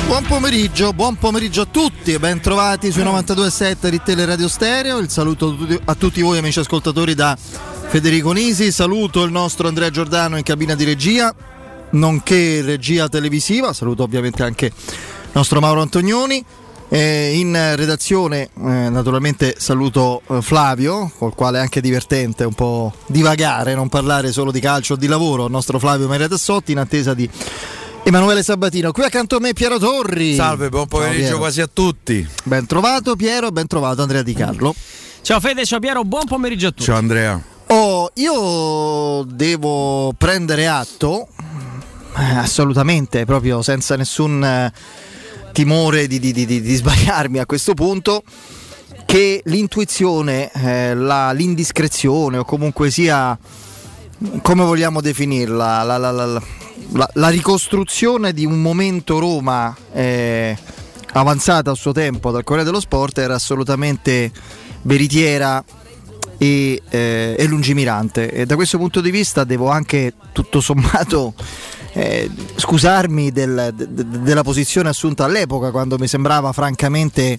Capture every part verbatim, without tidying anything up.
Buon pomeriggio, buon pomeriggio a tutti e ben trovati sui novantadue virgola sette di Teleradio Stereo. Il saluto a tutti voi amici ascoltatori da Federico Nisi, saluto il nostro Andrea Giordano in cabina di regia, nonché regia televisiva, saluto ovviamente anche il nostro Mauro Antonioni. Eh, in redazione eh, naturalmente saluto eh, Flavio, col quale è anche divertente un po' divagare, non parlare solo di calcio o di lavoro, il nostro Flavio Maria Tassotti, in attesa di Emanuele Sabatino. Qui accanto a me Piero Torri. Salve, buon pomeriggio quasi a tutti. Ben trovato Piero, ben trovato Andrea Di Carlo. Ciao Fede, ciao Piero, buon pomeriggio a tutti. Ciao Andrea. Oh, io devo prendere atto, eh, assolutamente, proprio senza nessun eh, timore di, di, di, di sbagliarmi a questo punto, che l'intuizione, eh, la, l'indiscrezione o comunque sia, come vogliamo definirla, la, la, la, la, la ricostruzione di un momento Roma eh, avanzata a suo tempo dal Corriere dello Sport era assolutamente veritiera e, eh, e lungimirante, e da questo punto di vista devo anche tutto sommato eh, scusarmi del, de, della posizione assunta all'epoca, quando mi sembrava francamente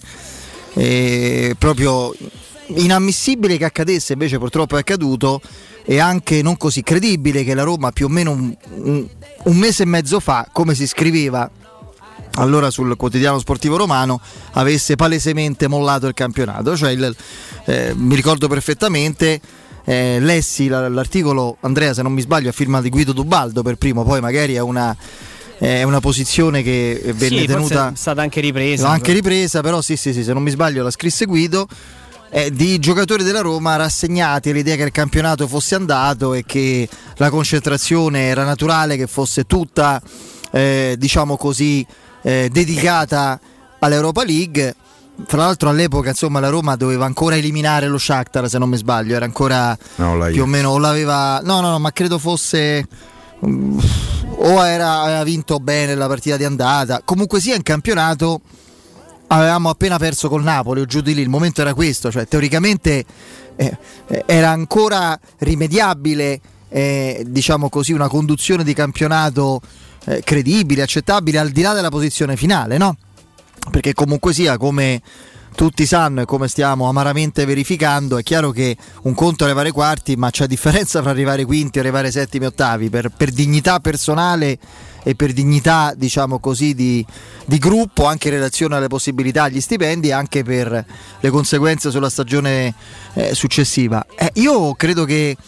eh, proprio inammissibile che accadesse, invece purtroppo è accaduto, e anche non così credibile che la Roma più o meno un, un, un mese e mezzo fa, come si scriveva allora sul quotidiano sportivo romano, avesse palesemente mollato il campionato. Cioè il, eh, mi ricordo perfettamente, eh, lessi l'articolo, Andrea se non mi sbaglio a firma di Guido Dubaldo per primo, poi magari è una, è una posizione che venne sì, tenuta, è stata anche ripresa, anche ripresa però sì sì sì se non mi sbaglio la scrisse Guido, eh, di giocatori della Roma rassegnati all'idea che il campionato fosse andato e che la concentrazione era naturale che fosse tutta eh, diciamo così Eh, dedicata all'Europa League. Fra l'altro all'epoca insomma la Roma doveva ancora eliminare lo Shakhtar, se non mi sbaglio, era ancora no, più o meno, o l'aveva no no no ma credo fosse um, o era, aveva vinto bene la partita di andata, comunque sia in campionato avevamo appena perso col Napoli o giù di lì, il momento era questo, cioè teoricamente eh, era ancora rimediabile, eh, diciamo così, una conduzione di campionato Eh, credibile, accettabile, al di là della posizione finale, no? Perché comunque sia, come tutti sanno e come stiamo amaramente verificando, è chiaro che un conto è arrivare ai quarti, ma c'è differenza fra arrivare ai quinti e arrivare ai settimi e ottavi, per, per dignità personale e per dignità, diciamo così, di, di gruppo, anche in relazione alle possibilità, agli stipendi, e anche per le conseguenze sulla stagione eh, successiva. Eh, io credo che,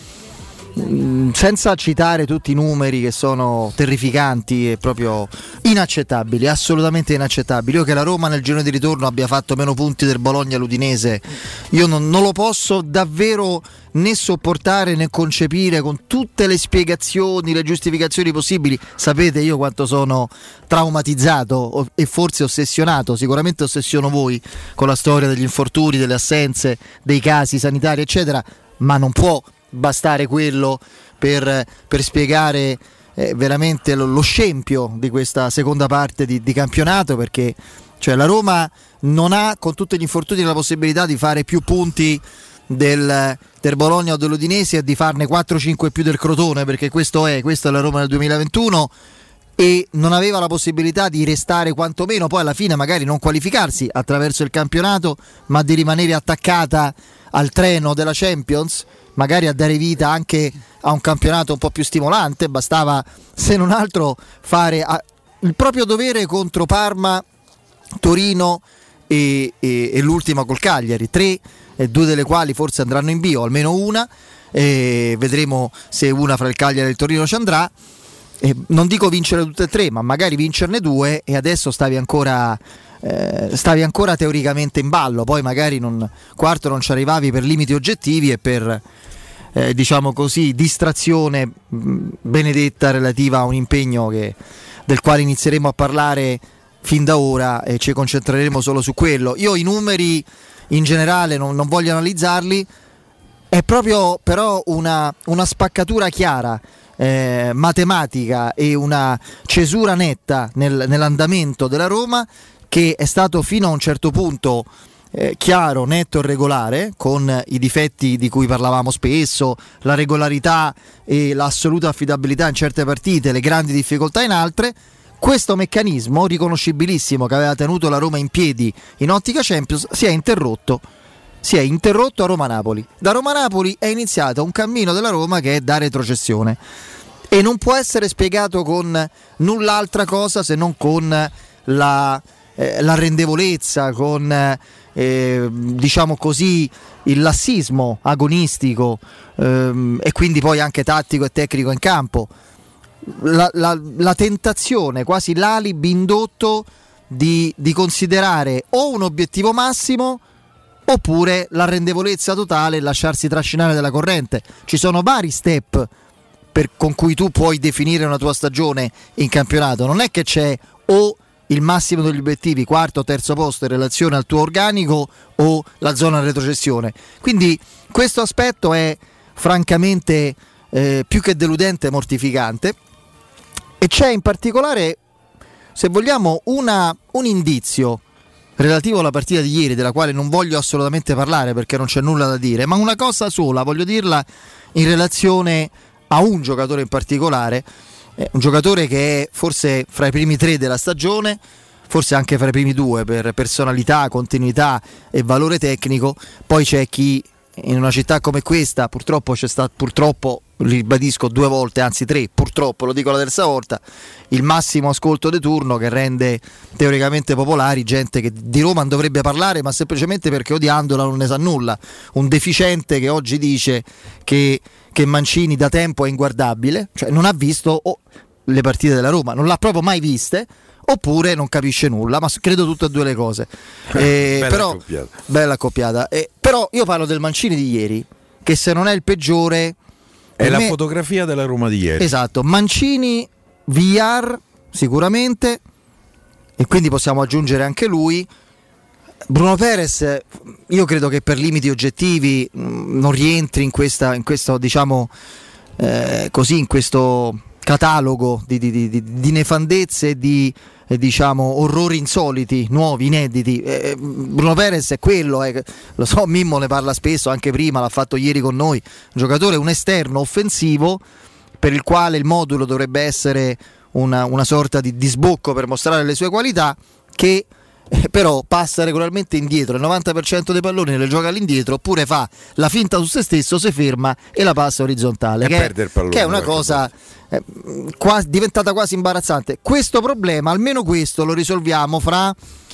senza citare tutti i numeri che sono terrificanti e proprio inaccettabili, assolutamente inaccettabili, io che la Roma nel girone di ritorno abbia fatto meno punti del Bologna all'Udinese, io non, non lo posso davvero né sopportare né concepire, con tutte le spiegazioni, le giustificazioni possibili. Sapete io quanto sono traumatizzato e forse ossessionato, sicuramente ossessiono voi con la storia degli infortuni, delle assenze, dei casi sanitari eccetera, ma non può bastare quello per, per spiegare eh, veramente lo, lo scempio di questa seconda parte di, di campionato, perché cioè, la Roma non ha, con tutti gli infortuni, la possibilità di fare più punti del, del Bologna o dell'Udinese e di farne quattro cinque più del Crotone, perché questo è, questa è la Roma del duemilaventuno, e non aveva la possibilità di restare quantomeno poi alla fine, magari non qualificarsi attraverso il campionato, ma di rimanere attaccata al treno della Champions, magari a dare vita anche a un campionato un po' più stimolante. Bastava, se non altro, fare a, il proprio dovere contro Parma, Torino e, e, e l'ultima col Cagliari, tre, e due delle quali forse andranno in bio, almeno una, e vedremo se una fra il Cagliari e il Torino ci andrà. E non dico vincere tutte e tre, ma magari vincerne due, e adesso stavi ancora eh, stavi ancora teoricamente in ballo. Poi magari non, quarto non ci arrivavi per limiti oggettivi e per eh, diciamo così distrazione mh, benedetta relativa a un impegno che, del quale inizieremo a parlare fin da ora, e ci concentreremo solo su quello. Io i numeri in generale non, non voglio analizzarli, è proprio però una, una spaccatura chiara, Eh, matematica e una cesura netta nel, nell'andamento della Roma, che è stato fino a un certo punto eh, chiaro, netto e regolare, con i difetti di cui parlavamo spesso, la regolarità e l'assoluta affidabilità in certe partite, le grandi difficoltà in altre, questo meccanismo riconoscibilissimo che aveva tenuto la Roma in piedi in ottica Champions si è interrotto. Si è interrotto a Roma-Napoli. Da Roma-Napoli è iniziato un cammino della Roma che è da retrocessione e non può essere spiegato con null'altra cosa se non con la, eh, l'arrendevolezza, con eh, diciamo così il lassismo agonistico ehm, e quindi poi anche tattico e tecnico in campo. La, la, la tentazione, quasi l'alibi indotto di, di considerare o un obiettivo massimo oppure l'arrendevolezza totale e lasciarsi trascinare dalla corrente. Ci sono vari step per, con cui tu puoi definire una tua stagione in campionato. Non è che c'è o il massimo degli obiettivi, quarto o terzo posto in relazione al tuo organico, o la zona retrocessione. Quindi questo aspetto è francamente eh, più che deludente, mortificante. E c'è in particolare, se vogliamo, una, un indizio relativo alla partita di ieri, della quale non voglio assolutamente parlare perché non c'è nulla da dire, ma una cosa sola voglio dirla in relazione a un giocatore in particolare, eh, un giocatore che è forse fra i primi tre della stagione, forse anche fra i primi due per personalità, continuità e valore tecnico. Poi c'è chi in una città come questa purtroppo c'è stato, purtroppo ribadisco due volte, anzi tre, purtroppo lo dico la terza volta, il massimo ascolto di turno che rende teoricamente popolari gente che di Roma non dovrebbe parlare, ma semplicemente perché odiandola non ne sa nulla. Un deficiente che oggi dice che, che Mancini da tempo è inguardabile, cioè non ha visto oh, le partite della Roma, non l'ha proprio mai viste, oppure non capisce nulla, ma credo tutte e due le cose. Eh, bella però, accoppiata. Bella accoppiata. Eh, però io parlo del Mancini di ieri, che se non è il peggiore è la me... fotografia della Roma di ieri. Esatto, Mancini V R sicuramente, e quindi possiamo aggiungere anche lui. Bruno Perez, io credo che per limiti oggettivi mh, non rientri in questa, in questo, diciamo eh, così, in questo catalogo di, di, di, di nefandezze e di eh, diciamo orrori insoliti, nuovi, inediti. eh, Bruno Perez è quello, eh, lo so, Mimmo ne parla spesso, anche prima l'ha fatto ieri con noi, un giocatore, un esterno offensivo per il quale il modulo dovrebbe essere una, una sorta di, di sbocco per mostrare le sue qualità, che eh, però passa regolarmente indietro, il novanta per cento dei palloni le gioca all'indietro, oppure fa la finta su se stesso, si ferma e la passa orizzontale, e che, perde il pallone, che è una cosa eh, quasi, diventata quasi imbarazzante. Questo problema, almeno questo, lo risolviamo fra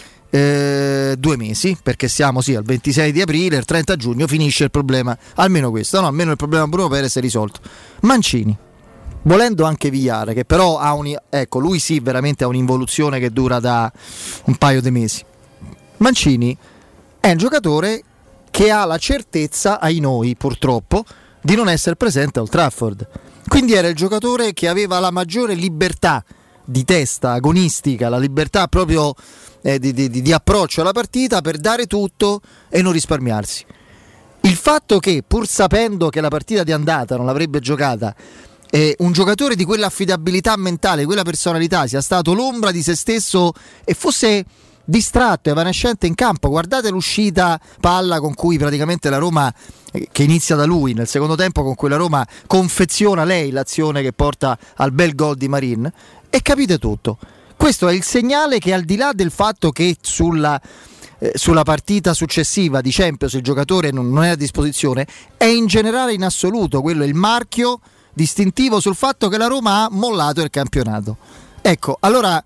eh, due mesi, perché siamo sì al ventisei di aprile, il trenta giugno finisce il problema, almeno questo, no, almeno il problema Bruno Perez è risolto. Mancini, volendo anche Villar, che però ha un, ecco, lui sì veramente ha un'involuzione che dura da un paio di mesi. Mancini è un giocatore che ha la certezza, ai noi purtroppo, di non essere presente a Old Trafford. Quindi era il giocatore che aveva la maggiore libertà di testa agonistica, la libertà proprio eh, di, di, di approccio alla partita per dare tutto e non risparmiarsi. Il fatto che, pur sapendo che la partita di andata non l'avrebbe giocata, Eh, un giocatore di quell'affidabilità mentale, di quella personalità, sia stato l'ombra di se stesso e fosse distratto, evanescente in campo. Guardate l'uscita palla con cui praticamente la Roma, eh, che inizia da lui nel secondo tempo, con cui la Roma confeziona lei l'azione che porta al bel gol di Marin, e capite tutto. Questo è il segnale che, al di là del fatto che sulla eh, sulla partita successiva di Champions il giocatore non, non è a disposizione, è in generale in assoluto quello il marchio distintivo sul fatto che la Roma ha mollato il campionato. Ecco, allora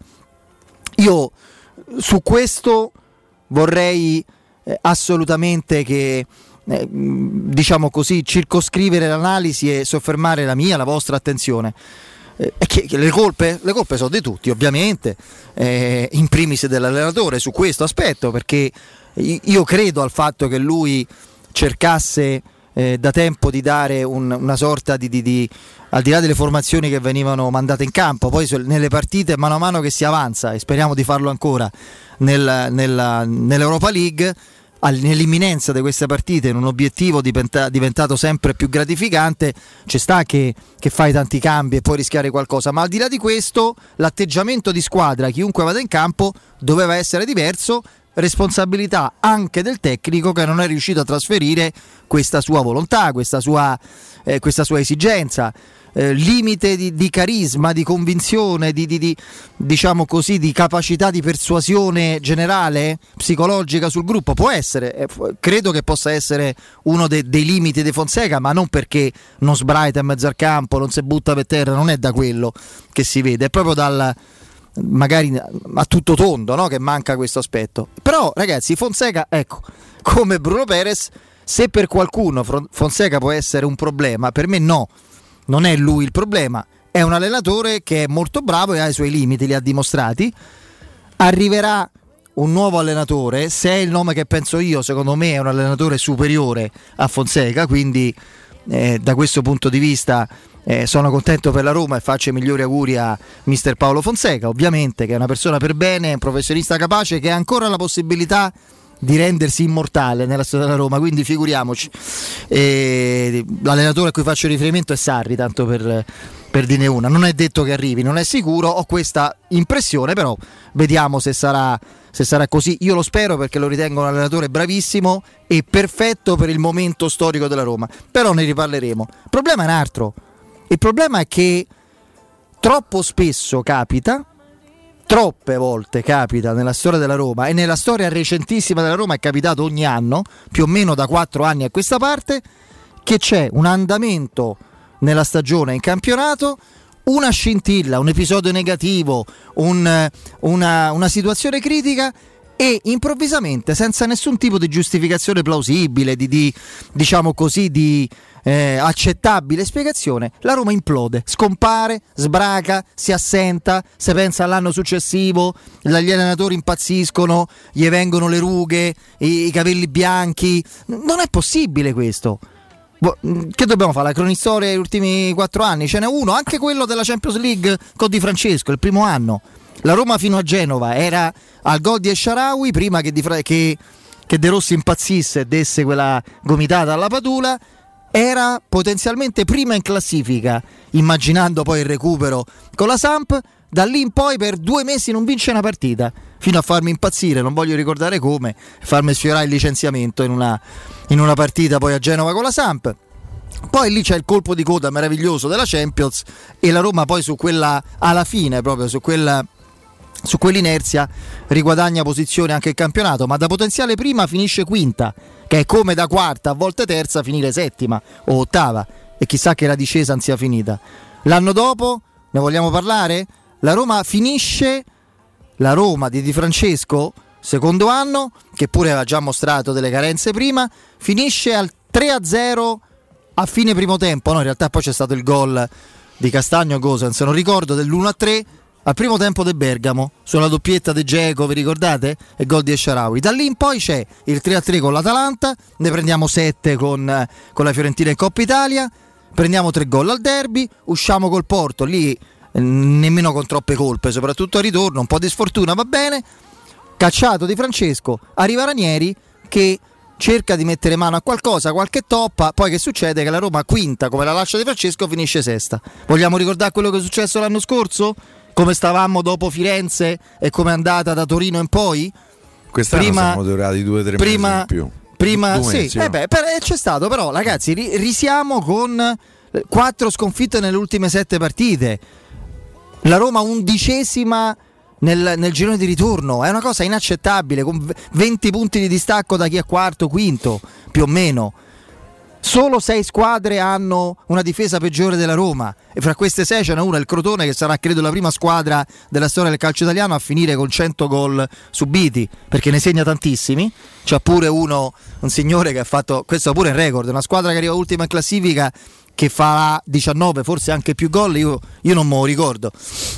io su questo vorrei eh, assolutamente che eh, diciamo così circoscrivere l'analisi e soffermare la mia, la vostra attenzione. Eh, che, che le colpe? Le colpe sono di tutti, ovviamente, eh, in primis dell'allenatore su questo aspetto, perché io credo al fatto che lui cercasse Eh, da tempo di dare un, una sorta di, di, di al di là delle formazioni che venivano mandate in campo, poi nelle partite mano a mano che si avanza, e speriamo di farlo ancora nel, nella, nell'Europa League, nell'imminenza di queste partite, in un obiettivo diventa, diventato sempre più gratificante, ci sta che, che fai tanti cambi e puoi rischiare qualcosa, ma al di là di questo l'atteggiamento di squadra, chiunque vada in campo, doveva essere diverso. Responsabilità anche del tecnico che non è riuscito a trasferire questa sua volontà, questa sua, eh, questa sua esigenza. eh, limite di, di carisma, di convinzione, di, di, di diciamo così, di capacità di persuasione generale, psicologica sul gruppo? Può essere, eh, credo che possa essere uno de, dei limiti di Fonseca, ma non perché non sbraita in mezzo al campo, non si butta per terra, non è da quello che si vede, è proprio dal magari a tutto tondo, no? Che manca questo aspetto. Però ragazzi, Fonseca, ecco, come Bruno Perez, se per qualcuno Fonseca può essere un problema, per me no, non è lui il problema, è un allenatore che è molto bravo e ha i suoi limiti, li ha dimostrati. Arriverà un nuovo allenatore, se è il nome che penso io, secondo me è un allenatore superiore a Fonseca, quindi eh, da questo punto di vista eh, sono contento per la Roma e faccio i migliori auguri a mister Paolo Fonseca, ovviamente, che è una persona per bene, un professionista capace, che ha ancora la possibilità di rendersi immortale nella storia della Roma, quindi figuriamoci. E l'allenatore a cui faccio riferimento è Sarri, tanto per, per dirne una, non è detto che arrivi, non è sicuro, ho questa impressione, però vediamo se sarà, se sarà così. Io lo spero, perché lo ritengo un allenatore bravissimo e perfetto per il momento storico della Roma, però ne riparleremo. Il problema è un altro, il problema è che troppo spesso capita, troppe volte capita nella storia della Roma, e nella storia recentissima della Roma è capitato ogni anno, più o meno da quattro anni a questa parte, che c'è un andamento nella stagione in campionato, una scintilla, un episodio negativo, un, una, una situazione critica, e improvvisamente, senza nessun tipo di giustificazione plausibile, di, di diciamo così, di eh, accettabile spiegazione, la Roma implode, scompare, sbraca, si assenta, se pensa all'anno successivo, gli allenatori impazziscono, gli vengono le rughe, i, i capelli bianchi. Non è possibile questo. Che dobbiamo fare? La cronistoria degli ultimi quattro anni? Ce n'è uno, anche quello della Champions League con Di Francesco, il primo anno. La Roma fino a Genova era al gol di El Shaarawy, prima che, di Fra- che, che De Rossi impazzisse e desse quella gomitata alla Padula, era potenzialmente prima in classifica, immaginando poi il recupero con la Samp. Da lì in poi per due mesi non vince una partita, fino a farmi impazzire, non voglio ricordare come, farmi sfiorare il licenziamento in una, in una partita poi a Genova con la Samp. Poi lì c'è il colpo di coda meraviglioso della Champions, e la Roma poi su quella, alla fine proprio su quella, su quell'inerzia, riguadagna posizione anche il campionato, ma da potenziale prima finisce quinta, che è come da quarta a volte terza finire settima o ottava, e chissà che la discesa non sia finita. L'anno dopo, ne vogliamo parlare? La Roma finisce, la Roma di Di Francesco, secondo anno, che pure aveva già mostrato delle carenze prima, finisce al tre a zero a fine primo tempo, no, in realtà poi c'è stato il gol di Castagno Gosens, non ricordo, dell'uno a tre al primo tempo del Bergamo, sulla doppietta di Dzeko, vi ricordate? E gol di El Shaarawy. Da lì in poi c'è il tre a tre con l'Atalanta, ne prendiamo sette con, con la Fiorentina in Coppa Italia, prendiamo tre gol al derby, usciamo col Porto, lì nemmeno con troppe colpe, soprattutto al ritorno, un po' di sfortuna va bene, cacciato Di Francesco, arriva Ranieri che cerca di mettere mano a qualcosa, qualche toppa, poi che succede? Che la Roma quinta, come la lascia Di Francesco, finisce sesta. Vogliamo ricordare quello che è successo l'anno scorso? Come stavamo dopo Firenze e come è andata da Torino in poi? Quest'anno prima, siamo durati due o tre prima, mesi in più. Prima, Due sì, mesi, eh beh, per, c'è stato, però ragazzi, ri, risiamo con quattro sconfitte nelle ultime sette partite. La Roma undicesima nel, nel girone di ritorno, è una cosa inaccettabile, con venti punti di distacco da chi è quarto, quinto, più o meno. Solo sei squadre hanno una difesa peggiore della Roma, e fra queste sei ce n'è una, il Crotone, che sarà credo la prima squadra della storia del calcio italiano a finire con cento gol subiti, perché ne segna tantissimi. C'è pure uno, un signore che ha fatto, questo pure è un record, una squadra che arriva ultima in classifica che fa diciannove, forse anche più gol, io, io non me lo ricordo.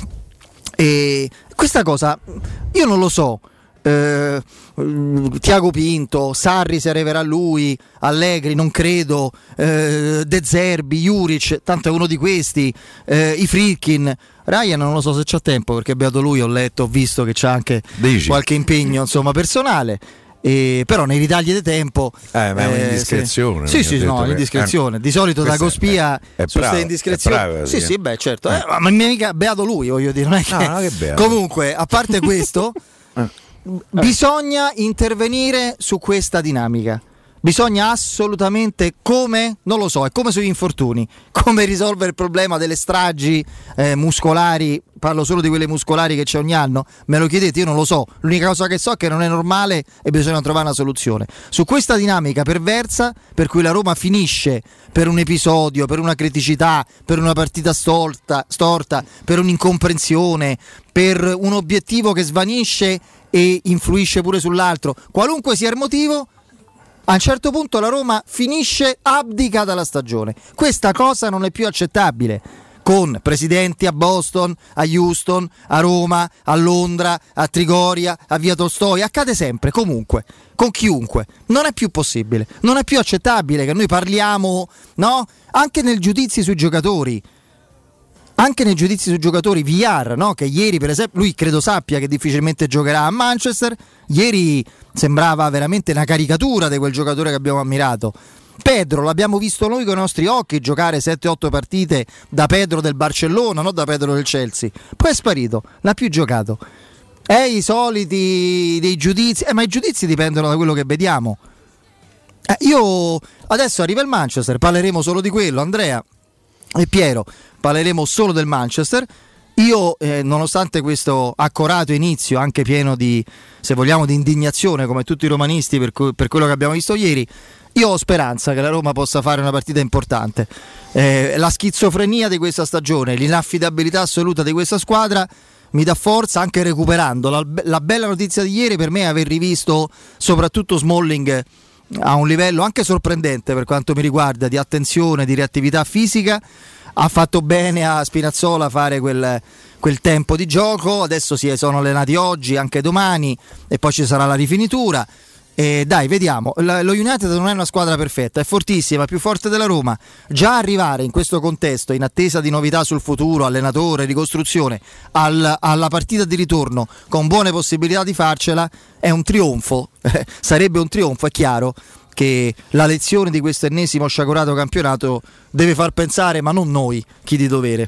E questa cosa io non lo so. eh, Tiago Pinto, Sarri se arriverà lui, Allegri non credo, eh, De Zerbi, Juric, tanto è uno di questi, eh, i Friedkin, Ryan non lo so se c'ha tempo, perché beato lui, ho letto, ho visto che c'ha anche Dici. qualche impegno insomma personale. E però nei ritagli di tempo eh, ma è un'indiscrezione. Sì, sì, sì no, indiscrezione. Di solito da Gospia è, è su queste indiscrezioni. È bravo, sì, sì, beh, certo. Eh. Eh, ma mica beato lui, voglio dire, non è che, no, no, che comunque, a parte questo, eh. bisogna intervenire su questa dinamica. Bisogna assolutamente, come? Non lo so, è come sugli infortuni, come risolvere il problema delle stragi eh, muscolari, parlo solo di quelle muscolari che c'è ogni anno, me lo chiedete, io non lo so, l'unica cosa che so è che non è normale e bisogna trovare una soluzione. Su questa dinamica perversa, per cui la Roma finisce per un episodio, per una criticità, per una partita storta, storta per un'incomprensione, per un obiettivo che svanisce e influisce pure sull'altro, qualunque sia il motivo, a un certo punto la Roma finisce, abdica dalla stagione. Questa cosa non è più accettabile, con presidenti a Boston, a Houston, a Roma, a Londra, a Trigoria, a Via Tolstoi, accade sempre, comunque, con chiunque. Non è più possibile, non è più accettabile che noi parliamo, no? Anche nel giudizio sui giocatori. Anche nei giudizi sui giocatori, V R, no? Che ieri per esempio, lui credo sappia che difficilmente giocherà a Manchester, ieri sembrava veramente una caricatura di quel giocatore che abbiamo ammirato. Pedro, l'abbiamo visto noi con i nostri occhi giocare sette otto partite da Pedro del Barcellona, non da Pedro del Chelsea, poi è sparito, l'ha più giocato. E i soliti dei giudizi, eh, ma i giudizi dipendono da quello che vediamo. Eh, io adesso arriva il Manchester, parleremo solo di quello, Andrea e Piero, parleremo solo del Manchester. Io eh, nonostante questo accorato inizio, anche pieno di, se vogliamo, di indignazione come tutti i romanisti per, co- per quello che abbiamo visto ieri, io ho speranza che la Roma possa fare una partita importante. Eh, la schizofrenia di questa stagione, l'inaffidabilità assoluta di questa squadra mi dà forza, anche recuperando. La, la bella notizia di ieri per me è aver rivisto soprattutto Smalling a un livello anche sorprendente per quanto mi riguarda, di attenzione, di reattività fisica. Ha fatto bene a Spinazzola fare quel, quel tempo di gioco, adesso si sono allenati oggi, anche domani, e poi ci sarà la rifinitura. E dai, vediamo. Lo United non è una squadra perfetta, è fortissima, più forte della Roma. Già arrivare in questo contesto, in attesa di novità sul futuro, allenatore, ricostruzione, al, alla partita di ritorno con buone possibilità di farcela, è un trionfo. Sarebbe un trionfo, è chiaro che la lezione di questo ennesimo sciagurato campionato deve far pensare, ma non noi, chi di dovere.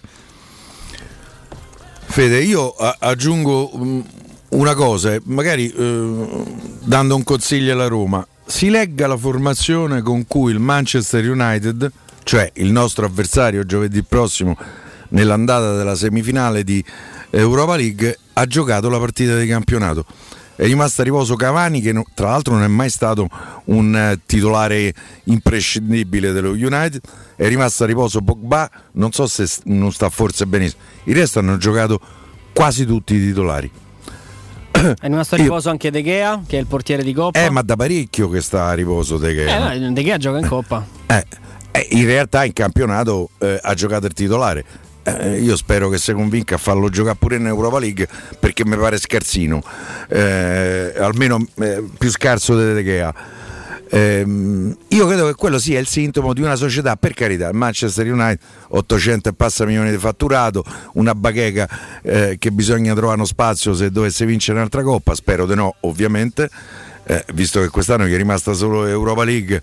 Fede, io a- aggiungo um, una cosa, magari eh, dando un consiglio alla Roma: si legga la formazione con cui il Manchester United, cioè il nostro avversario giovedì prossimo nell'andata della semifinale di Europa League, ha giocato la partita di campionato. È rimasto a riposo Cavani, che no, tra l'altro non è mai stato un eh, titolare imprescindibile dello United. È rimasto a riposo Pogba, non so se non sta forse benissimo. Il resto hanno giocato quasi tutti i titolari. È rimasto a riposo Io... anche De Gea, che è il portiere di Coppa. Eh, ma da parecchio che sta a riposo De Gea. Eh, De Gea gioca in Coppa. Eh, eh, in realtà in campionato eh, ha giocato il titolare. Eh, io spero che si convinca a farlo giocare pure in Europa League, perché mi pare scarsino, eh, almeno eh, più scarso di De Gea. Eh, io credo che quello sia il sintomo di una società, per carità, il Manchester United ottocento e passa milioni di fatturato, una bacheca eh, che bisogna trovare uno spazio se dovesse vincere un'altra coppa, spero di no ovviamente, eh, visto che quest'anno gli è rimasta solo Europa League.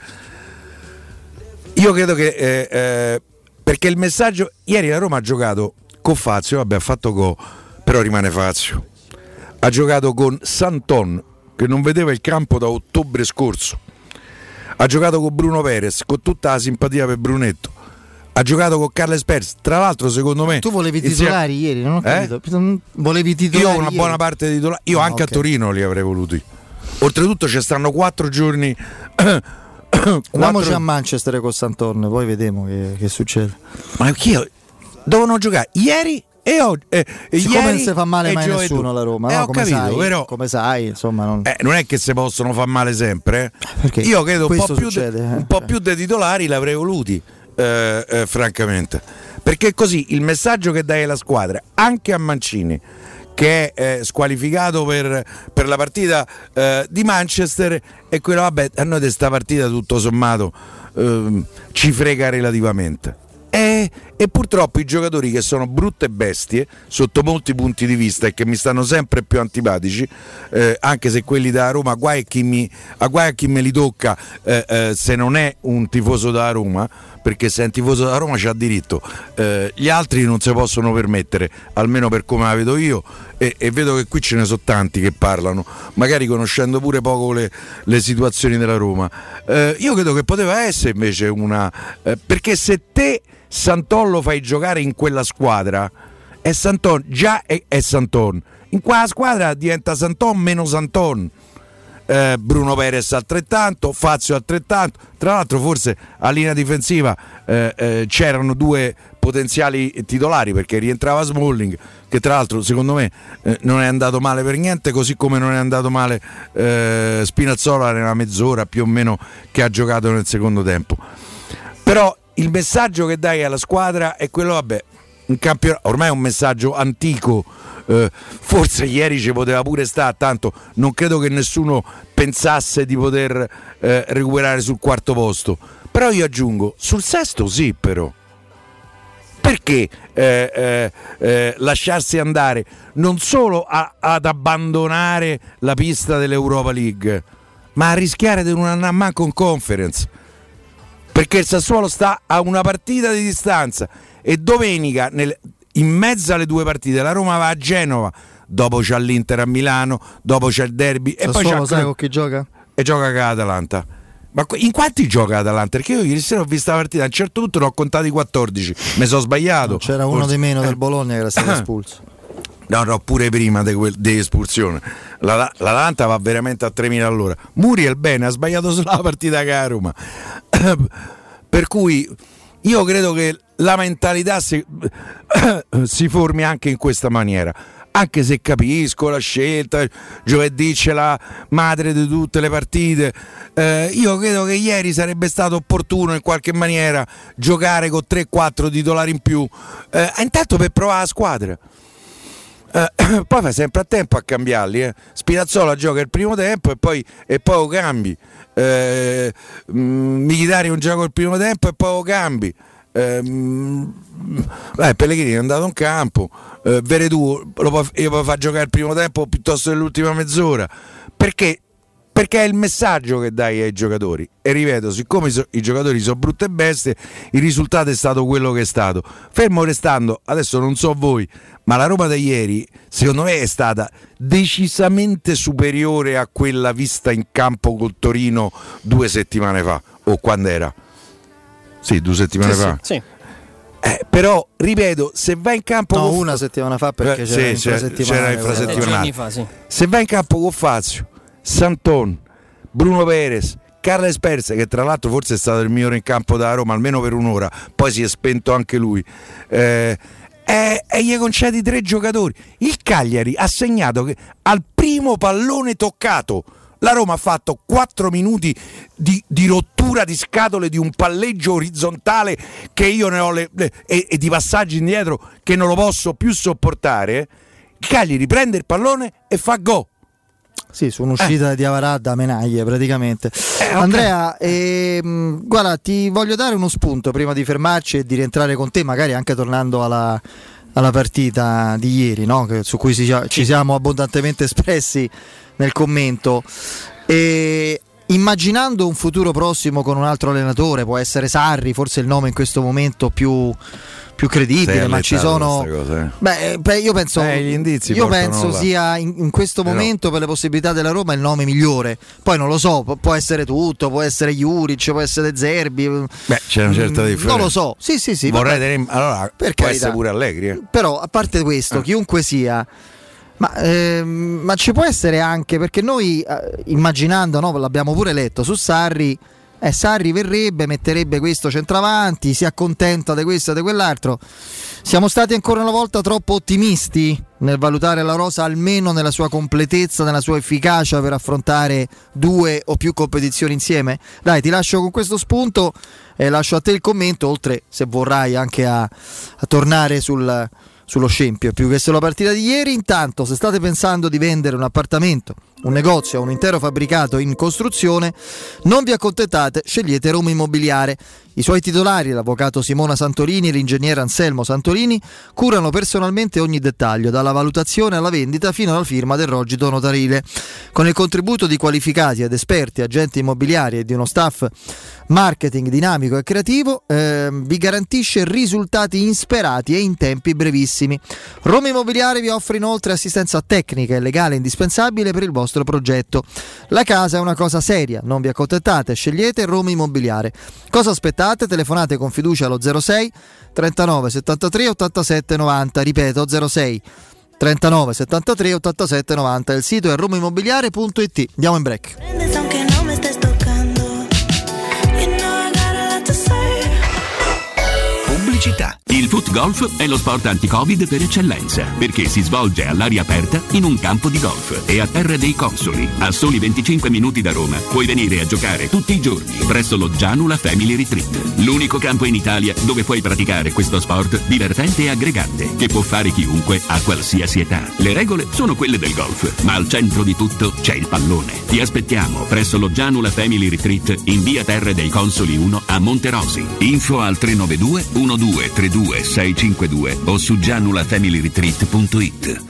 Io credo che eh, eh, perché il messaggio, ieri la Roma ha giocato con Fazio, vabbè, ha fatto gol, però rimane Fazio. Ha giocato con Santon, che non vedeva il campo da ottobre scorso. Ha giocato con Bruno Perez, con tutta la simpatia per Brunetto. Ha giocato con Carles Perez, tra l'altro secondo me. Tu volevi titolari insieme... ieri, non ho capito. Eh? Volevi titolari. Io ho una ieri. buona parte di titolari. Io ah, anche okay. a Torino li avrei voluti. Oltretutto ci stanno quattro giorni. Andiamoci a Manchester con Santon, poi vediamo che, che succede. Ma chi devono giocare ieri e oggi? Eh, Siccome ieri non si fa male mai nessuno la Roma, eh, no? ho come, capito, sai, però, come sai, insomma, non... Eh, non è che si possono far male sempre. Eh? Io credo un po' più succede, de, eh? un po' più dei titolari l'avrei voluti, eh, eh, francamente, perché così il messaggio che dai alla squadra, anche a Mancini, che è eh, squalificato per, per la partita eh, di Manchester, e quello, vabbè, a noi di sta partita tutto sommato eh, ci frega relativamente. E e, e purtroppo i giocatori che sono brutte bestie sotto molti punti di vista e che mi stanno sempre più antipatici, eh, anche se quelli da Roma, guai a chi, mi, a guai a chi me li tocca eh, eh, se non è un tifoso da Roma, perché se è un tifoso da Roma c'ha diritto, eh, gli altri non si possono permettere, almeno per come la vedo io, e, e vedo che qui ce ne sono tanti che parlano, magari conoscendo pure poco le, le situazioni della Roma. Eh, io credo che poteva essere invece una eh, perché se te Santon lo fai giocare in quella squadra, è Santon, già è, è Santon, in quella squadra diventa Santon meno Santon. Eh, Bruno Perez altrettanto, Fazio altrettanto, tra l'altro forse a linea difensiva eh, eh, c'erano due potenziali titolari, perché rientrava Smalling, che tra l'altro secondo me eh, non è andato male per niente, così come non è andato male eh, Spinazzola nella mezz'ora più o meno che ha giocato nel secondo tempo. Però il messaggio che dai alla squadra è quello, vabbè, un campionato, ormai è un messaggio antico. Uh, forse ieri ci poteva pure stare, tanto non credo che nessuno pensasse di poter uh, recuperare sul quarto posto, però io aggiungo sul sesto sì, però perché eh, eh, eh, lasciarsi andare non solo a, ad abbandonare la pista dell'Europa League, ma a rischiare di non andare manco in Conference, perché il Sassuolo sta a una partita di distanza e domenica nel in mezzo alle due partite la Roma va a Genova, dopo c'ha l'Inter a Milano, dopo c'è il derby e Sassuolo, poi c'ha sai con chi gioca? E gioca con l'Atalanta. Ma in quanti gioca l'Atalanta? Perché io ieri sera ho visto la partita, a un certo punto ne ho contati quattordici, mi sono sbagliato. No, c'era uno forse. di meno del Bologna che era stato espulso. No, no, pure prima di espulsione. La, L'Atalanta va veramente a tremila all'ora. Muriel bene, ha sbagliato sulla partita che a Roma. Per cui io credo che la mentalità si, si formi anche in questa maniera, anche se capisco la scelta, giovedì c'è la madre di tutte le partite, eh, io credo che ieri sarebbe stato opportuno in qualche maniera giocare con tre quattro titolari in più, eh, intanto per provare la squadra. Eh, poi fai sempre a tempo a cambiarli, eh. Spinazzola gioca il primo tempo e poi, e poi lo cambi, eh, Mkhitaryan gioca il primo tempo e poi lo cambi. Eh, beh, Pellegrini è andato in campo, eh, Veretù lo può, io può far giocare il primo tempo piuttosto dell'ultima mezz'ora, perché perché è il messaggio che dai ai giocatori, e ripeto, siccome so, i giocatori sono brutte bestie, il risultato è stato quello che è stato, fermo restando, adesso non so voi, ma la Roma di ieri secondo me è stata decisamente superiore a quella vista in campo col Torino due settimane fa, o quando era? Sì, due settimane sì, fa. Sì, sì. Eh, però, ripeto, se vai in campo. No, con... una settimana fa perché eh, c'era, sì, infrasettimanale, c'era infrasettimanale. Fa, sì. Se vai in campo con Fazio, Santon, Bruno Perez, Carles Perez, che tra l'altro forse è stato il migliore in campo da Roma, almeno per un'ora, poi si è spento anche lui. Eh, e, e gli concedi tre giocatori. Il Cagliari ha segnato che al primo pallone toccato la Roma ha fatto quattro minuti di, di rottura di scatole, di un palleggio orizzontale che io ne ho le, le, e, e di passaggi indietro che non lo posso più sopportare. Il Cagliari prende il pallone e fa go. Sì, su un'uscita eh. di Avarà da menaglie praticamente. Eh, okay. Andrea, ehm, guarda, ti voglio dare uno spunto prima di fermarci e di rientrare con te, magari anche tornando alla, alla partita di ieri, no? Che, su cui si, ci siamo abbondantemente espressi nel commento. E immaginando un futuro prossimo con un altro allenatore, può essere Sarri, forse il nome in questo momento più, più credibile, ma ci sono cosa, eh. beh, io penso, eh, gli indizi io penso sia in, in questo Però. momento per le possibilità della Roma il nome migliore. Poi non lo so, può essere tutto, può essere Juric, può essere Zerbi. Beh, c'è una certa differenza. Non lo so. Sì, sì, sì. Vorrei tenere, allora per può carità. essere pure Allegri. Eh. Però a parte questo, ah. chiunque sia, Ma, ehm, ma ci può essere anche, perché noi eh, immaginando, no, l'abbiamo pure letto su Sarri, eh, Sarri verrebbe, metterebbe questo centravanti, si accontenta di questo e di quell'altro. Siamo stati ancora una volta troppo ottimisti nel valutare la rosa, almeno nella sua completezza, nella sua efficacia per affrontare due o più competizioni insieme. Dai, ti lascio con questo spunto e lascio a te il commento, oltre se vorrai anche a, a tornare sul sullo scempio più che sulla partita di ieri. Intanto, se state pensando di vendere un appartamento un negozio o un intero fabbricato in costruzione, non vi accontentate, scegliete Roma Immobiliare. I suoi titolari, l'avvocato Simona Santolini e l'ingegnere Anselmo Santolini, curano personalmente ogni dettaglio, dalla valutazione alla vendita fino alla firma del rogito notarile. Con il contributo di qualificati ed esperti agenti immobiliari e di uno staff marketing dinamico e creativo, eh, vi garantisce risultati insperati e in tempi brevissimi. Roma Immobiliare vi offre inoltre assistenza tecnica e legale indispensabile per il vostro progetto. La casa è una cosa seria, non vi accontentate, scegliete Roma Immobiliare. Cosa aspettate? Telefonate con fiducia allo zero sei trentanove settantatré ottantasette novanta, ripeto zero sei trentanove settantatré ottantasette novanta. Il sito è romaimmobiliare punto it. Andiamo in break. Pubblicità. Il foot golf è lo sport anti-Covid per eccellenza, perché si svolge all'aria aperta in un campo di golf e a Terra dei Consoli, a soli venticinque minuti da Roma. Puoi venire a giocare tutti i giorni presso lo Gianula Family Retreat, l'unico campo in Italia dove puoi praticare questo sport divertente e aggregante che può fare chiunque a qualsiasi età. Le regole sono quelle del golf, ma al centro di tutto c'è il pallone. Ti aspettiamo presso lo Gianula Family Retreat in via Terra dei Consoli uno a Monterosi. Info al tre nove due uno due tre due sei cinque due o su gianula family retreat punto it.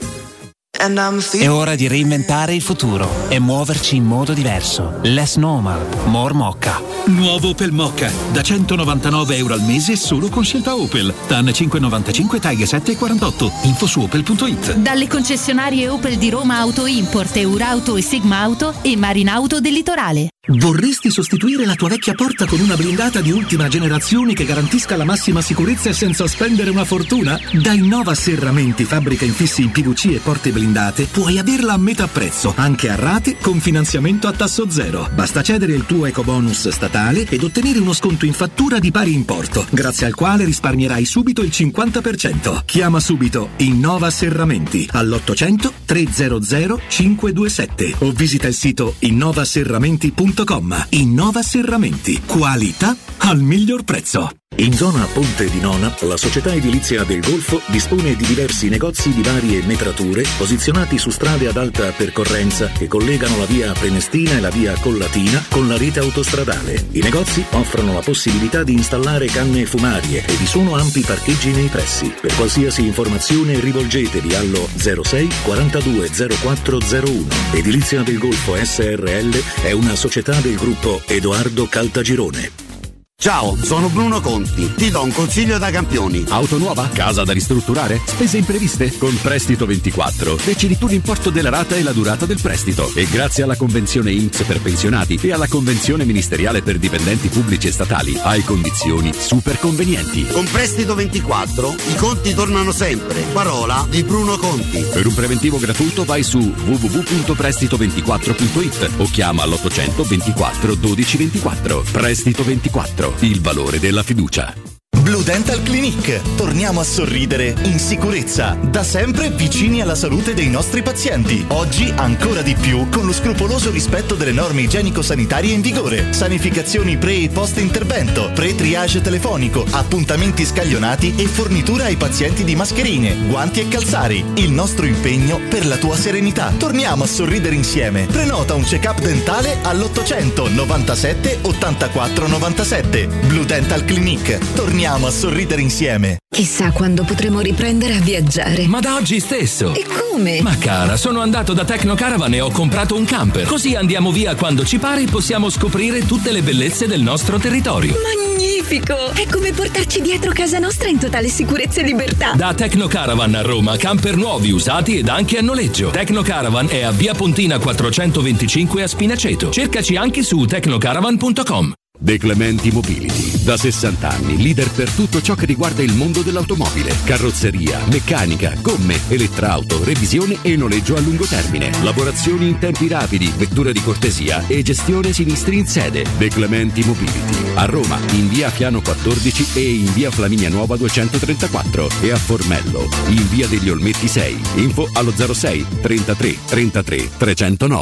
È ora di reinventare il futuro e muoverci in modo diverso. Less normal, more Mokka. Nuovo Opel Mokka, da centonovantanove euro al mese solo con scelta Opel. TAN cinque virgola novantacinque, Tag sette virgola quarantotto. Info su opel punto it. Dalle concessionarie Opel di Roma Auto Import, Eurauto e Sigma Auto e Marinauto del Litorale. Vorresti sostituire la tua vecchia porta con una blindata di ultima generazione che garantisca la massima sicurezza senza spendere una fortuna? Da Innova Serramenti, fabbrica infissi in P V C e porte blindate, puoi averla a metà prezzo, anche a rate con finanziamento a tasso zero. Basta cedere il tuo ecobonus statale ed ottenere uno sconto in fattura di pari importo, grazie al quale risparmierai subito il cinquanta per cento. Chiama subito Innova Serramenti all'ottocento trecento cinque due sette o visita il sito innovaserramenti punto com. Innova Serramenti, qualità al miglior prezzo. In zona Ponte di Nona, la società edilizia del Golfo dispone di diversi negozi di varie metrature posizionati su strade ad alta percorrenza che collegano la via Prenestina e la via Collatina con la rete autostradale. I negozi offrono la possibilità di installare canne fumarie e vi sono ampi parcheggi nei pressi. Per qualsiasi informazione rivolgetevi allo zero sei quarantadue zero quattro zero uno. Edilizia del Golfo S R L è una società del gruppo Edoardo Caltagirone. Ciao, sono Bruno Conti. Ti do un consiglio da campioni. Auto nuova? Casa da ristrutturare? Spese impreviste? Con Prestito ventiquattro decidi tu l'importo della rata e la durata del prestito. E grazie alla convenzione I N P S per pensionati e alla convenzione ministeriale per dipendenti pubblici e statali hai condizioni super convenienti. Con Prestito ventiquattro i conti tornano sempre. Parola di Bruno Conti. Per un preventivo gratuito vai su w w w punto prestito ventiquattro punto it o chiama all'ottocento ventiquattro dodici ventiquattro. Prestito ventiquattro. Il valore della fiducia. Blue Dental Clinic. Torniamo a sorridere in sicurezza, da sempre vicini alla salute dei nostri pazienti. Oggi ancora di più con lo scrupoloso rispetto delle norme igienico-sanitarie in vigore. Sanificazioni pre e post intervento, pre-triage telefonico, appuntamenti scaglionati e fornitura ai pazienti di mascherine, guanti e calzari. Il nostro impegno per la tua serenità. Torniamo a sorridere insieme. Prenota un check-up dentale all'ottocento novantasette ottantaquattro novantasette. Blue Dental Clinic. Torniamo a sorridere insieme. Chissà quando potremo riprendere a viaggiare. Ma da oggi stesso. E come? Ma cara, sono andato da Tecnocaravan e ho comprato un camper. Così andiamo via quando ci pare e possiamo scoprire tutte le bellezze del nostro territorio. Magnifico! È come portarci dietro casa nostra in totale sicurezza e libertà. Da Tecnocaravan a Roma, camper nuovi, usati ed anche a noleggio. Tecnocaravan è a via Pontina quattrocentoventicinque a Spinaceto. Cercaci anche su tecnocaravan punto com. De Clementi Mobility, da sessanta anni, leader per tutto ciò che riguarda il mondo dell'automobile, carrozzeria, meccanica, gomme, elettrauto, revisione e noleggio a lungo termine, lavorazioni in tempi rapidi, vettura di cortesia e gestione sinistri in sede. De Clementi Mobility, a Roma in via Fiano quattordici e in via Flaminia Nuova duecentotrentaquattro e a Formello in via degli Olmetti sei. Info allo zero sei trentatré trentatré trecentonove.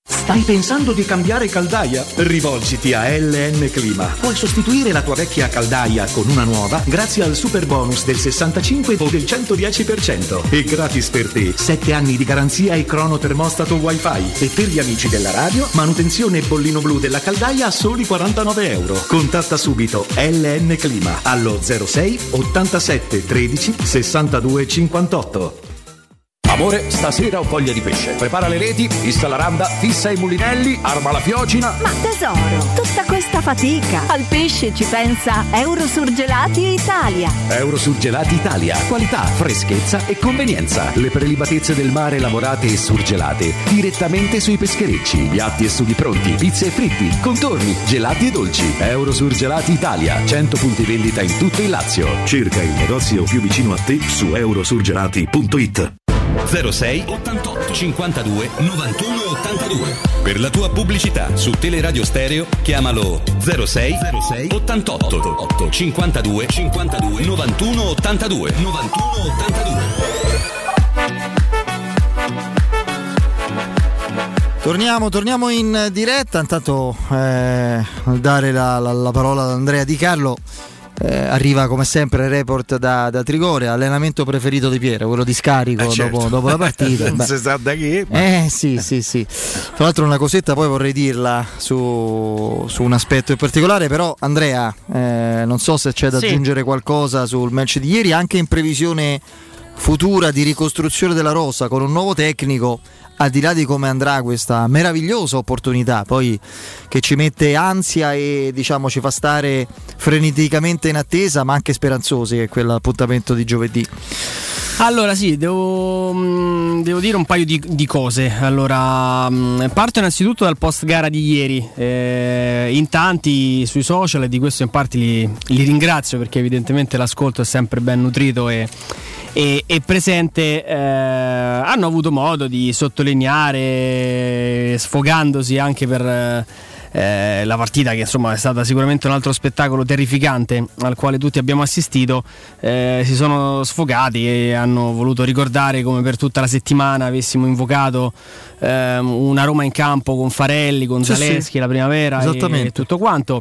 Stai pensando di cambiare caldaia? Rivolgiti a L N Clima. Puoi sostituire la tua vecchia caldaia con una nuova grazie al super bonus del sessantacinque o del centodieci per cento. E gratis per te sette anni di garanzia e crono termostato wifi. E per gli amici della radio, manutenzione bollino blu della caldaia a soli quarantanove euro. Contatta subito L N Clima allo zero sei ottantasette tredici sessantadue cinquantotto. Amore, stasera ho voglia di pesce. Prepara le reti, fissa la randa, fissa i mulinelli, arma la fiocina. Ma tesoro, tutta questa fatica. Al pesce ci pensa Eurosurgelati Italia. Eurosurgelati Italia. Qualità, freschezza e convenienza. Le prelibatezze del mare lavorate e surgelate direttamente sui pescherecci. Piatti e sughi pronti, pizze e fritti, contorni, gelati e dolci. Eurosurgelati Italia. cento punti vendita in tutto il Lazio. Cerca il negozio più vicino a te su eurosurgelati punto it. zero sei ottantotto cinquantadue novantuno ottantadue. Per la tua pubblicità su Teleradio Stereo chiamalo zero sei ottantotto cinquantadue cinquantadue novantuno ottantadue novantuno ottantadue. Torniamo, torniamo in diretta. Intanto eh, dare la, la, la parola ad Andrea Di Carlo. Eh, arriva come sempre il report da, da Trigoria, allenamento preferito di Piero, quello di scarico eh certo. dopo, dopo la partita. Non si sa da chi. Ma... Eh sì, sì, sì. Tra l'altro una cosetta poi vorrei dirla su, su un aspetto in particolare, però Andrea, eh, non so se c'è da sì. aggiungere qualcosa sul match di ieri, anche in previsione futura di ricostruzione della rosa con un nuovo tecnico, al di là di come andrà questa meravigliosa opportunità poi che ci mette ansia e diciamo ci fa stare freneticamente in attesa ma anche speranzosi, che è quell'appuntamento di giovedì. Allora sì, devo, devo dire un paio di, di cose. Allora, parto innanzitutto dal post gara di ieri. Eh, in tanti sui social, e di questo in parte li, li ringrazio, perché evidentemente l'ascolto è sempre ben nutrito e, e, e presente, eh, hanno avuto modo di sottolineare, sfogandosi anche per eh, la partita, che insomma è stata sicuramente un altro spettacolo terrificante al quale tutti abbiamo assistito. Eh, si sono sfogati e hanno voluto ricordare come per tutta la settimana avessimo invocato eh, una Roma in campo con Farelli, con sì, Zaleschi, sì. la primavera e, e tutto quanto.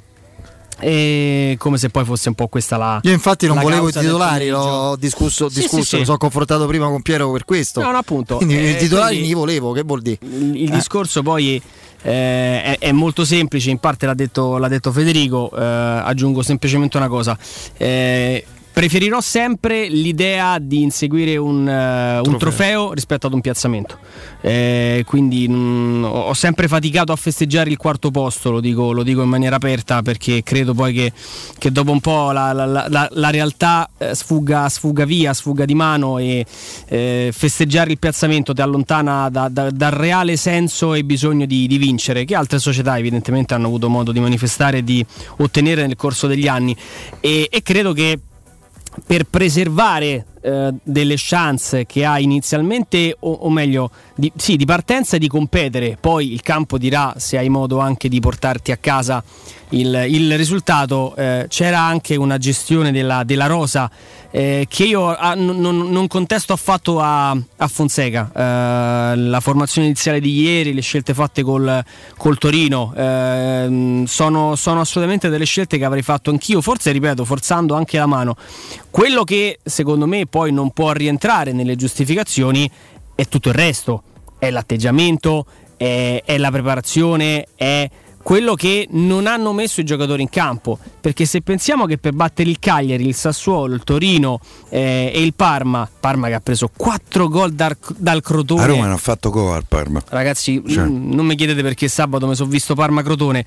E come se poi fosse un po' questa la. Io infatti non volevo i titolari, l'ho discusso, sì, discusso sì, sì. mi sono confrontato prima con Piero per questo. No, no, appunto. Quindi eh, i titolari quindi, li volevo, che vuol dire? Il, il eh. discorso poi eh, è, è molto semplice, in parte l'ha detto, l'ha detto Federico, eh, aggiungo semplicemente una cosa. Eh, Preferirò sempre l'idea di inseguire un, uh, trofeo. un trofeo rispetto ad un piazzamento. Eh, quindi mh, ho sempre faticato a festeggiare il quarto posto, lo dico, lo dico in maniera aperta, perché credo poi che, che dopo un po' la, la, la, la realtà eh, sfugga, sfugga via, sfugga di mano, e eh, festeggiare il piazzamento ti allontana da, da, dal reale senso e bisogno di, di vincere, che altre società evidentemente hanno avuto modo di manifestare e di ottenere nel corso degli anni. E, e credo che per preservare eh, delle chance che ha inizialmente, o, o meglio di, sì, di partenza e di competere, poi il campo dirà se hai modo anche di portarti a casa il, il risultato, eh, c'era anche una gestione della, della rosa eh, che io a, non, non contesto affatto a, a Fonseca. Eh, la formazione iniziale di ieri, le scelte fatte col, col Torino eh, sono, sono assolutamente delle scelte che avrei fatto anch'io, forse, ripeto, forzando anche la mano. Quello che secondo me poi non può rientrare nelle giustificazioni è tutto il resto, è l'atteggiamento, è, è la preparazione, è quello che non hanno messo i giocatori in campo, perché se pensiamo che per battere il Cagliari, il Sassuolo, il Torino eh, e il Parma, Parma che ha preso quattro gol dal, dal Crotone, a Roma non ha fatto gol al Parma, ragazzi, cioè. mh, non mi chiedete perché sabato mi sono visto Parma-Crotone,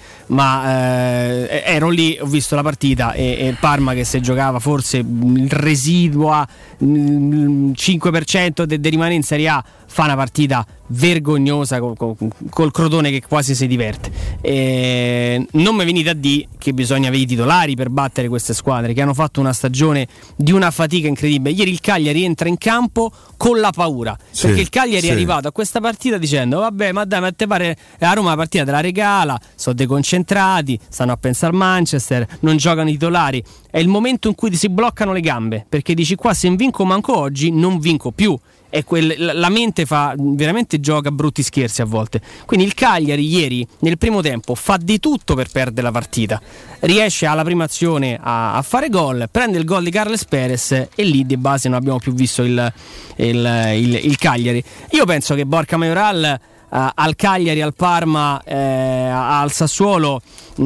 ma eh, ero lì, ho visto la partita e, e Parma che se giocava forse il residuo il cinque per cento de, de rimanere in Serie A, fa una partita vergognosa col, col, col Crotone che quasi si diverte. E non mi venite a dire che bisogna avere i titolari per battere queste squadre che hanno fatto una stagione di una fatica incredibile. Ieri il Cagliari entra in campo con la paura, sì, perché il Cagliari sì. è arrivato a questa partita dicendo vabbè, ma dai, ma te pare a Roma la partita te la regala, sono deconcentrati, stanno a pensare al Manchester, non giocano i titolari. È il momento in cui ti si bloccano le gambe, perché dici qua se vinco manco oggi non vinco più. è quel, la mente fa veramente gioca brutti scherzi a volte. Quindi il Cagliari ieri nel primo tempo fa di tutto per perdere la partita, riesce alla prima azione a, a fare gol, prende il gol di Carles Perez e lì di base non abbiamo più visto il, il, il, il Cagliari. Io penso che Borja Mayoral Uh, al Cagliari, al Parma, eh, al Sassuolo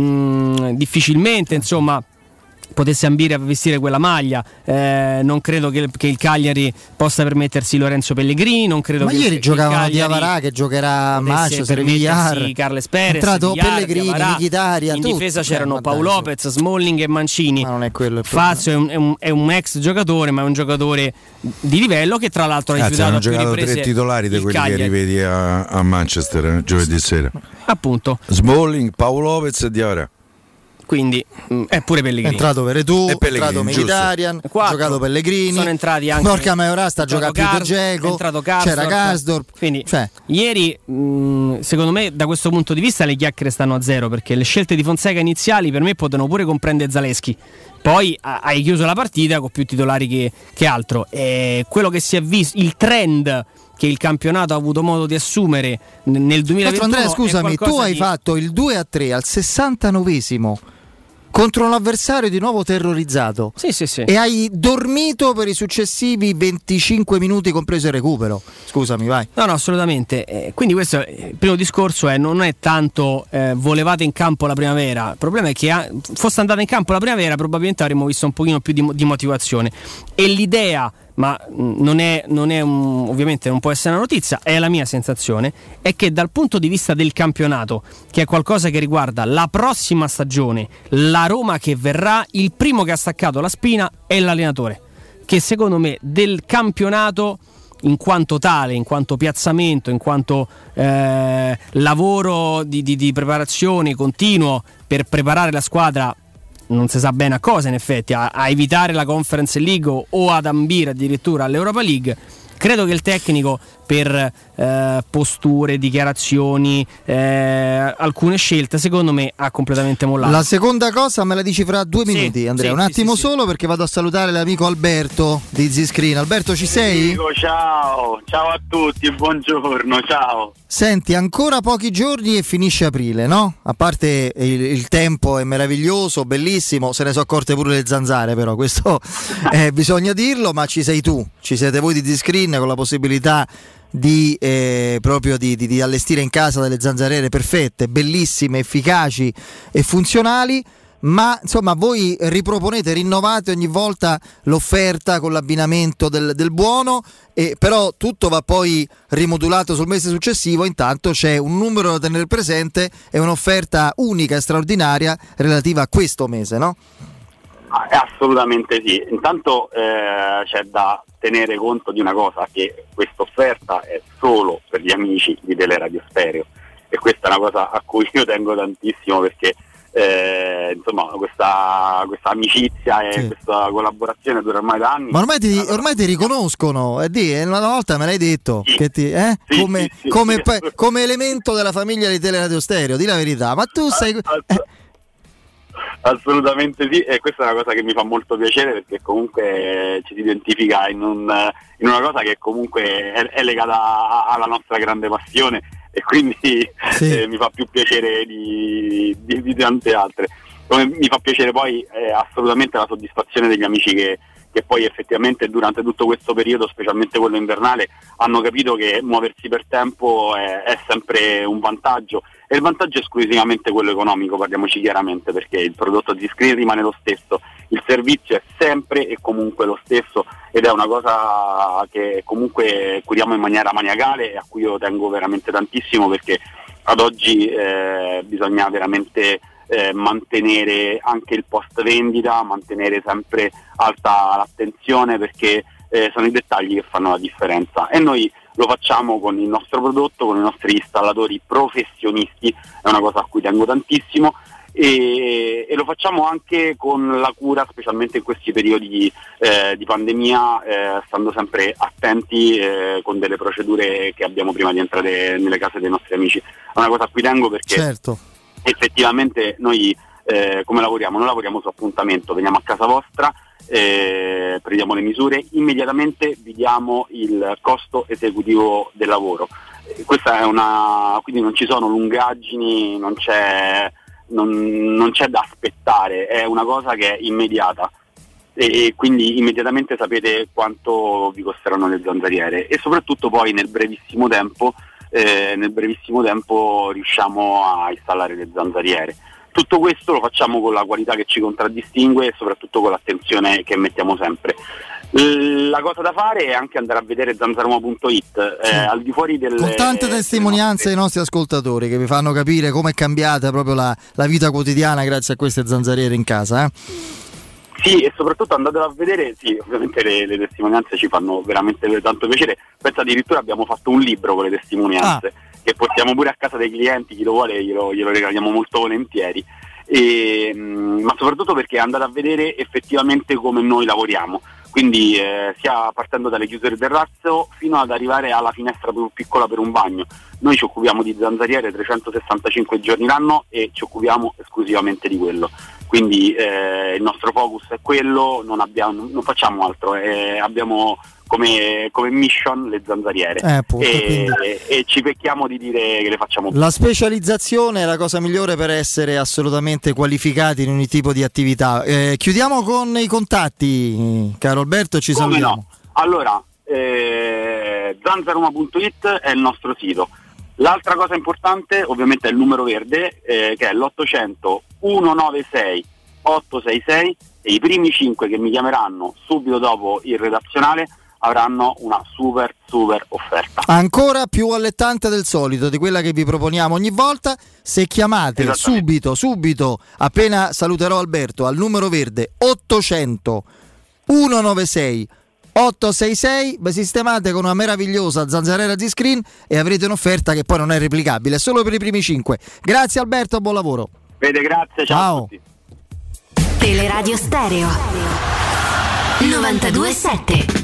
mh, difficilmente insomma potesse ambire a vestire quella maglia. Eh, non credo che, che il Cagliari possa permettersi Lorenzo Pellegrini, non credo ma che ieri il, giocavano il Diawara che giocherà a Manchester, Villar, Carles Perez, è entrato Villar, Pellegrini, Mkhitaryan, in tutti. difesa c'erano eh, Paolo Lopez, Smalling e Mancini. Ma non è quello il Fazio è un, è, un, è un ex giocatore, ma è un giocatore di livello che tra l'altro ha rifiutato hanno a più giocato riprese tre titolari di quelli Cagliari. che rivedi a, a Manchester eh, giovedì sera, appunto Smalling, Paolo Lopez e Diawara. Quindi mh, è pure Pellegrini. È entrato Veretù, è entrato Mkhitaryan, ha giocato Pellegrini. Sono entrati anche Borja Mayoral sta a giocare più Car- di Dzeko. C'era Karsdorp. Quindi cioè. ieri mh, secondo me da questo punto di vista le chiacchiere stanno a zero, perché le scelte di Fonseca iniziali per me potevano pure comprendere Zaleschi. Poi a- hai chiuso la partita con più titolari che, che altro. E quello che si è visto, il trend che il campionato ha avuto modo di assumere n- nel duemilaventuno. Andrea, scusami, tu hai di... fatto il due a tre al sessantanovesimo contro un avversario di nuovo terrorizzato. Sì, sì, sì. E hai dormito per i successivi venticinque minuti, compreso il recupero. Scusami, vai. No, no, assolutamente. Eh, quindi questo eh, il primo discorso è non è tanto eh, volevate in campo la primavera. Il problema è che a, fosse andata in campo la primavera probabilmente avremmo visto un pochino più di, di motivazione. E l'idea, ma non è, non è un, ovviamente non può essere una notizia, è la mia sensazione, è che dal punto di vista del campionato, che è qualcosa che riguarda la prossima stagione, la Roma che verrà, il primo che ha staccato la spina è l'allenatore, che secondo me del campionato in quanto tale, in quanto piazzamento, in quanto eh, lavoro di, di, di preparazione continuo per preparare la squadra, non si sa bene a cosa in effetti, a, a evitare la Conference League o ad ambire addirittura all'Europa League. Credo che il tecnico per eh, posture, dichiarazioni, eh, alcune scelte, secondo me ha completamente mollato. La seconda cosa me la dici fra due Sì, minuti, Andrea. sì, un attimo sì, sì, solo sì. perché vado a salutare l'amico Alberto di Z-Screen. Alberto, ci sei? Dico, ciao, ciao a tutti, buongiorno, ciao. Senti, ancora pochi giorni e finisce aprile, no? A parte il, il tempo è meraviglioso, bellissimo, se ne sono accorte pure le zanzare, però questo eh, bisogna dirlo, ma ci sei tu, ci siete voi di Z-Screen con la possibilità di eh, proprio di, di, di allestire in casa delle zanzariere perfette, bellissime, efficaci e funzionali. Ma insomma voi riproponete, rinnovate ogni volta l'offerta con l'abbinamento del, del buono, e però tutto va poi rimodulato sul mese successivo. Intanto c'è un numero da tenere presente e un'offerta unica e straordinaria relativa a questo mese, no? Assolutamente sì. Intanto eh, c'è da tenere conto di una cosa, che questa offerta è solo per gli amici di Teleradio Stereo, e questa è una cosa a cui io tengo tantissimo, perché Eh, insomma questa, questa amicizia e sì. questa collaborazione dura ormai da anni. Ma ormai ti, ormai ti riconoscono, eh, di, una volta me l'hai detto, sì. che ti, eh? Sì, come, sì, sì, come, sì. pe- come elemento della famiglia di Teleradio Stereo, di la verità, ma tu sei... Eh. Assolutamente sì, e questa è una cosa che mi fa molto piacere, perché comunque ci si identifica in, un, in una cosa che comunque è, è legata alla nostra grande passione, e quindi sì. eh, mi fa più piacere di, di, di tante altre. Come mi fa piacere poi eh, assolutamente la soddisfazione degli amici che, che poi effettivamente durante tutto questo periodo, specialmente quello invernale, hanno capito che muoversi per tempo è, è sempre un vantaggio, e il vantaggio è esclusivamente quello economico, parliamoci chiaramente, perché il prodotto di Screen rimane lo stesso, il servizio è sempre e comunque lo stesso, ed è una cosa che comunque curiamo in maniera maniacale e a cui io tengo veramente tantissimo, perché ad oggi eh, bisogna veramente eh, mantenere anche il post vendita, mantenere sempre alta l'attenzione, perché eh, sono i dettagli che fanno la differenza, e noi lo facciamo con il nostro prodotto, con i nostri installatori professionisti, è una cosa a cui tengo tantissimo, e, e lo facciamo anche con la cura, specialmente in questi periodi eh, di pandemia, eh, stando sempre attenti eh, con delle procedure che abbiamo prima di entrare nelle case dei nostri amici. È una cosa a cui tengo, perché certo. effettivamente noi eh, come lavoriamo? Noi lavoriamo su appuntamento, veniamo a casa vostra, eh, prendiamo le misure, immediatamente vi diamo il costo esecutivo del lavoro. Eh, questa è una, quindi non ci sono lungaggini, non c'è, non, non c'è da aspettare, è una cosa che è immediata. E quindi immediatamente sapete quanto vi costeranno le zanzariere e soprattutto poi nel brevissimo tempo eh, nel brevissimo tempo riusciamo a installare le zanzariere. Tutto questo lo facciamo con la qualità che ci contraddistingue e soprattutto con l'attenzione che mettiamo sempre. La cosa da fare è anche andare a vedere zanzaroma punto it, eh, sì. al di fuori delle, con tante testimonianze dei nostri ascoltatori che vi fanno capire come è cambiata proprio la, la vita quotidiana grazie a queste zanzariere in casa, eh? Sì, e soprattutto andatelo a vedere, sì, ovviamente le, le testimonianze ci fanno veramente tanto piacere. Penso addirittura abbiamo fatto un libro con le testimonianze, ah. che portiamo pure a casa dei clienti, chi lo vuole glielo, glielo regaliamo molto volentieri. E, mh, ma soprattutto perché andate a vedere effettivamente come noi lavoriamo. Quindi eh, sia partendo dalle chiusure del terrazzo fino ad arrivare alla finestra più piccola per un bagno. Noi ci occupiamo di zanzariere trecentosessantacinque giorni l'anno e ci occupiamo esclusivamente di quello. Quindi eh, il nostro focus è quello, non, abbiamo, non facciamo altro, eh, abbiamo come, come mission le zanzariere eh, appunto, e, e, e ci pecchiamo di dire che le facciamo la specializzazione è la cosa migliore per essere assolutamente qualificati in ogni tipo di attività. Eh, chiudiamo con i contatti, caro Alberto, ci come salutiamo. No? Allora, eh, zanzaroma punto it è il nostro sito. L'altra cosa importante ovviamente è il numero verde, eh, che è l'ottocento centonovantasei ottocentosessantasei, e i primi cinque che mi chiameranno subito dopo il redazionale avranno una super super offerta. Ancora più allettante del solito, di quella che vi proponiamo ogni volta. Se chiamate subito, subito, appena saluterò Alberto, al numero verde ottocento centonovantasei ottocentosessantasei, vi sistemate con una meravigliosa zanzariera Z-Screen e avrete un'offerta che poi non è replicabile, solo per i primi cinque. Grazie Alberto, buon lavoro. Vede, grazie, ciao, ciao. A tutti. Teleradio Stereo novantadue sette.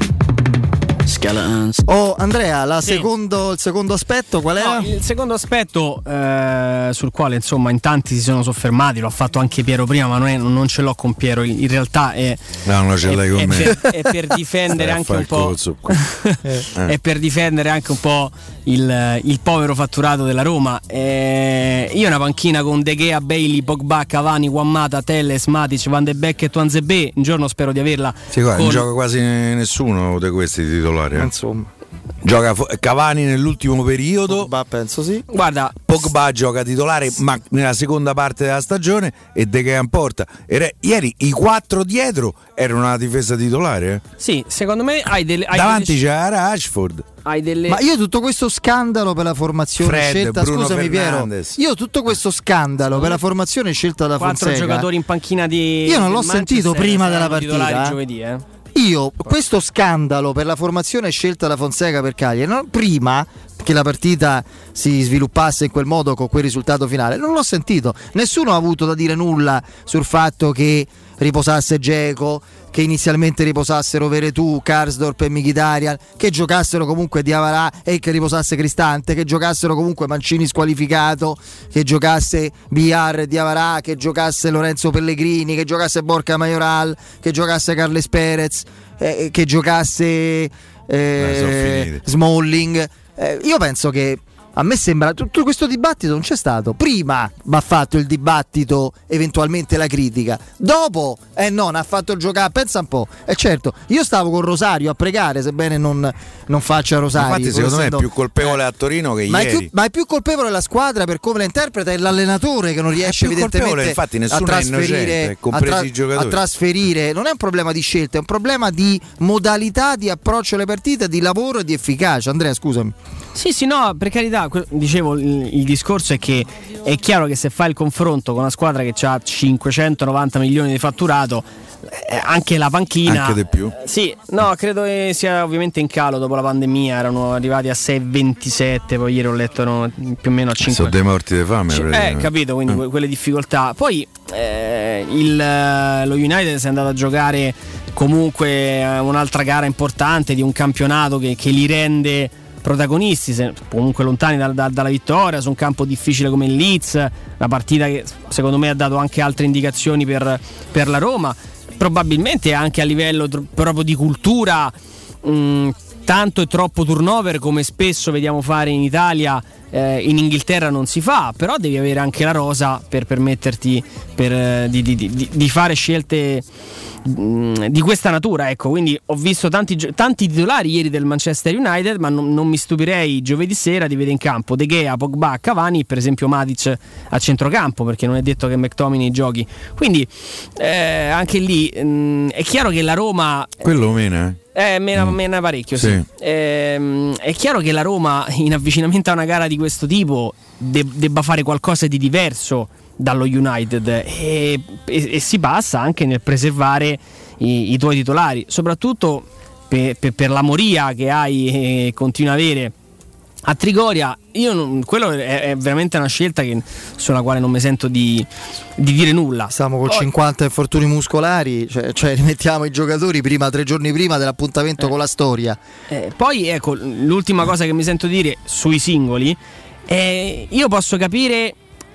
Oh Andrea, la sì. secondo, il secondo aspetto qual era? No, il secondo aspetto eh, sul quale insomma in tanti si sono soffermati, l'ho fatto anche Piero prima, ma non, è, non ce l'ho con Piero, in realtà è, no, non ce l'hai è, con è, me. Per, è per difendere anche un po' eh. è per difendere anche un po' il, il povero fatturato della Roma. Eh, io una panchina con De Gea, Bailey, Pogba, Cavani, Wammata, Telles, Matic, Van de Beek e Tuanzebe, un giorno spero di averla. Sì, guarda, con... non gioca quasi nessuno di questi titolari. Insomma, gioca Cavani nell'ultimo periodo. Pogba penso sì. Guarda, Pogba gioca titolare ma nella seconda parte della stagione e De Gea in porta. Era, ieri i quattro dietro erano una difesa titolare. Eh? Sì, secondo me hai delle hai davanti delle... c'era Rashford. Hai delle... Ma io tutto questo scandalo per la formazione Fred, scelta, Bruno scusami Fernandes. Piero, io tutto questo scandalo per la formazione scelta da quattro Fonseca, giocatori in panchina di io non l'ho sentito prima della partita. Giovedì, eh. Io questo scandalo per la formazione scelta da Fonseca per Cagliari, no? Prima che la partita si sviluppasse in quel modo con quel risultato finale, non l'ho sentito. Nessuno ha avuto da dire nulla sul fatto che riposasse Dzeko, che inizialmente riposassero Veretù, Karsdorp e Mkhitaryan, che giocassero comunque Diawara e che riposasse Cristante, che giocassero comunque Mancini squalificato, che giocasse Villar, Diawara, che giocasse Lorenzo Pellegrini, che giocasse Borja Mayoral, che giocasse Carles Perez, eh, che giocasse eh, Smalling. Eh, io penso che a me sembra tutto questo dibattito non c'è stato. Prima va fatto il dibattito, eventualmente la critica. Dopo, eh non, ha fatto il giocare. Pensa un po'. E eh certo, io stavo con Rosario a pregare, sebbene non, non faccia Rosario. Infatti, secondo me è più colpevole a Torino che ma ieri. È più, ma è più colpevole la squadra per come la interpreta e l'allenatore che non riesce evidentemente infatti, a trasferire, innocente, a, tra- i giocatori. a trasferire. Non è un problema di scelta, è un problema di modalità di approccio alle partite, di lavoro e di efficacia. Andrea, scusami. Sì, sì, no, per carità, dicevo, il, il discorso è che è chiaro che se fai il confronto con una squadra che ha cinquecentonovanta milioni di fatturato, eh, anche la panchina anche di più. Eh, sì, no, credo che sia ovviamente in calo dopo la pandemia, erano arrivati a sei virgola ventisette, poi ieri ho letto erano più o meno a cinque. Sono dei morti di fame, C- eh, capito, quindi eh. quelle difficoltà. Poi eh, il, lo United si è andato a giocare comunque un'altra gara importante di un campionato che, che li rende protagonisti, se, comunque lontani da, da, dalla vittoria, su un campo difficile come il Leeds, una partita che secondo me ha dato anche altre indicazioni per, per la Roma. probabilmente anche a livello tr- proprio di cultura mh, tanto e troppo turnover come spesso vediamo fare in Italia, eh, in Inghilterra non si fa, però devi avere anche la rosa per permetterti per, eh, di, di, di, di fare scelte mh, di questa natura, ecco. Quindi ho visto tanti, tanti titolari ieri del Manchester United, ma non, non mi stupirei giovedì sera di vedere in campo De Gea, Pogba, Cavani, per esempio Matic a centrocampo, perché non è detto che McTominay giochi, quindi eh, anche lì mh, è chiaro che la Roma quello mena eh Eh, mena, mm. mena parecchio, sì. sì. Ehm, è chiaro che la Roma in avvicinamento a una gara di questo tipo de- debba fare qualcosa di diverso dallo United e, e, e si passa anche nel preservare i, i tuoi titolari, soprattutto per, per, per la moria che hai e continui a avere a Trigoria. Io non, quello è, è veramente una scelta che, sulla quale non mi sento di, di dire nulla. Stiamo con Poi, cinquanta infortuni muscolari, cioè, cioè rimettiamo i giocatori prima, tre giorni prima dell'appuntamento eh. con la storia. Eh, poi ecco, l'ultima cosa che mi sento dire sui singoli, eh, io posso capire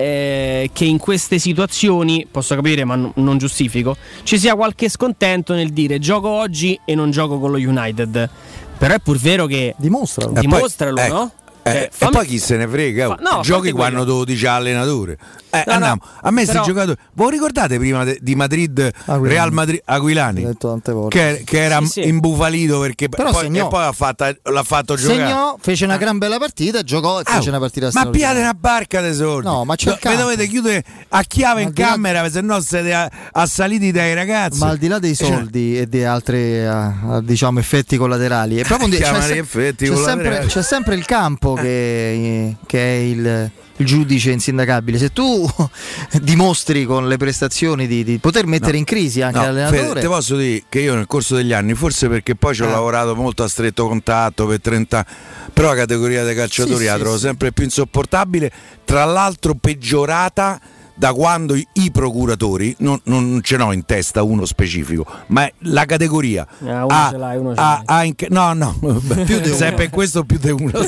eh, che in queste situazioni, posso capire ma n- non giustifico, ci sia qualche scontento nel dire gioco oggi e non gioco con lo United. Però è pur vero che dimostralo, dimostralo, poi, no? Ecco. Eh, fammi... E poi chi se ne frega, Fa... no, giochi quando dodici allenatore. Eh, no, andiamo. no, A me però... questi giocatori, voi ricordate prima de, di Madrid, Aquilani. Real Madrid Aquilani, detto tante volte. Che, che era sì, sì. imbufalito perché però poi, segnò. e poi l'ha, fatta, l'ha fatto giocare. Segnò, fece una gran bella partita, giocò e fece oh, una partita ma piate una barca dei soldi. No, ma c'è il campo. Mi dovete chiudere a chiave ma in camera, là... se no siete assaliti dai ragazzi. Ma al di là dei soldi cioè... e di altri uh, diciamo effetti collaterali, è proprio un di... c'è, se... effetti c'è, collaterali. Sempre, c'è sempre il campo che, che è il, il giudice insindacabile. Se tu dimostri con le prestazioni di, di poter mettere no. in crisi anche no, l'allenatore. Fede, te posso dire che io nel corso degli anni, forse perché poi ci ho eh. lavorato molto a stretto contatto per trenta anni, però la categoria dei calciatori sì, la sì, trovo sì. sempre più insopportabile, tra l'altro peggiorata da quando i procuratori, non, non ce n'ho in testa uno specifico, ma la categoria eh, uno ha, ce l'hai, uno ce ha, l'hai. ha inc- no no più di uno. Per questo più di uno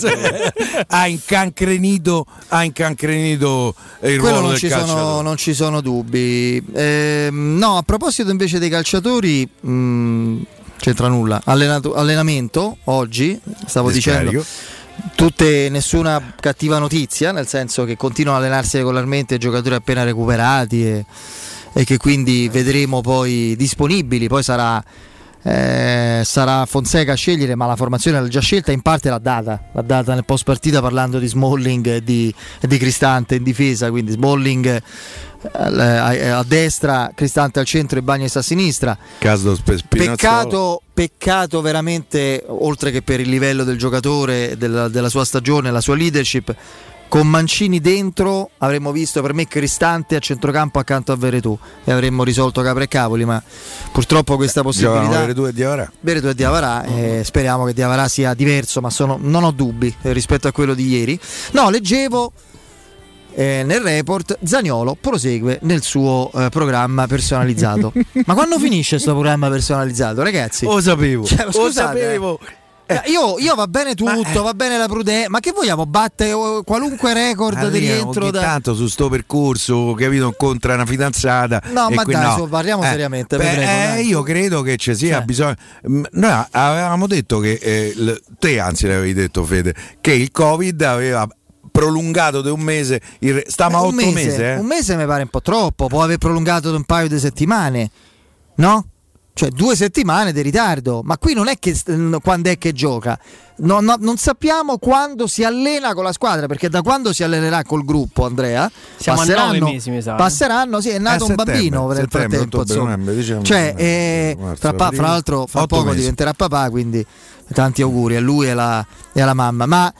ha incancrenito ha incancrenito il quello ruolo non del ci calciatore. sono, non ci sono dubbi. Eh, no, a proposito invece dei calciatori, mh, c'entra nulla. Allenato, allenamento oggi, stavo Descarico. dicendo tutte, nessuna cattiva notizia, nel senso che continuano a allenarsi regolarmente i giocatori appena recuperati e, e che quindi vedremo poi disponibili. Poi sarà eh, sarà Fonseca a scegliere, ma la formazione l'ha già scelta, in parte l'ha data l'ha data nel post partita parlando di Smalling e di, e di Cristante in difesa, quindi Smalling a destra, Cristante al centro e Bagnes a sinistra. Caso peccato, peccato veramente, oltre che per il livello del giocatore, della, della sua stagione, la sua leadership, con Mancini dentro avremmo visto per me Cristante a centrocampo accanto a Veretù e avremmo risolto capre e cavoli, ma purtroppo questa possibilità Veretù e Diavarà, Veretù e Diavarà eh, speriamo che Diavarà sia diverso, ma sono, non ho dubbi eh, rispetto a quello di ieri. No, leggevo Eh, nel report Zaniolo prosegue nel suo eh, programma personalizzato. Ma quando finisce questo programma personalizzato, ragazzi? Lo sapevo, cioè, scusate, lo sapevo. Eh, io, io va bene tutto, ma, eh. va bene la prudenza, ma che vogliamo battere qualunque record allora, di rientro da... tanto su sto percorso, capito, incontra una fidanzata. No, ma dai, no. so, parliamo eh, seriamente. Beh, prego, eh, io credo che ci sia cioè. bisogno. Noi avevamo detto che eh, l... te anzi l'avevi detto, Fede, che il Covid aveva prolungato di un mese, il... stiamo a otto mese, mesi. Eh? Un mese mi pare un po' troppo, può aver prolungato di un paio di settimane, no? Cioè due settimane di ritardo, ma qui non è che quando è che gioca, no, no, non sappiamo quando si allena con la squadra, perché da quando si allenerà col gruppo, Andrea, siamo passeranno, a nove mesi, mi sa. passeranno, sì, è nato eh, un bambino nel frattempo, novembre, diciamo, cioè eh, tra, pa- fra l'altro fra poco mesi. diventerà papà, quindi tanti auguri a lui e alla, e alla mamma, ma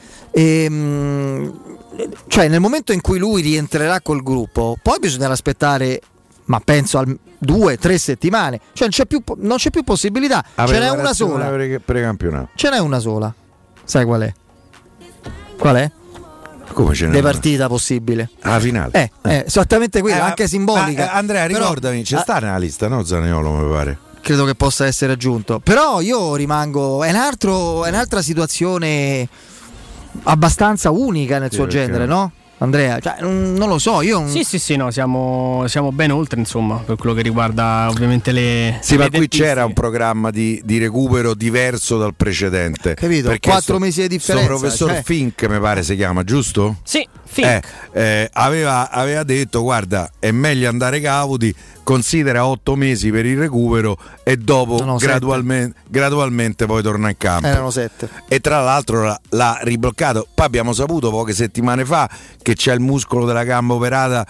ehm, cioè nel momento in cui lui rientrerà col gruppo, poi bisognerà aspettare, ma penso al due, tre settimane, cioè non c'è più, non c'è più possibilità, ce n'è una sola pre-campionato. Ce n'è una sola, sai qual è? Qual è? Come ce n'è De una? partita possibile. La finale. Eh, eh, esattamente quella, eh, anche simbolica. Ma, eh, Andrea, però, ricordami, c'è ah, sta nella lista, no? Zaniolo mi pare. Credo che possa essere aggiunto. Però io rimango, è un altro, è un'altra situazione abbastanza unica nel sì, suo genere, no? Andrea, cioè, non lo so, io Sì, sì, sì, no, siamo, siamo ben oltre, insomma, per quello che riguarda ovviamente le Sì, le ma qui tempistiche. c'era un programma di, di recupero diverso dal precedente. Capito? Perché Quattro sto- mesi di differenza, sto professor cioè. Fink, mi pare si chiama, giusto? Sì, Fink. Eh, eh, aveva, aveva detto, guarda, è meglio andare cauti, considera otto mesi per il recupero e dopo No, no, gradualmente, gradualmente poi torna in campo. Erano sette. E tra l'altro l'ha, l'ha ribloccato. Poi abbiamo saputo poche settimane fa che c'è il muscolo della gamba operata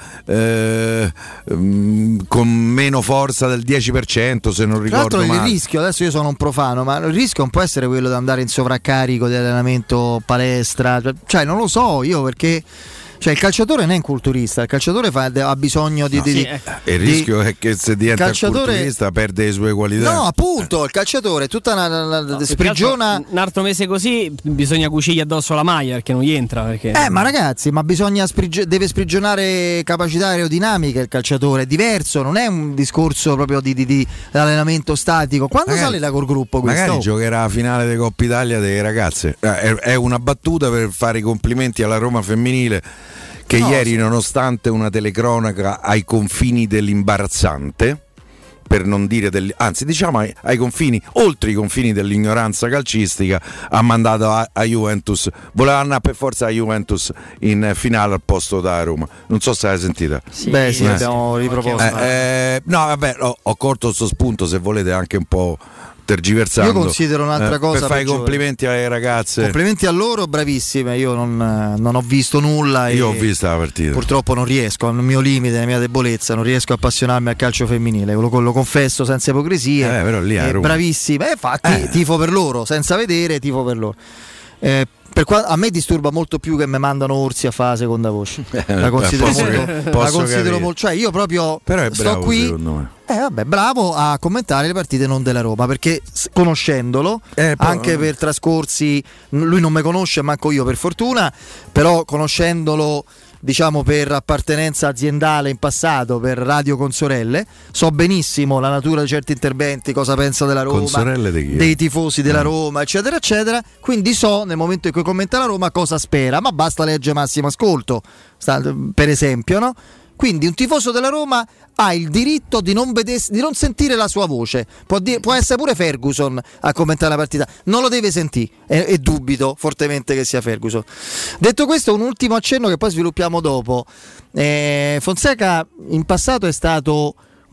eh, mm, con meno forza del dieci per cento, se non Tra ricordo l'altro il male. rischio, adesso io sono un profano, ma il rischio non può essere quello di andare in sovraccarico di allenamento, palestra, cioè non lo so io perché cioè il calciatore non è un culturista, il calciatore fa, ha bisogno di... No, di, sì, di eh. E il rischio è che se diventa calciatore- culturista perde le sue qualità. No, appunto, il calciatore è tutta una, una- una No, sprigiona... più che altro, un altro mese così bisogna cucirgli addosso la maglia perché non gli entra. Perché... Eh, ma ragazzi, ma bisogna sprigio- deve sprigionare capacità aerodinamiche il calciatore, è diverso, non è un discorso proprio di, di, di allenamento statico. Quando Magari- sale da col gruppo questo? Magari giocherà la finale di Coppa Italia delle ragazze. Eh, È, è una battuta per fare i complimenti alla Roma femminile che No, ieri, sì. nonostante una telecronaca ai confini dell'imbarazzante, per non dire del, anzi diciamo ai, ai confini, oltre i confini dell'ignoranza calcistica, ha mandato a, a Juventus, voleva andare per forza a Juventus in finale al posto da Roma. Non so se l'hai sentita. Sì, Beh sì, Eh. abbiamo riproposto. Eh, eh, no vabbè, ho, ho colto questo spunto, se volete anche un po' tergiversando. Io considero un'altra eh, cosa per fare i peggiore. complimenti alle ragazze. Complimenti a loro, bravissime. Io non, non ho visto nulla. Io e ho vista la partita. Purtroppo non riesco, al mio limite, la mia debolezza, non riesco a appassionarmi al calcio femminile. Lo, lo confesso senza ipocrisie. Eh, però lì a Eh, Roma. bravissime. Eh, infatti, Eh. tifo per loro, senza vedere, tifo per loro. Eh, per qua- a me disturba molto più che mi mandano Orsi a fare la seconda voce. La considero posso- molto, la posso considero capire. molto. Cioè, io proprio Però è sto bravo qui. secondo me. Eh vabbè, bravo a commentare le partite non della Roma, perché s- conoscendolo, Eh, però- anche per trascorsi, n- lui non mi conosce, manco io per fortuna, però conoscendolo diciamo per appartenenza aziendale in passato, per radio consorelle, so benissimo la natura di certi interventi, cosa pensa della Roma, Consorelle di chi? dei tifosi della Ah. Roma, eccetera, eccetera. Quindi so nel momento in cui commenta la Roma cosa spera, ma basta leggere Massimo Ascolto, sta- per esempio, no? Quindi un tifoso della Roma ha il diritto di non, vedersi, di non sentire la sua voce. Può, di- può essere pure Ferguson a commentare la partita, non lo deve sentire e, e dubito fortemente che sia Ferguson. Detto questo, un ultimo accenno che poi sviluppiamo dopo. Eh, Fonseca in passato è stato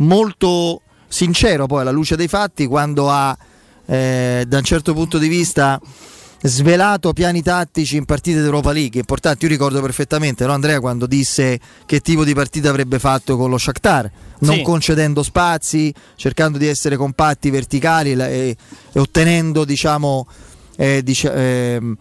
molto sincero poi alla luce dei fatti quando ha eh, da un certo punto di vista svelato piani tattici in partite d'Europa League importanti. Io ricordo perfettamente, no, Andrea, quando disse che tipo di partita avrebbe fatto con lo Shakhtar, non Sì. concedendo spazi, cercando di essere compatti, verticali la- e, e ottenendo diciamo eh, dic- ehm,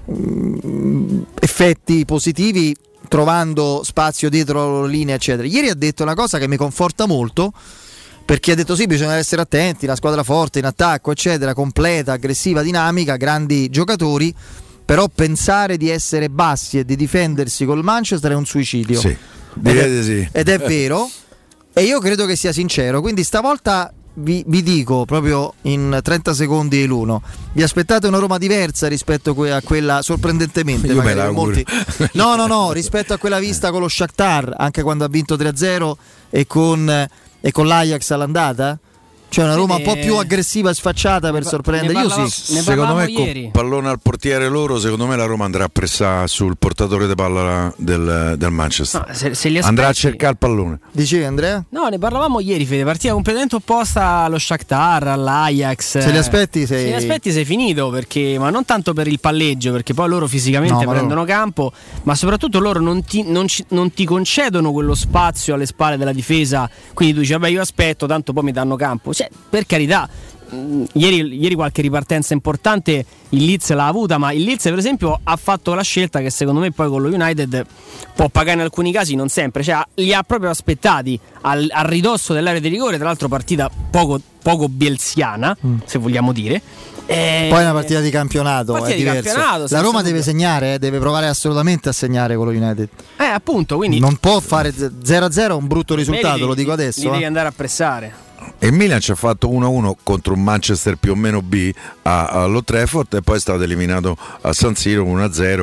mm, effetti positivi, trovando spazio dietro la loro linea, eccetera. Ieri ha detto una cosa che mi conforta molto, perché ha detto sì, bisogna essere attenti, la squadra forte in attacco, eccetera, completa, aggressiva, dinamica, grandi giocatori, però pensare di essere bassi e di difendersi col Manchester è un suicidio. Sì, ed, direi è, di sì. ed è vero, e io credo che sia sincero, quindi stavolta vi, vi dico proprio in trenta secondi l'uno, vi aspettate una Roma diversa rispetto a que- a quella, sorprendentemente Io me magari per l'auguro. molti, no no no, rispetto a quella vista con lo Shakhtar, anche quando ha vinto tre a zero e con e con l'Ajax all'andata? Cioè una Roma un po' più aggressiva e sfacciata per sorprendere. Io sì. Secondo me con pallone al portiere loro, secondo me la Roma andrà a pressare sul portatore di palla del, del Manchester. No, se- se li andrà a aspetti- cercare il pallone. Dicevi Andrea? No, ne parlavamo ieri, Fede, partita completamente opposta allo Shakhtar, all'Ajax. Se li aspetti sei- Se li aspetti sei finito, perché, ma non tanto per il palleggio, perché poi loro fisicamente No, ma prendono loro- campo, ma soprattutto loro non ti, non ci- non ti concedono quello spazio alle spalle della difesa, quindi tu dici vabbè io aspetto, tanto poi mi danno campo. Cioè, per carità, mh, ieri, ieri qualche ripartenza importante il Leeds l'ha avuta, ma il Leeds per esempio ha fatto la scelta che secondo me poi con lo United può pagare in alcuni casi, non sempre, cioè li ha proprio aspettati al, al ridosso dell'area di rigore, tra l'altro partita poco, poco bielsiana, Mm. se vogliamo dire. Eh, Poi è una partita di campionato, partita è di diverso. campionato, La senza Roma dubbio. deve segnare, eh, deve provare assolutamente a segnare con lo United. Eh, appunto, quindi Non può fare zero a zero, è un brutto risultato, li- lo dico li- adesso. Li devi eh. andare a pressare. E il Milan ci ha fatto uno a uno contro un Manchester più o meno B a- allo Trafford e poi è stato eliminato a San Siro uno a zero.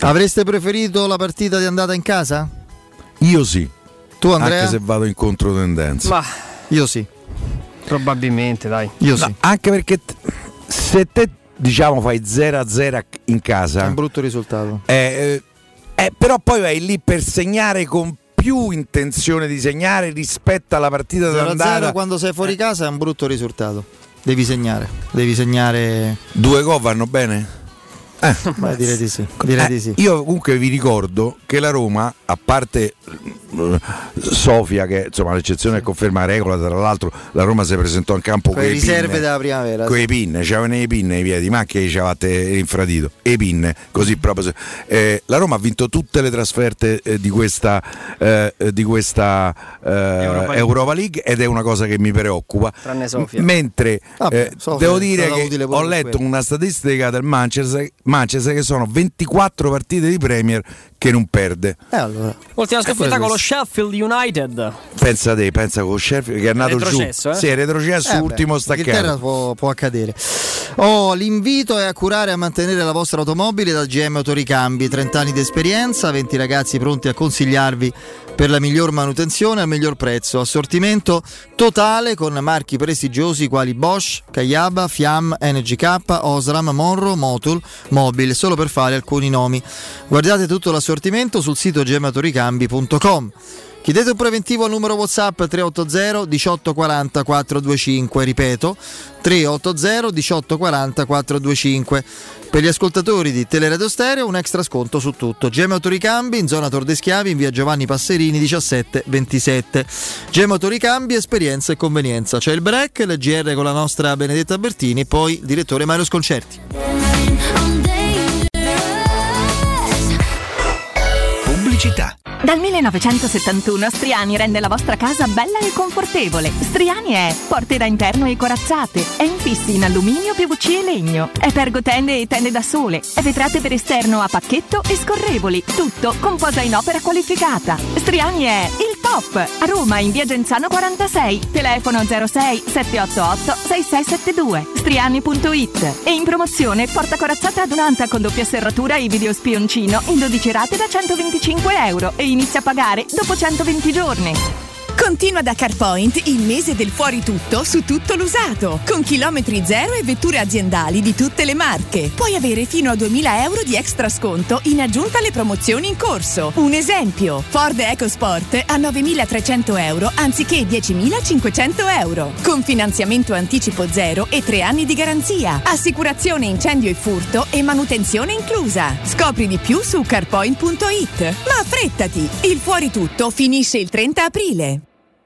Avreste preferito la partita di andata in casa? Io sì. Tu, Andrea? Anche se vado in controtendenza. Ma io sì. Probabilmente, dai. Io no, sì. Anche perché t- se te diciamo fai zero a zero in casa è un brutto risultato. Eh, eh, però poi vai lì per segnare con più intenzione di segnare rispetto alla partita d'andata. Quando sei fuori casa è un brutto risultato. Devi segnare. Devi segnare. Due gol vanno bene? Eh. Beh, direi di sì. Direi eh, di sì. Io comunque vi ricordo che la Roma, a parte uh, Sofia, che insomma l'eccezione è conferma la regola, tra l'altro la Roma si presentò in campo con le riserve pinne, della primavera. con sì. i pinne, c'avevano i pinne nei piedi, ma che c'avate l'infradito e i pinne, così proprio. Eh, la Roma ha vinto tutte le trasferte eh, di questa, eh, di questa eh, Europa, League. Europa League ed è una cosa che mi preoccupa. Tranne Sofia. M- mentre Vabbè, eh, Sofia devo dire che ho letto quello. una statistica del Manchester Manchester che sono ventiquattro partite di Premier che non perde. Eh, allora. Ultima sconfitta con lo Sheffield United. Pensa te, pensa con lo Sheffield che è nato retrocesso, giù. Eh? Sì, è retrocesso, Eh ultimo beh, staccato. Inghilterra può, può accadere. Oh, l'invito è a curare e a mantenere la vostra automobile da G M Autoricambi. trenta anni di esperienza, venti ragazzi pronti a consigliarvi per la miglior manutenzione al miglior prezzo. Assortimento totale con marchi prestigiosi quali Bosch, Kayaba, Fiam, N G K, Osram, Monroe, Motul, Mobil, solo per fare alcuni nomi. Guardate tutto l'assortimento sul sito g m autoricambi punto com. Chiedete un preventivo al numero WhatsApp tre otto zero diciotto quaranta quattrocentoventicinque, ripeto tre otto zero diciotto quaranta quattrocentoventicinque. Per gli ascoltatori di Teleradio Stereo un extra sconto su tutto. G M Autoricambi in zona Tor de Schiavi in via Giovanni Passerini diciassette ventisette. G M Autoricambi, esperienza e convenienza. C'è il break, l'G R con la nostra Benedetta Bertini, poi il direttore Mario Sconcerti. Pubblicità. Dal millenovecentosettantuno Striani rende la vostra casa bella e confortevole. Striani è porte da interno e corazzate, è infissi in alluminio, P V C e legno, è pergotende e tende da sole, è vetrate per esterno a pacchetto e scorrevoli, tutto con posa in opera qualificata. Striani è il top! A Roma in via Genzano quarantasei, telefono zero sei sette otto otto sei sei sette due, striani punto it. E in promozione porta corazzata adunata con doppia serratura e video spioncino in dodici rate da centoventicinque euro e inizia a pagare dopo centoventi giorni. Continua da CarPoint il mese del fuori tutto su tutto l'usato, con chilometri zero e vetture aziendali di tutte le marche. Puoi avere fino a duemila euro di extra sconto in aggiunta alle promozioni in corso. Un esempio, Ford EcoSport a novemilatrecento euro anziché diecimilacinquecento euro, con finanziamento anticipo zero e tre anni di garanzia, assicurazione incendio e furto e manutenzione inclusa. Scopri di più su carpoint punto it. Ma affrettati, il fuori tutto finisce il trenta aprile.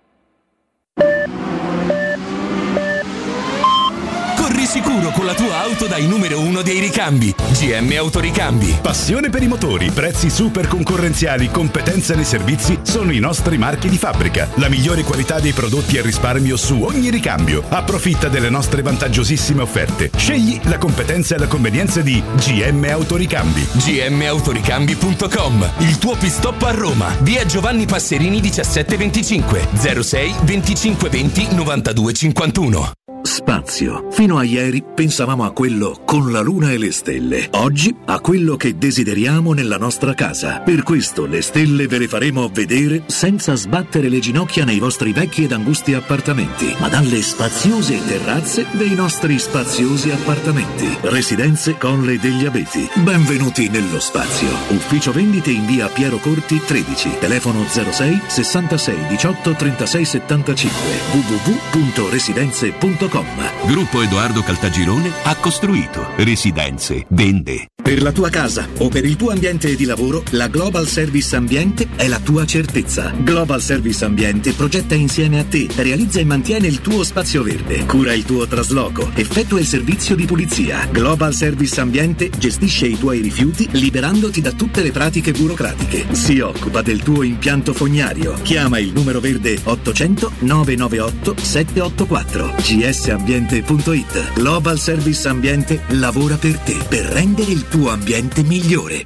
Corri sicuro con la tua auto dai numero uno dei ricambi. G M Autoricambi. Passione per i motori, prezzi super concorrenziali, competenza nei servizi sono i nostri marchi di fabbrica. La migliore qualità dei prodotti e risparmio su ogni ricambio. Approfitta delle nostre vantaggiosissime offerte. Scegli la competenza e la convenienza di G M Autoricambi. G M Autoricambi punto com. Il tuo pit stop a Roma. Via Giovanni Passerini diciassette venticinque, zero sei venticinque venti novantadue cinquantuno. Spazio. Fino a ieri pensavamo a quello con la luna e le stelle. Oggi a quello che desideriamo nella nostra casa. Per questo le stelle ve le faremo vedere senza sbattere le ginocchia nei vostri vecchi ed angusti appartamenti, ma dalle spaziose terrazze dei nostri spaziosi appartamenti. Residenze Colle degli Abeti. Benvenuti nello spazio. Ufficio vendite in via Piero Corti tredici. Telefono zero sei sessantasei diciotto trentasei settantacinque. w w w punto residenze punto com. Gruppo Edoardo Caltagirone ha costruito, residenze, vende. Per la tua casa o per il tuo ambiente di lavoro, la Global Service Ambiente è la tua certezza. Global Service Ambiente progetta insieme a te, realizza e mantiene il tuo spazio verde, cura il tuo trasloco, effettua il servizio di pulizia. Global Service Ambiente gestisce i tuoi rifiuti liberandoti da tutte le pratiche burocratiche. Si occupa del tuo impianto fognario. Chiama il numero verde ottocento nove nove otto sette otto quattro. g s ambiente punto it. Global Service Ambiente lavora per te, per rendere il tuo ambiente migliore.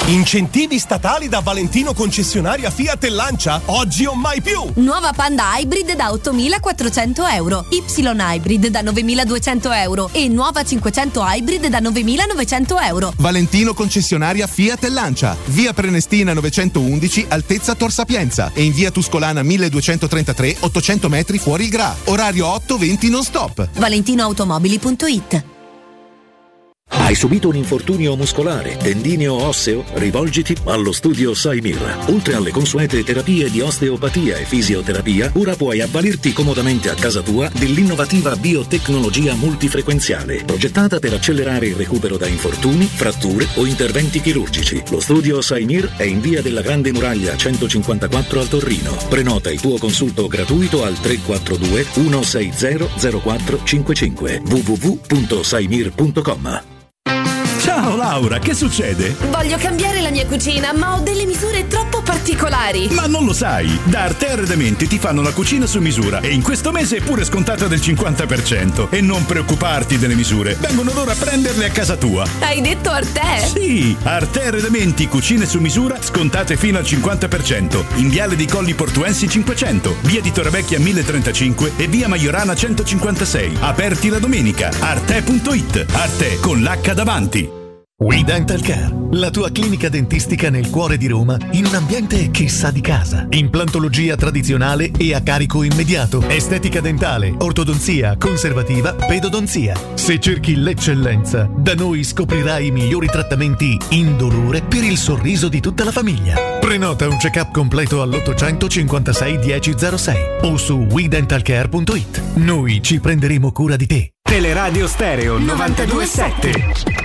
Incentivi statali da Valentino concessionaria Fiat e Lancia, oggi o mai più. Nuova Panda Hybrid da ottomilaquattrocento euro, Y Hybrid da novemiladuecento euro e nuova cinquecento Hybrid da novemilanovecento euro. Valentino concessionaria Fiat e Lancia, via Prenestina novecentoundici, altezza Tor Sapienza, e in via Tuscolana milleduecentotrentatré, ottocento metri fuori il Gra. Orario otto venti non stop. valentinoautomobili punto it. Hai subito un infortunio muscolare, tendineo o osseo? Rivolgiti allo studio Saimir. Oltre alle consuete terapie di osteopatia e fisioterapia, ora puoi avvalerti comodamente a casa tua dell'innovativa biotecnologia multifrequenziale, progettata per accelerare il recupero da infortuni, fratture o interventi chirurgici. Lo studio Saimir è in via della Grande Muraglia centocinquantaquattro al Torrino. Prenota il tuo consulto gratuito al tre quattro due uno sei zero zero quattro cinque cinque w w w punto saimir punto com. Ciao Laura, che succede? Voglio cambiare la mia cucina, ma ho delle misure troppo particolari. Ma non lo sai, da Arte Arredamenti ti fanno la cucina su misura e in questo mese è pure scontata del cinquanta per cento. E non preoccuparti delle misure, vengono loro a prenderle a casa tua. Hai detto Arte? Sì, Arte Arredamenti, cucine su misura, scontate fino al cinquanta per cento. In Viale dei Colli Portuensi cinquecento, via di Torrevecchia mille trentacinque e via Maiorana centocinquantasei. Aperti la domenica. Arte punto it. Arte con l'H davanti. We Dental Care, la tua clinica dentistica nel cuore di Roma, in un ambiente che sa di casa. Implantologia tradizionale e a carico immediato. Estetica dentale, ortodonzia, conservativa, pedodonzia. Se cerchi l'eccellenza, da noi scoprirai i migliori trattamenti indolore per il sorriso di tutta la famiglia. Prenota un check-up completo all'ottocento cinquantasei dieci zero sei o su we dental care punto it. Noi ci prenderemo cura di te. Teleradio Stereo novantadue sette.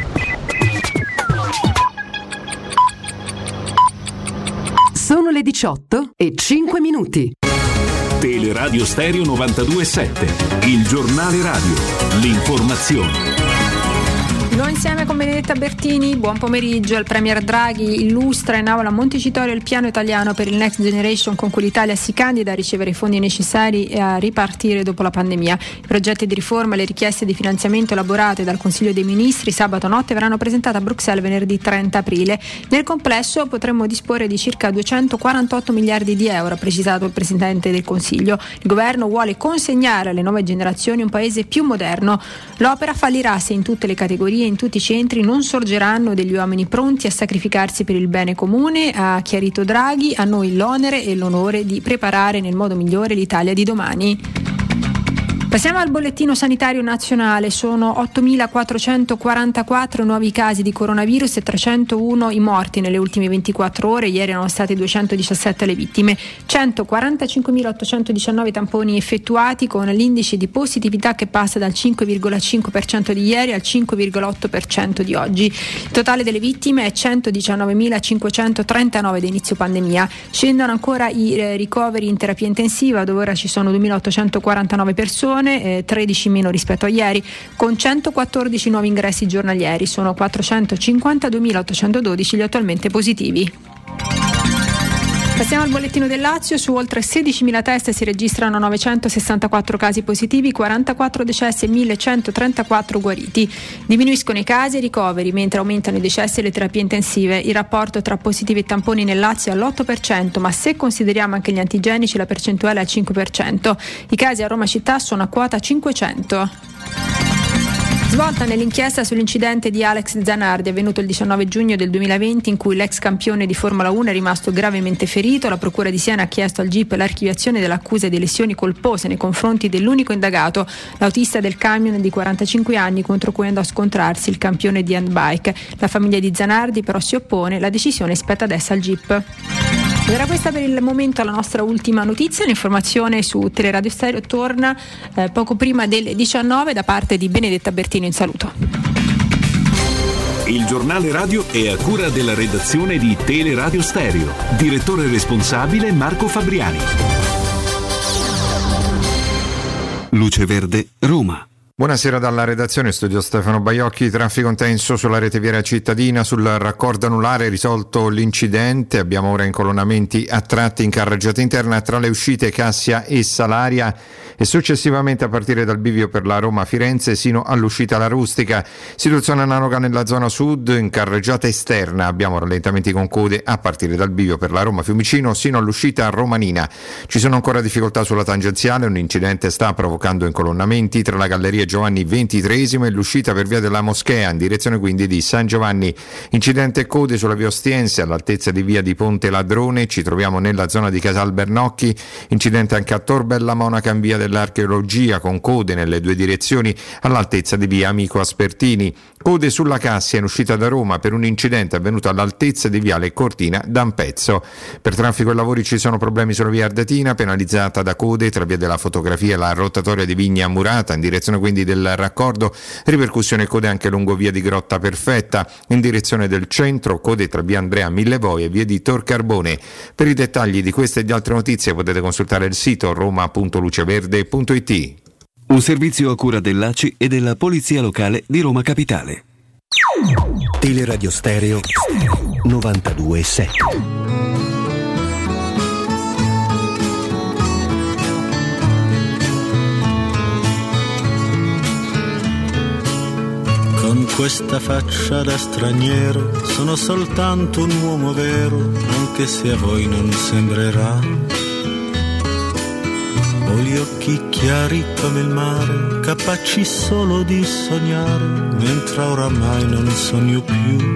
Sono le diciotto e cinque minuti. Teleradio Stereo novantadue sette, il giornale radio, l'informazione. Noi insieme con Benedetta Bertini, buon pomeriggio. Il Premier Draghi illustra in aula a Montecitorio il piano italiano per il Next Generation con cui l'Italia si candida a ricevere i fondi necessari e a ripartire dopo la pandemia. I progetti di riforma e le richieste di finanziamento elaborate dal Consiglio dei Ministri sabato notte verranno presentate a Bruxelles venerdì trenta aprile. Nel complesso potremmo disporre di circa duecentoquarantotto miliardi di euro, ha precisato il Presidente del Consiglio. Il governo vuole consegnare alle nuove generazioni un paese più moderno. L'opera fallirà se in tutte le categorie in tutti i centri non sorgeranno degli uomini pronti a sacrificarsi per il bene comune, ha chiarito Draghi. A noi l'onere e l'onore di preparare nel modo migliore l'Italia di domani. Passiamo al bollettino sanitario nazionale. Sono ottomilaquattrocentoquarantaquattro nuovi casi di coronavirus e trecentouno i morti nelle ultime ventiquattro ore. Ieri erano state duecentodiciassette le vittime. centoquarantacinquemilaottocentodiciannove tamponi effettuati, con l'indice di positività che passa dal cinque virgola cinque per cento di ieri al cinque virgola otto per cento di oggi. Il totale delle vittime è centodiciannovemilacinquecentotrentanove da inizio pandemia. Scendono ancora i eh, ricoveri in terapia intensiva, dove ora ci sono duemilaottocentoquarantanove persone, Eh, tredici meno rispetto a ieri, con centoquattordici nuovi ingressi giornalieri. Sono quattrocentocinquantaduemilaottocentododici gli attualmente positivi. Passiamo al bollettino del Lazio. Su oltre sedicimila test si registrano novecentosessantaquattro casi positivi, quarantaquattro decessi e millecentotrentaquattro guariti. Diminuiscono i casi e i ricoveri, mentre aumentano i decessi e le terapie intensive. Il rapporto tra positivi e tamponi nel Lazio è all'otto per cento, ma se consideriamo anche gli antigenici la percentuale è al cinque per cento. I casi a Roma città sono a quota cinquecento. Svolta nell'inchiesta sull'incidente di Alex Zanardi avvenuto il diciannove giugno del duemilaventi, in cui l'ex campione di Formula uno è rimasto gravemente ferito. La procura di Siena ha chiesto al G I P l'archiviazione dell'accusa di lesioni colpose nei confronti dell'unico indagato, l'autista del camion di quarantacinque anni contro cui andò a scontrarsi il campione di handbike. La famiglia di Zanardi però si oppone, la decisione spetta adesso al G I P. Ed era questa per il momento la nostra ultima notizia. L'informazione su Teleradio Stereo torna eh, poco prima delle diciannove da parte di Benedetta Bertino. In saluto. Il giornale radio è a cura della redazione di Teleradio Stereo. Direttore responsabile Marco Fabriani. Luce Verde, Roma. Buonasera dalla redazione, studio Stefano Baiocchi. Traffico intenso sulla rete viaria cittadina, sul raccordo anulare, risolto l'incidente. Abbiamo ora incolonnamenti a tratti in carreggiata interna tra le uscite Cassia e Salaria e successivamente a partire dal bivio per la Roma-Firenze sino all'uscita alla Rustica. Situazione analoga nella zona sud, in carreggiata esterna abbiamo rallentamenti con code a partire dal bivio per la Roma-Fiumicino sino all'uscita romanina. Ci sono ancora difficoltà sulla tangenziale, un incidente sta provocando incolonnamenti tra la galleria Giovanni ventitreesimo e l'uscita per via della Moschea in direzione quindi di San Giovanni. Incidente e code sulla via Ostiense all'altezza di via di Ponte Ladrone, ci troviamo nella zona di Casal Bernocchi. Incidente anche a Tor Bella Monaca in via dell'Archeologia con code nelle due direzioni all'altezza di via Amico Aspertini. Code sulla Cassia in uscita da Roma per un incidente avvenuto all'altezza di viale Cortina d'Ampezzo. Per traffico e lavori ci sono problemi sulla via Ardetina, penalizzata da code tra via della Fotografia e la rotatoria di Vigna Murata in direzione quindi del raccordo, ripercussione code anche lungo via di Grotta Perfetta in direzione del centro, code tra via Andrea Millevoi e via di Tor Carbone. Per i dettagli di queste e di altre notizie potete consultare il sito roma punto luceverde punto it. Un servizio a cura dell'A C I e della Polizia Locale di Roma Capitale. Teleradio Stereo novantadue virgola sette. Con questa faccia da straniero sono soltanto un uomo vero, anche se a voi non sembrerà. Ho gli occhi chiari come il mare, capaci solo di sognare, mentre oramai non sogno più.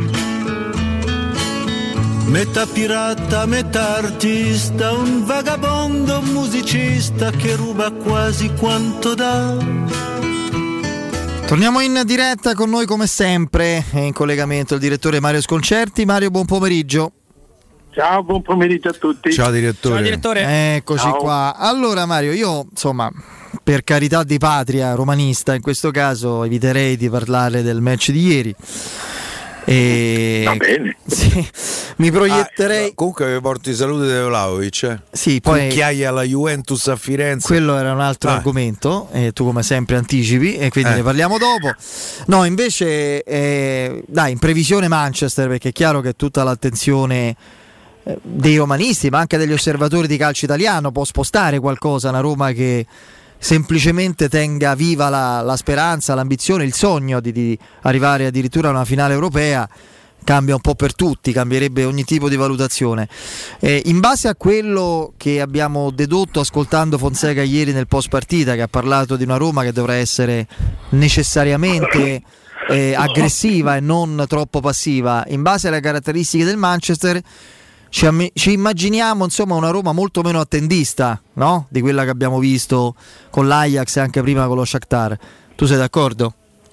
Metà pirata, metà artista, un vagabondo musicista che ruba quasi quanto dà. Torniamo in diretta, con noi come sempre è in collegamento il direttore Mario Sconcerti. Mario, buon pomeriggio. Ciao, buon pomeriggio a tutti. Ciao direttore. Ciao direttore. Eccoci Ciao. qua. Allora Mario, io insomma, per carità di patria romanista, in questo caso eviterei di parlare del match di ieri. E... Va bene. Sì, mi proietterei. Ah, comunque vi porto i saluti di Vlahovic. Eh? Sì, poi cucchiaia alla Juventus a Firenze. Quello era un altro ah. argomento, e tu come sempre anticipi, e quindi eh. ne parliamo dopo. No, invece, eh, dai, in previsione Manchester, perché è chiaro che tutta l'attenzione eh, dei romanisti, ma anche degli osservatori di calcio italiano, può spostare qualcosa. Una Roma che semplicemente tenga viva la, la speranza, l'ambizione, il sogno di, di arrivare addirittura a una finale europea, cambia un po' per tutti, cambierebbe ogni tipo di valutazione. Eh, in base a quello che abbiamo dedotto ascoltando Fonseca ieri nel post partita, che ha parlato di una Roma che dovrà essere necessariamente eh, aggressiva e non troppo passiva, in base alle caratteristiche del Manchester Ci, am- ci immaginiamo insomma una Roma molto meno attendista, no? Di quella che abbiamo visto con l'Ajax e anche prima con lo Shakhtar. Tu sei d'accordo?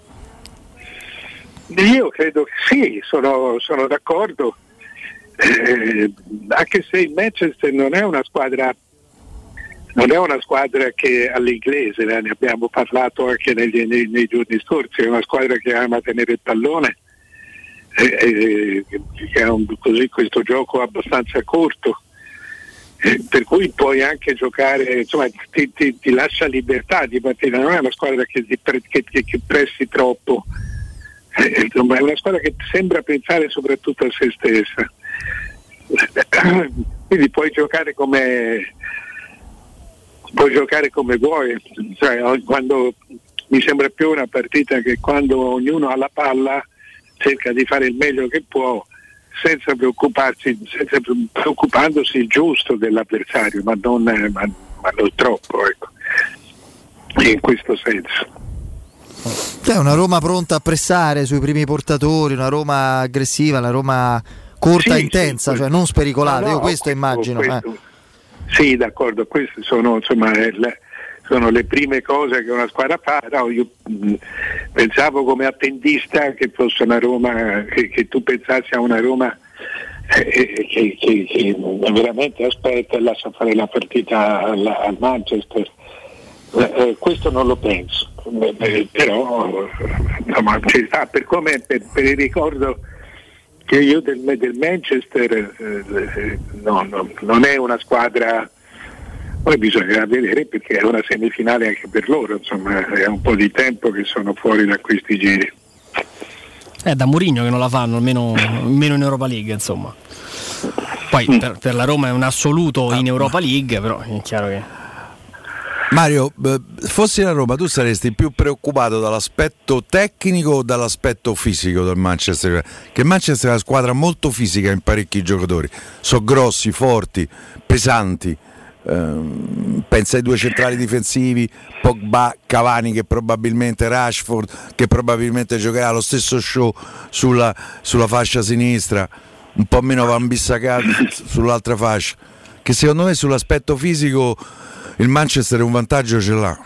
Io credo che sì, sono, sono d'accordo, eh, anche se il Manchester non è una squadra non è una squadra che all'inglese, eh, ne abbiamo parlato anche negli, nei, nei giorni scorsi, è una squadra che ama tenere il pallone, Eh, eh, che ha un, così questo gioco abbastanza corto, eh, per cui puoi anche giocare, insomma ti, ti, ti lascia libertà di partita, non è una squadra che, ti pre, che, che, che pressi troppo, eh, insomma, è una squadra che sembra pensare soprattutto a se stessa, quindi puoi giocare come puoi giocare come vuoi, cioè, quando mi sembra più una partita che quando ognuno ha la palla cerca di fare il meglio che può senza preoccuparsi, senza preoccupandosi il giusto dell'avversario, ma non, ma, ma non troppo, ecco. In questo senso. È una Roma pronta a pressare sui primi portatori, una Roma aggressiva, una Roma corta e sì, intensa, sì, cioè non spericolata. no, no, Io questo, questo immagino. Questo, eh. Sì, d'accordo, queste sono insomma le, sono le prime cose che una squadra fa. No, io mh, pensavo come attendista che fosse una Roma, che, che tu pensassi a una Roma eh, che, che, che veramente aspetta e lascia fare la partita al, al Manchester. Eh, questo non lo penso, eh, però insomma, ci sta, per come per, per il ricordo che io del, del Manchester eh, no, no, non è una squadra Poi bisognerà vedere, perché è una semifinale anche per loro, insomma è un po' di tempo che sono fuori da questi giri. È da Mourinho che non la fanno, almeno, almeno in Europa League, insomma. Poi mm. per, per la Roma è un assoluto in Europa League, però è chiaro che... Mario, fossi la Roma, tu saresti più preoccupato dall'aspetto tecnico o dall'aspetto fisico del Manchester? Che il Manchester è una squadra molto fisica in parecchi giocatori, sono grossi, forti, pesanti. Ehm, pensa ai due centrali difensivi, Pogba, Cavani, che probabilmente Rashford, che probabilmente giocherà lo stesso Show sulla, sulla fascia sinistra, un po' meno Van Bissaka sull'altra fascia, che secondo me sull'aspetto fisico il Manchester un vantaggio ce l'ha.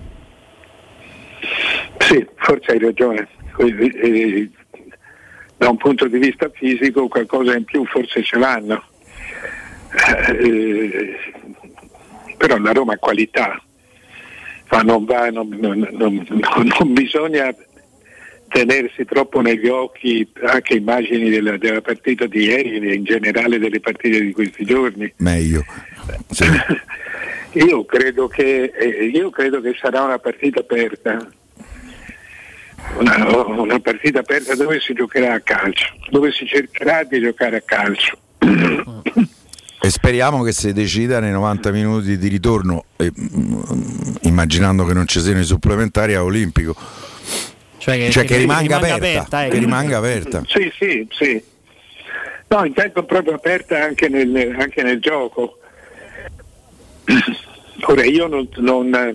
Sì, forse hai ragione. Eh, da un punto di vista fisico qualcosa in più forse ce l'hanno. Eh, però la Roma ha qualità, ma non, va, non, non, non, non bisogna tenersi troppo negli occhi anche immagini della, della partita di ieri e in generale delle partite di questi giorni. Meglio. Sì. Io credo che eh, io credo che sarà una partita aperta, una, una partita aperta dove si giocherà a calcio, dove si cercherà di giocare a calcio. E speriamo che si decida nei novanta minuti di ritorno, eh, immaginando che non ci siano i supplementari, a Olimpico. Cioè che, cioè che, che rimanga, rimanga aperta, aperta, eh. che rimanga aperta. Sì, sì, sì. No, intanto proprio aperta anche nel, anche nel gioco. Ora io non, non,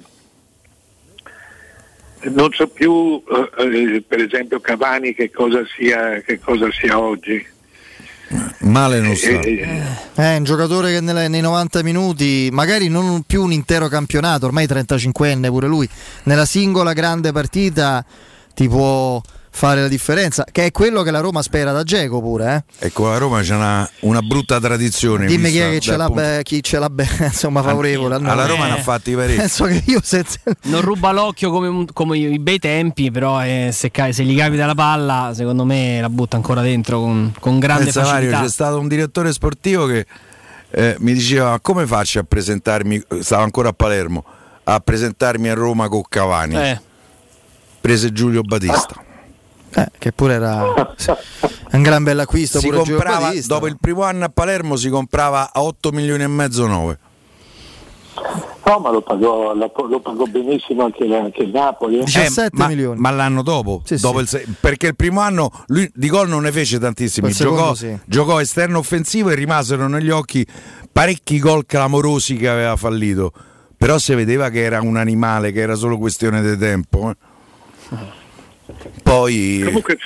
non so più eh, per esempio Cavani che cosa sia, che cosa sia oggi. Male non sa. Eh, è un giocatore che nelle, nei novanta minuti, magari non più un intero campionato, ormai trentacinquenne pure lui, nella singola grande partita ti può fare la differenza, che è quello che la Roma spera da Dzeko pure. Eh. Ecco, la Roma c'è una, una brutta tradizione. Dimmi chi è che ce l'ha, be, chi ce l'ha be, insomma favorevole. Alla, alla Roma eh. ne ha fatti parecchi. Penso che io senza... non ruba l'occhio come, come i bei tempi, però eh, se, se gli capita la palla, secondo me la butta ancora dentro con, con grande Pensa, facilità. Mario, c'è stato un direttore sportivo che eh, mi diceva: come faccio a presentarmi, stavo ancora a Palermo, a presentarmi a Roma con Cavani? Eh. Prese Giulio Battista. Eh, che pure era un gran bell'acquisto. Si pure comprava, dopo il primo anno a Palermo si comprava a otto milioni e mezzo, nove. No, ma lo pagò, lo pagò benissimo anche, anche il Napoli. diciassette eh, ma, milioni. Ma l'anno dopo, sì, dopo sì. Il, perché il primo anno lui di gol non ne fece tantissimi, giocò, sì. giocò esterno offensivo e rimasero negli occhi parecchi gol clamorosi che aveva fallito. Però si vedeva che era un animale, che era solo questione di tempo. Eh. Poi comunque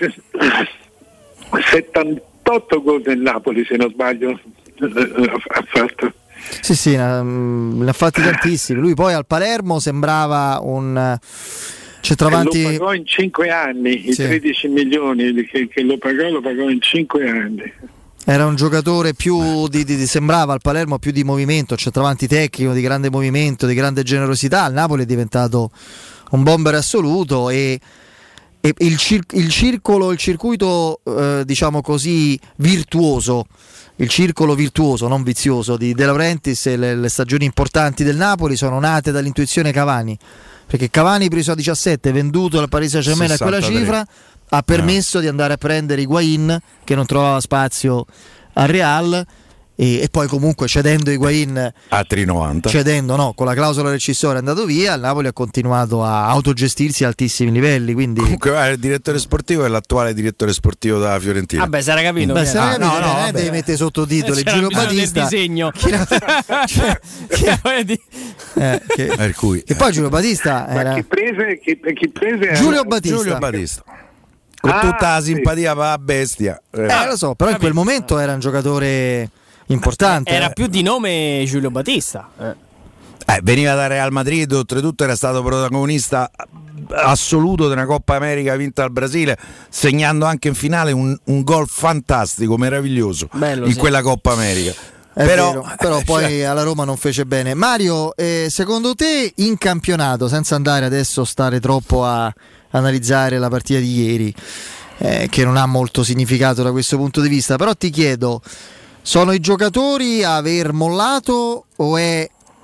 settantotto gol del Napoli, se non sbaglio, ha fatto. Sì, sì, ne ha fatti tantissimi. Lui poi al Palermo sembrava un centravanti. Lo pagò in cinque anni, i sì. tredici milioni che, che lo pagò, lo pagò in cinque anni. Era un giocatore più di, di, di sembrava al Palermo più di movimento, centravanti tecnico, di grande movimento, di grande generosità. Al Napoli è diventato un bomber assoluto e E il, cir- il circolo, il circuito eh, diciamo così virtuoso, il circolo virtuoso, non vizioso di De Laurentiis e le, le stagioni importanti del Napoli sono nate dall'intuizione Cavani, perché Cavani preso a diciassette, venduto al Paris Saint-Germain a quella cifra, ha permesso no. di andare a prendere Higuain che non trovava spazio al Real. E, e poi comunque cedendo Higuain a tre virgola novanta, cedendo no, con la clausola rescissoria è andato via, il Napoli ha continuato a autogestirsi a altissimi livelli. Quindi comunque il direttore sportivo è l'attuale direttore sportivo della Fiorentina. Vabbè, sarà capito. Beh, sarà ah, capito, no, no, no, devi mettere sottotitoli. Giulio Battista disegno. Chi la... cioè, chi... eh, che... per cui che poi Giulio Battista era... Ma chi prese, chi, chi prese Giulio Battista. Giulio Battista. Con ah, tutta la simpatia sì. per la bestia. Eh, eh lo so, però in quel momento era un giocatore importante. Era più di nome Giulio Battista. Eh. Eh, veniva dal Real Madrid, oltretutto era stato protagonista assoluto di una Coppa America vinta dal Brasile, segnando anche in finale un, un gol fantastico, meraviglioso. Bello, in sì. quella Coppa America. È però, vero, però poi cioè... alla Roma non fece bene. Mario, eh, secondo te in campionato, senza andare adesso stare troppo a analizzare la partita di ieri, eh, che non ha molto significato da questo punto di vista, però ti chiedo, sono i giocatori a aver mollato o è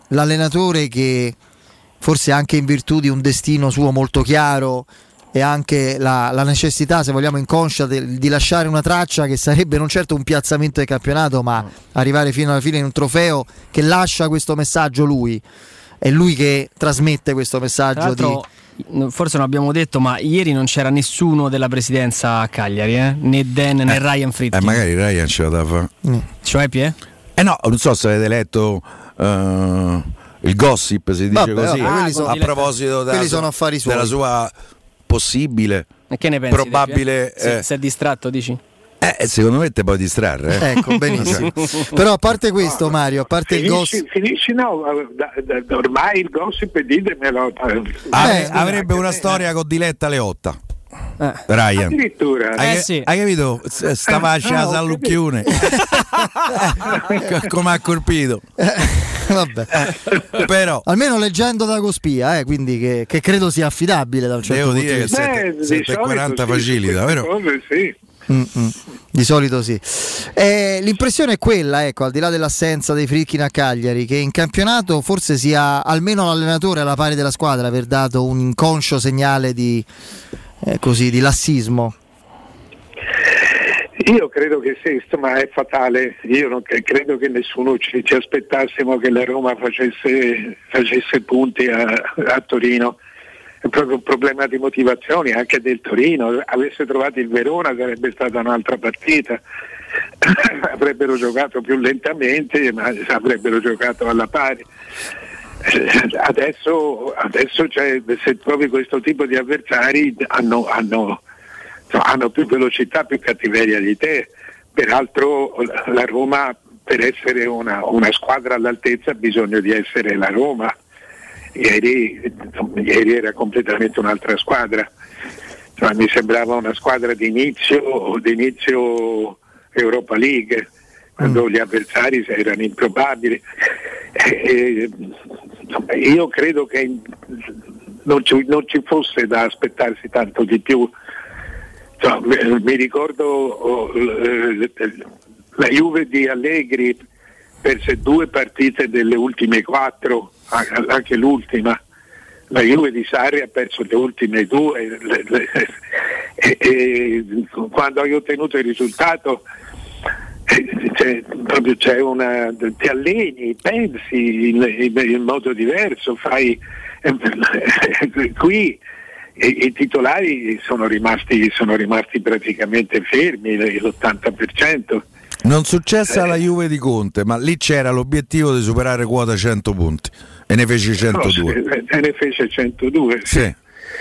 l'allenatore che forse anche in virtù di un destino suo molto chiaro e anche la, la necessità, se vogliamo inconscia, de, di lasciare una traccia che sarebbe non certo un piazzamento del campionato, ma arrivare fino alla fine in un trofeo, che lascia questo messaggio lui. È lui che trasmette questo messaggio di... Forse non abbiamo detto, ma ieri non c'era nessuno della presidenza a Cagliari, eh? Né Dan né eh, Ryan Fritti. Eh, magari Ryan ce la da fare. Mm. Cioè, Pie? Eh no, non so se avete letto uh, il gossip, si dice. Vabbè, così, ah, sono, a proposito della, sono affari suoi. della sua possibile, e che ne pensi, probabile... Te, eh? Se, se è distratto, dici? Eh, secondo me te puoi distrarre. Eh? Ecco, benissimo. Però a parte questo, Mario, a parte finisci, il gossip, finisci no, da, da, ormai il gossip, ditemelo. Ave, eh, avrebbe una storia con Diletta Leotta. Eh. Ryan, addirittura, hai, eh, sì. hai capito? Sta fascia no, San Lucchione come ha colpito. Eh, vabbè. Eh, però almeno leggendo da Cospia, eh, quindi che, che credo sia affidabile da un certo devo punto dire di vista. che sette e quaranta sì, facilita, vero? Sì. Mm-mm. Di solito sì. Eh, l'impressione è quella, ecco, al di là dell'assenza dei Friedkin a Cagliari, che in campionato forse sia almeno l'allenatore alla pari della squadra aver dato un inconscio segnale di, eh, così, di lassismo. Io credo che sì, ma è fatale. Io non credo che nessuno ci, ci aspettassimo che la Roma facesse, facesse punti a, a Torino. È proprio un problema di motivazioni anche del Torino. Avesse trovato il Verona sarebbe stata un'altra partita. Avrebbero giocato più lentamente, ma avrebbero giocato alla pari. Adesso, adesso c'è, se trovi questo tipo di avversari hanno, hanno, hanno più velocità, più cattiveria di te. Peraltro la Roma, per essere una, una squadra all'altezza, ha bisogno di essere la Roma. Ieri, ieri era completamente un'altra squadra, cioè, mi sembrava una squadra di inizio, di inizio Europa League, quando mm. gli avversari erano improbabili. E, e, io credo che non ci, non ci fosse da aspettarsi tanto di più. Cioè, mi ricordo oh, la Juve di Allegri perse due partite delle ultime quattro, anche l'ultima. La Juve di Sarri ha perso le ultime due le, le, e, e quando hai ottenuto il risultato c'è, proprio c'è una, ti alleni, pensi in, in, in modo diverso, fai eh, qui i, i titolari sono rimasti, sono rimasti praticamente fermi, l'ottanta per cento. Non successe alla Juve di Conte, ma lì c'era l'obiettivo di superare quota cento punti e ne fece centodue. No, e ne fece centodue, sì. Sì.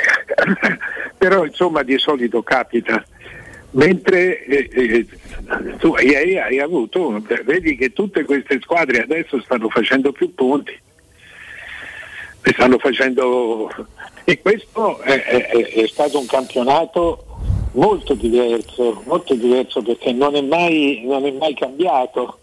Però insomma di solito capita. Mentre eh, eh, tu hai, hai avuto, vedi che tutte queste squadre adesso stanno facendo più punti, le stanno facendo, e questo è, è, è stato un campionato molto diverso, molto diverso perché non è mai, non è mai cambiato.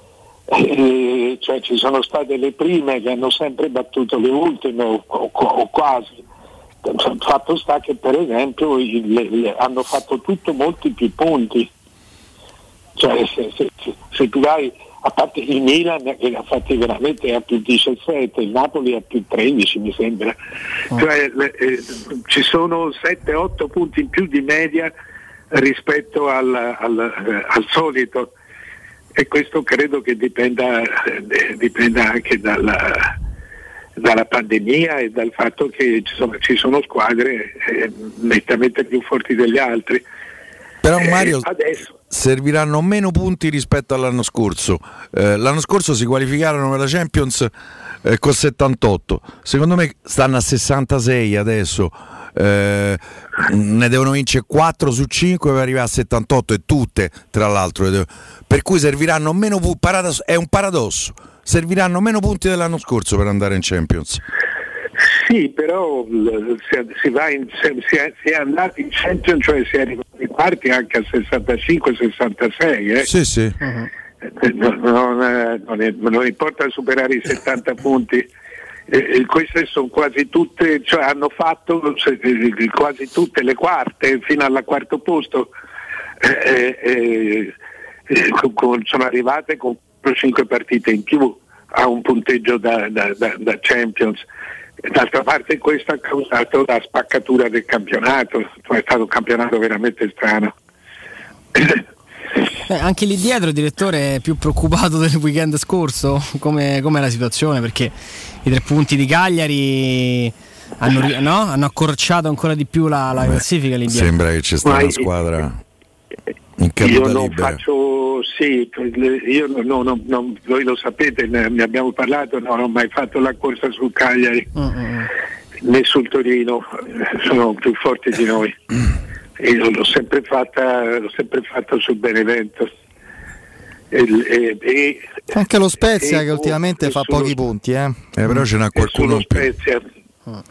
Eh, cioè ci sono state le prime che hanno sempre battuto le ultime o, o, o quasi. Fatto sta che per esempio le, le, hanno fatto tutto molti più punti, cioè se, se, se, se tu vai, a parte il Milan che ha fatti veramente a più diciassette, il Napoli a più tredici mi sembra, oh. cioè le, eh, ci sono sette otto punti in più di media rispetto al, al, eh, al solito, e questo credo che dipenda, eh, dipenda anche dalla dalla pandemia e dal fatto che ci sono, ci sono squadre eh, nettamente più forti degli altri. Però Mario, eh, adesso serviranno meno punti rispetto all'anno scorso. Eh, l'anno scorso si qualificarono per la Champions eh, con settantotto, secondo me stanno a sessantasei adesso. Eh, ne devono vincere quattro su cinque per arrivare a settantotto, e tutte tra l'altro, per cui serviranno meno punti. Paradosso, è un paradosso, serviranno meno punti dell'anno scorso per andare in Champions. Sì, però si, si, va in, si, è, si è andati in Champions, cioè si è arrivati in quarti anche a sessantacinque sessantasei, eh? Sì, sì. Uh-huh. non, non, non, è, non importa superare i settanta punti. Eh, queste sono quasi tutte, cioè hanno fatto eh, quasi tutte le quarte fino al quarto posto, eh, eh, eh, con, sono arrivate con cinque partite in più, ha un punteggio da, da, da, da Champions. D'altra parte questo ha causato la spaccatura del campionato, è stato un campionato veramente strano. Eh, anche lì dietro, direttore, è più preoccupato del weekend scorso? Come è la situazione? Perché i tre punti di Cagliari hanno, no? hanno accorciato ancora di più la, la classifica lì dietro. Sembra che c'è stata una squadra in io non libera. faccio, sì, io no, no, no, voi lo sapete, ne abbiamo parlato, no, non ho mai fatto la corsa sul Cagliari, mm-hmm. né sul Torino, sono più forti di noi. Io l'ho sempre fatta, l'ho sempre fatto sul Benevento. E, e, e, anche lo Spezia e, che ultimamente fa pochi punti, eh. Eh, però ce n'ha qualcuno in più. Spezia. Oh.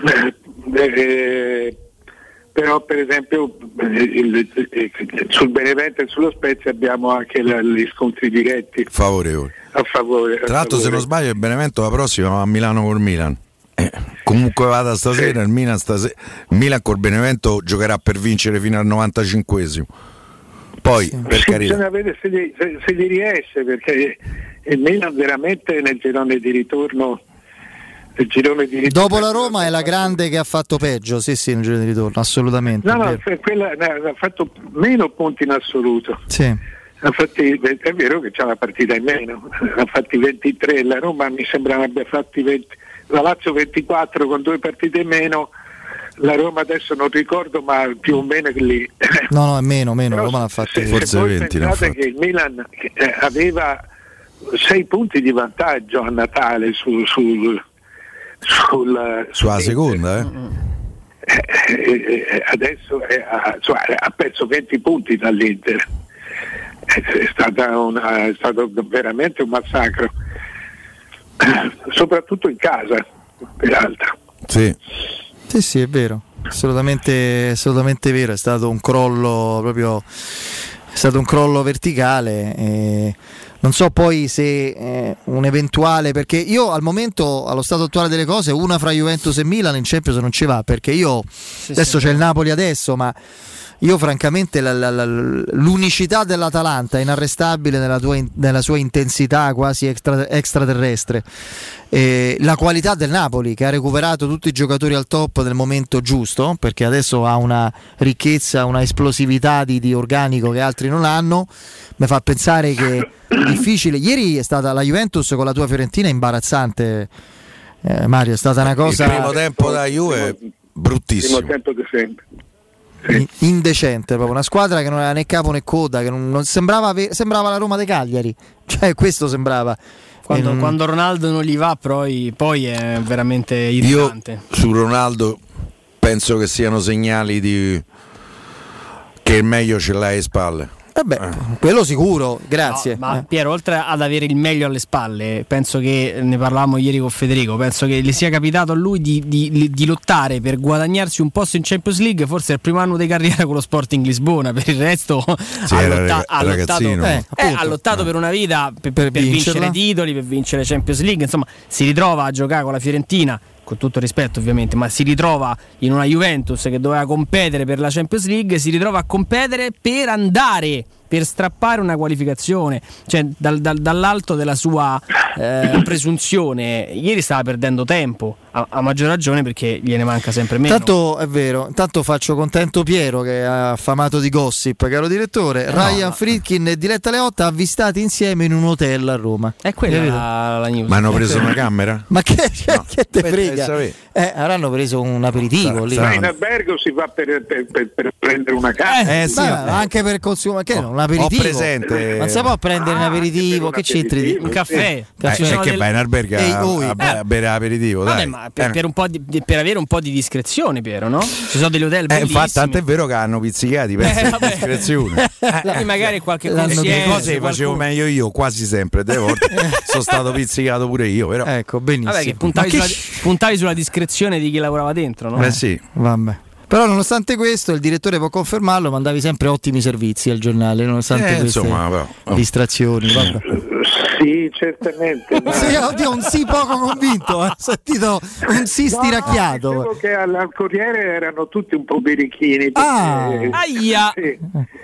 Eh, però per esempio il, il, sul Benevento e sullo Spezia abbiamo anche la, gli scontri diretti favorevoli a favore. Tra l'altro, se non sbaglio, il Benevento la prossima va a Milano col Milan. Eh, comunque vada stasera, sì. il Milan stasera, il Milan col Benevento giocherà per vincere fino al novantacinquesimo. Poi sì. per sì, carità, bisogna vedere se gli, se, se gli riesce, perché il Milan veramente nel girone di ritorno. Il girone di ritorno dopo la Roma è la grande che ha fatto peggio, sì sì, nel girone di ritorno, assolutamente. No, no, quella ha fatto meno punti in assoluto. Sì. Ha fatti, è vero che c'ha la partita in meno, ha fatti ventitré, la Roma mi sembra ne abbia fatti venti, la Lazio ventiquattro con due partite in meno, la Roma adesso non ricordo, ma più o meno lì. No, no, è meno, meno, Però Roma l'ha fatto. Se, forse se voi venti, pensate che il Milan eh, aveva sei punti di vantaggio a Natale sul, sul Sul, sulla seconda eh? eh, eh, adesso è a, cioè, ha perso venti punti dall'Inter, è, stata una, è stato veramente un massacro, soprattutto in casa peraltro. Sì, sì, sì, è vero, assolutamente, assolutamente vero, è stato un crollo proprio, è stato un crollo verticale. E non so poi se eh, un eventuale, perché io al momento, allo stato attuale delle cose, una fra Juventus e Milan in Champions non ci va, perché io sì, adesso sì, c'è il Napoli adesso, ma io francamente la, la, la, l'unicità dell'Atalanta è inarrestabile nella, tua, nella sua intensità quasi extra, extraterrestre. E la qualità del Napoli, che ha recuperato tutti i giocatori al top nel momento giusto, perché adesso ha una ricchezza, una esplosività di, di organico che altri non hanno, mi fa pensare che è difficile. Ieri è stata la Juventus con la tua Fiorentina imbarazzante, eh, Mario, è stata una cosa, il primo tempo da Juve bruttissimo, il primo tempo di sempre. Sì. Indecente, proprio una squadra che non aveva né capo né coda, che non, non sembrava, sembrava la Roma dei Cagliari, cioè questo sembrava. Quando, non... quando Ronaldo non gli va, poi, poi è veramente irritante. Io su Ronaldo penso che siano segnali di che il meglio ce l'hai alle spalle. Eh beh, eh. quello sicuro, grazie. No, ma eh. Piero, oltre ad avere il meglio alle spalle, penso che, ne parlavamo ieri con Federico, penso che le sia capitato a lui di, di, di lottare per guadagnarsi un posto in Champions League, forse è il primo anno di carriera con lo Sporting Lisbona, per il resto sì, ha, era lotta- ha lottato, eh, eh, ha lottato eh. per una vita, per, per, per vincere titoli, per vincere Champions League, insomma si ritrova a giocare con la Fiorentina, con tutto rispetto ovviamente, ma si ritrova in una Juventus che doveva competere per la Champions League, si ritrova a competere per andare, per strappare una qualificazione, cioè dal, dal, dall'alto della sua eh, presunzione. Ieri stava perdendo tempo, a, a maggior ragione perché gliene manca sempre meno. Tanto è vero, intanto faccio contento Piero che è affamato di gossip, caro direttore. No, Ryan no. Friedkin e Diletta Leotta avvistati insieme in un hotel a Roma. È quella la, la news. Ma hanno preso una camera? Ma che, no. che te frega? Eh, avranno preso un aperitivo lì. Ma in albergo si va per, per, per, per prendere una casa. Eh, eh, sì, anche per consumare, che no, un aperitivo. Ho presente. Ma si può prendere ah, un aperitivo? Che c'entri? Un caffè. Sì. Eh, è che del... vai in albergo a, a, a, a bere aperitivo. Vabbè, dai. Ma per, eh. per, un po' di, per avere un po' di discrezione, Piero, no? Ci sono degli hotel bellissimi. Eh, infatti, tanto è vero che hanno pizzicati pezzi eh, di discrezione. eh, magari qualche consiglio. Le cose le facevo meglio io, quasi sempre. Delle volte sono stato pizzicato pure io. Però. Ecco, benissimo. Vabbè, che puntavi, sulla, che... puntavi sulla discrezione di chi lavorava dentro, no? Eh sì. Vabbè. Però nonostante questo, il direttore può confermarlo, mandavi sempre ottimi servizi al giornale, nonostante eh, queste insomma, però, oh. distrazioni. Vabbè. Sì, certamente. Ma... Sì, oddio, un sì poco convinto, ho sentito un sì stiracchiato. No, no, che al, al Corriere erano tutti un po' birichini. Ah, aia! Sì.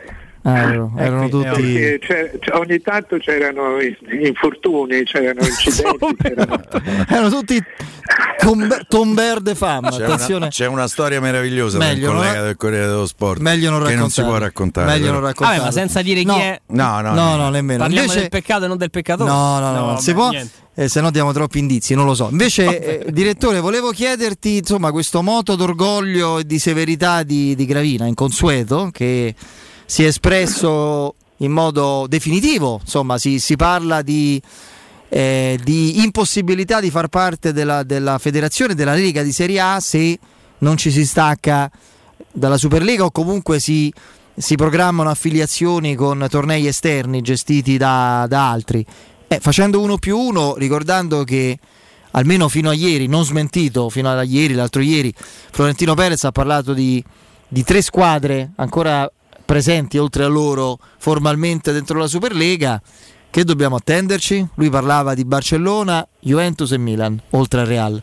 Ah, erano, erano tutti eh, c'è, c'è, ogni tanto c'erano infortuni, c'erano incidenti, c'erano... erano tutti tombe, tomber de femme. C'è Attenzione, una, c'è una storia meravigliosa meglio del collega non, del Corriere dello Sport meglio non che non si può raccontare. Meglio non raccontare. Vabbè, ma senza dire chi no. è. No, no, no, no, no, nemmeno. Parliamo Invece... del peccato e non del peccatore. No, no, no, no non si vabbè, può. Eh, se no diamo troppi indizi, non lo so. Invece, eh, direttore, volevo chiederti, insomma, questo moto d'orgoglio e di severità di, di Gravina, inconsueto, che si è espresso in modo definitivo, insomma, si, si parla di, eh, di impossibilità di far parte della, della federazione, della Lega di Serie A se non ci si stacca dalla Superlega o comunque si, si programmano affiliazioni con tornei esterni gestiti da, da altri. Eh, facendo uno più uno, ricordando che almeno fino a ieri, non smentito, fino a ieri, l'altro ieri, Florentino Perez ha parlato di, di tre squadre ancora presenti oltre a loro formalmente dentro la Superlega. Che dobbiamo attenderci? Lui parlava di Barcellona, Juventus e Milan, oltre al Real.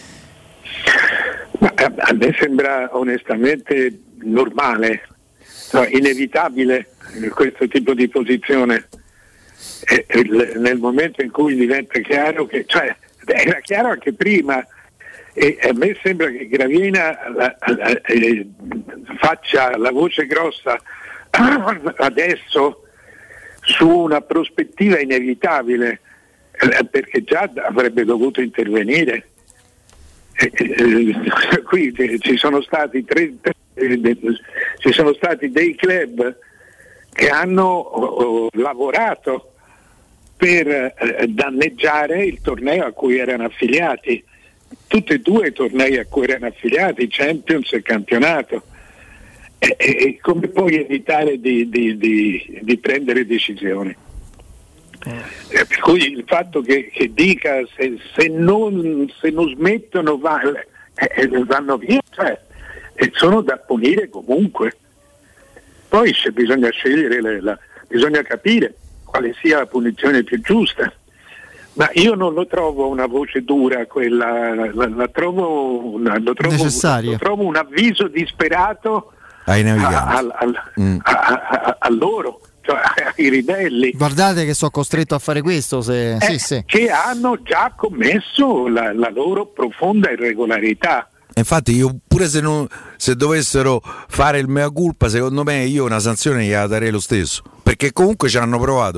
Ma a me sembra onestamente normale, no, inevitabile questo tipo di posizione. E, e, nel momento in cui diventa chiaro che, cioè, era chiaro anche prima, e a me sembra che Gravina la, la, eh, faccia la voce grossa adesso su una prospettiva inevitabile, eh, perché già avrebbe dovuto intervenire. Eh, eh, qui eh, ci sono stati tre, eh, de, ci sono stati dei club che hanno oh, lavorato per eh, danneggiare il torneo a cui erano affiliati, tutti e due i tornei a cui erano affiliati, Champions e campionato. E, e come puoi evitare di, di, di, di prendere decisioni? Eh, per cui il fatto che, che dica se, se, non, se non smettono va, eh, vanno via, cioè, eh, sono da punire comunque. Poi se bisogna scegliere, le, la, bisogna capire quale sia la punizione più giusta. Ma io non lo trovo una voce dura, quella, la, la trovo, una, lo, trovo lo trovo un avviso disperato ai naviganti, a, a, a, mm. a, a, a loro, cioè ai ribelli. Guardate che sono costretto a fare questo, se, eh, sì, sì. che hanno già commesso la, la loro profonda irregolarità. Infatti io pure se, non, se dovessero fare il mea culpa, secondo me io una sanzione gliela darei lo stesso, perché comunque ci hanno provato.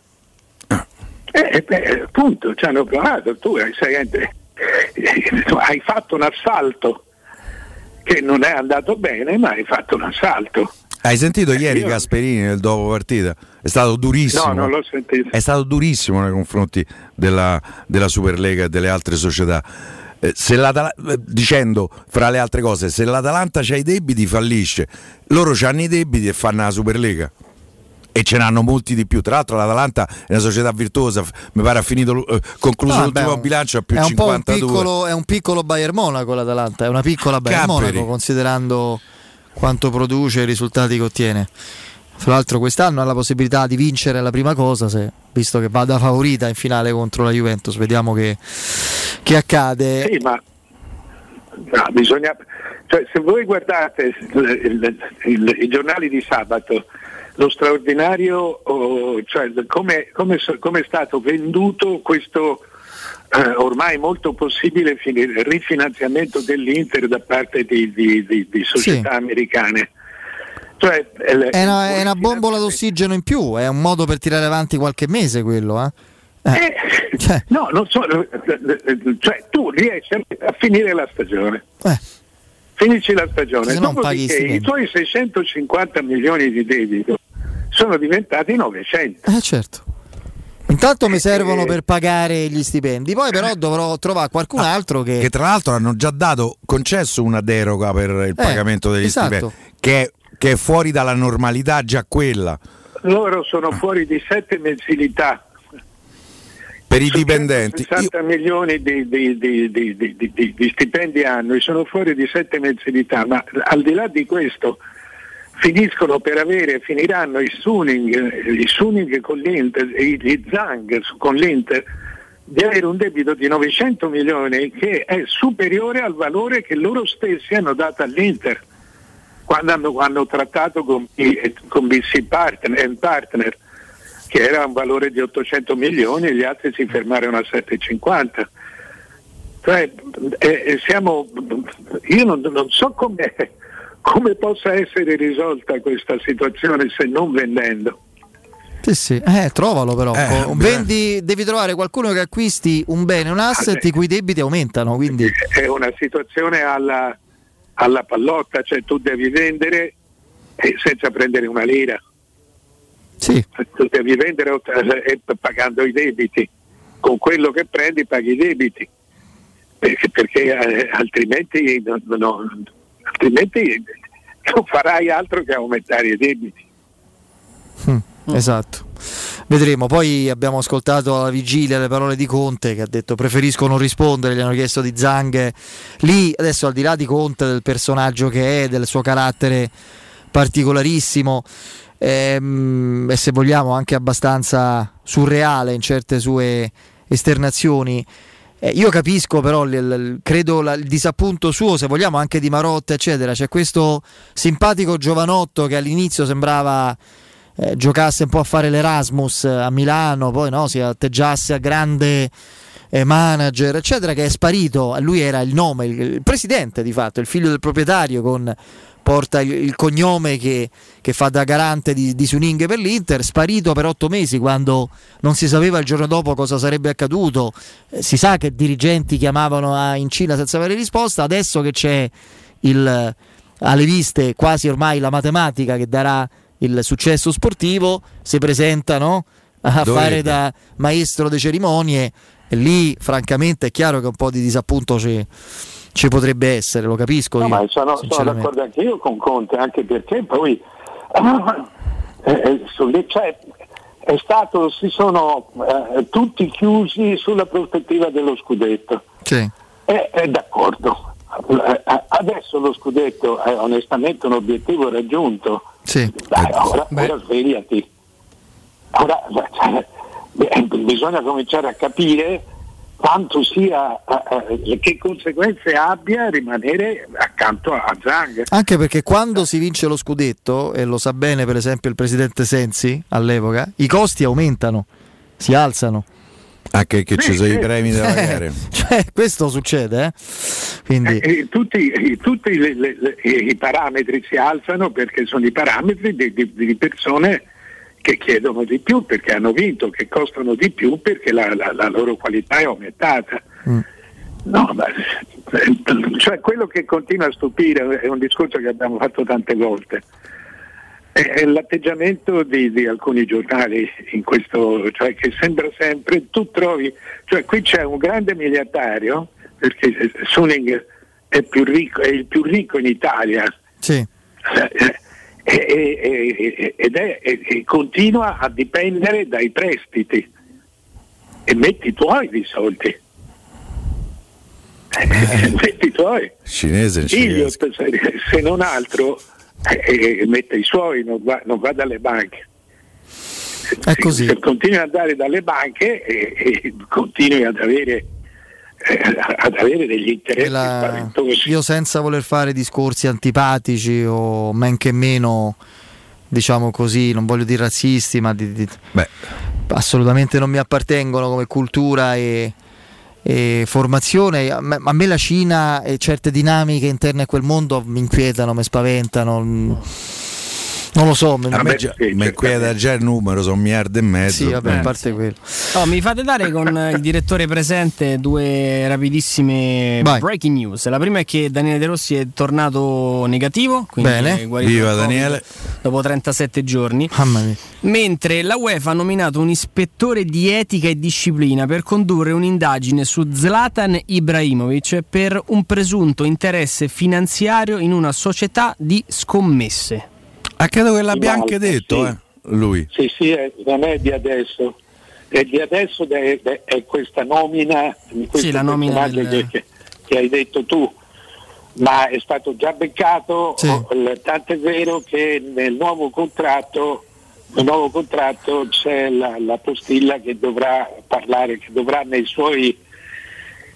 Eh, beh, appunto, ci hanno provato, tu hai, sei, hai fatto un assalto che non è andato bene, ma hai fatto un assalto. Hai sentito eh, ieri io... Gasperini nel dopo partita? È stato durissimo. No, non l'ho sentito. È stato durissimo nei confronti della, della Superlega e delle altre società. Eh, se dicendo fra le altre cose, se l'Atalanta c'ha i debiti fallisce, loro c'hanno i debiti e fanno la Superlega. E ce n'hanno molti di più. Tra l'altro l'Atalanta è una società virtuosa, mi pare ha finito eh, concluso ah, l'ultimo beh, bilancio a più è cinquantadue. Un piccolo, è un piccolo Bayern Monaco l'Atalanta, è una piccola Bayern Capperi. Monaco considerando quanto produce e i risultati che ottiene. Fra l'altro quest'anno ha la possibilità di vincere la prima cosa, se, visto che va da favorita in finale contro la Juventus, vediamo che, che accade. Sì, ma no, bisogna, cioè, se voi guardate il, il, il, i giornali di sabato, lo straordinario, oh, cioè come, come, come è stato venduto questo eh, ormai molto possibile rifinanziamento dell'Inter da parte di, di, di, di società sì. americane. Cioè, è, una, è una bombola d'ossigeno in più, è un modo per tirare avanti qualche mese quello, eh? Eh, eh, cioè. No, non so, cioè tu riesci a finire la stagione. Eh. Finisci la stagione, dopodiché i tuoi seicentocinquanta milioni di debito sono diventati novecento. Eh certo. Intanto mi servono eh, per pagare gli stipendi, poi però dovrò trovare qualcun altro che... Che tra l'altro hanno già dato, concesso una deroga per il eh, pagamento degli esatto. stipendi, che è, che è fuori dalla normalità già quella. Loro sono fuori di sette mensilità. Per i dipendenti sessanta Io... milioni di, di, di, di, di, di, di stipendi annui, sono fuori di sette mensilità, ma al di là di questo finiscono per avere, finiranno i Suning, i Suning con l'Inter, gli Zhang con l'Inter, di avere un debito di novecento milioni che è superiore al valore che loro stessi hanno dato all'Inter. quando hanno, hanno trattato con, con B C Partner, and Partner, che era un valore di ottocento milioni, e gli altri si fermarono a settecentocinquanta. Cioè, eh, siamo, io non, non so come, come possa essere risolta questa situazione se non vendendo. Sì, sì. Eh, trovalo però. Eh, Vendi, devi trovare qualcuno che acquisti un bene, un asset i cui debiti aumentano. Quindi è una situazione alla, alla pallotta, cioè tu devi vendere eh, senza prendere una lira. Sì. Tu devi vendere eh, pagando i debiti. Con quello che prendi paghi i debiti. Perché, perché eh, altrimenti, no, no, altrimenti non farai altro che aumentare i debiti. Mm. Esatto, vedremo. Poi abbiamo ascoltato alla vigilia le parole di Conte, che ha detto preferisco non rispondere, gli hanno chiesto di Zhang. Lì adesso, al di là di Conte, del personaggio che è, del suo carattere particolarissimo ehm, e se vogliamo anche abbastanza surreale in certe sue esternazioni, eh, io capisco però l- l- credo la- il disappunto suo, se vogliamo anche di Marotta eccetera. C'è questo simpatico giovanotto che all'inizio sembrava Eh, giocasse un po' a fare l'Erasmus a Milano, poi no, si atteggiasse a grande eh, manager eccetera, che è sparito. Lui era il nome, il, il presidente di fatto, il figlio del proprietario, con porta il, il cognome che, che fa da garante di, di Suning per l'Inter, sparito per otto mesi quando non si sapeva il giorno dopo cosa sarebbe accaduto. Eh, si sa che dirigenti chiamavano a, in Cina senza avere risposta. Adesso che c'è il, alle viste quasi ormai la matematica che darà il successo sportivo, si presentano a Dovrebbe. fare da maestro di cerimonie, e lì francamente è chiaro che un po' di disappunto ci, ci potrebbe essere, lo capisco. No, io, ma sono, sono d'accordo anche io con Conte, anche perché poi eh, eh, sulle, cioè, è stato, si sono eh, tutti chiusi sulla prospettiva dello scudetto. Sì. E è d'accordo. Adesso lo scudetto è onestamente un obiettivo raggiunto. Sì. Dai, ora, ora svegliati. Ora cioè, bisogna cominciare a capire quanto sia, eh, che conseguenze abbia rimanere accanto a Zhang. Anche perché quando si vince lo scudetto, e lo sa bene per esempio il presidente Sensi all'epoca, i costi aumentano, si alzano. Anche che ci sono i premi della gara. Cioè, questo succede, eh? Quindi Eh, eh, tutti eh, tutti le, le, le, i parametri si alzano perché sono i parametri di, di, di persone che chiedono di più perché hanno vinto, che costano di più perché la, la, la loro qualità è aumentata. Mm. No, ma, eh, cioè quello che continua a stupire è un discorso che abbiamo fatto tante volte. È l'atteggiamento di, di alcuni giornali in questo, cioè che sembra sempre, tu trovi, cioè qui c'è un grande miliardario, perché Suning è, più ricco, è il più ricco in Italia, sì. eh, e, e, ed è, e, e continua a dipendere dai prestiti e metti i tuoi di soldi. Eh, metti i tuoi. Cinese, Elliott, se, se non altro, e eh, mette i suoi, non va, non va dalle banche. È così. Se continui ad andare dalle banche e, e continui ad avere, eh, ad avere degli interessi La... spaventosi. Io, senza voler fare discorsi antipatici o men che meno, diciamo così, non voglio dire razzisti, ma di, di... Beh. assolutamente non mi appartengono come cultura e e formazione. A me, a me la Cina e certe dinamiche interne a quel mondo mi inquietano, mi spaventano, non lo so. A me, già, mi inquieta già il numero, sono un miliardo e mezzo. Sì, vabbè, a parte quello. Oh, mi fate dare con il direttore presente due rapidissime Vai. breaking news. La prima è che Daniele De Rossi è tornato negativo, quindi bene, viva Daniele, dopo trentasette giorni. Mamma mia. Mentre la UEFA ha nominato un ispettore di etica e disciplina per condurre un'indagine su Zlatan Ibrahimovic per un presunto interesse finanziario in una società di scommesse. Ah, credo che l'abbia anche detto, sì. eh, lui. Sì, sì, è, non è di adesso. È di adesso è, è, è questa nomina di questo sì, la nomina personaggio del... che, che hai detto tu, ma è stato già beccato, sì. Tant'è vero che nel nuovo contratto nel nuovo contratto c'è la, la postilla che dovrà parlare, che dovrà nei suoi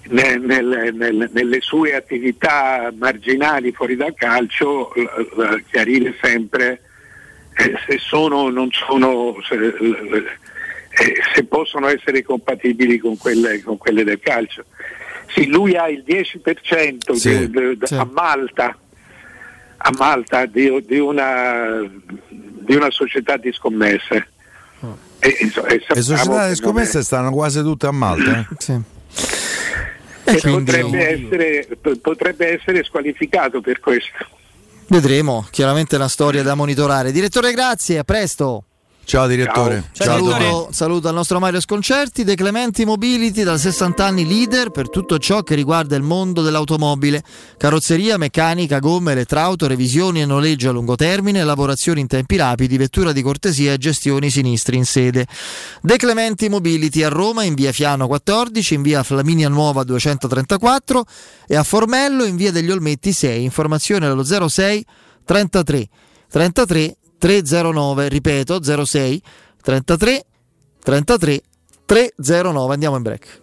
nel, nel, nel, nelle sue attività marginali fuori dal calcio l- l- chiarire sempre eh, se sono o non sono se, eh, se possono essere compatibili con quelle, con quelle del calcio. Sì, lui ha il dieci per cento sì, di, di, sì. a Malta a Malta di, di, una, di una società di scommesse. Oh. E, insomma, e Le società di scommesse è... stanno quasi tutte a Malta. Eh? Sì. E potrebbe, essere, potrebbe essere squalificato per questo. Vedremo, chiaramente è una storia da monitorare. Direttore, grazie, a presto. Ciao direttore. Ciao. Ciao, saluto, saluto al nostro Mario Sconcerti. De Clementi Mobility, da sessanta anni leader per tutto ciò che riguarda il mondo dell'automobile: carrozzeria, meccanica, gomme, elettrauto, revisioni e noleggio a lungo termine, lavorazioni in tempi rapidi, vettura di cortesia e gestioni sinistri in sede. De Clementi Mobility a Roma in via Fiano quattordici, in via Flaminia Nuova duecentotrentaquattro e a Formello in via degli Olmetti sei. Informazioni allo zero sei trentatré trentatré trecentonove, ripeto zero sei trentatré trentatré trecentonove. Andiamo in break.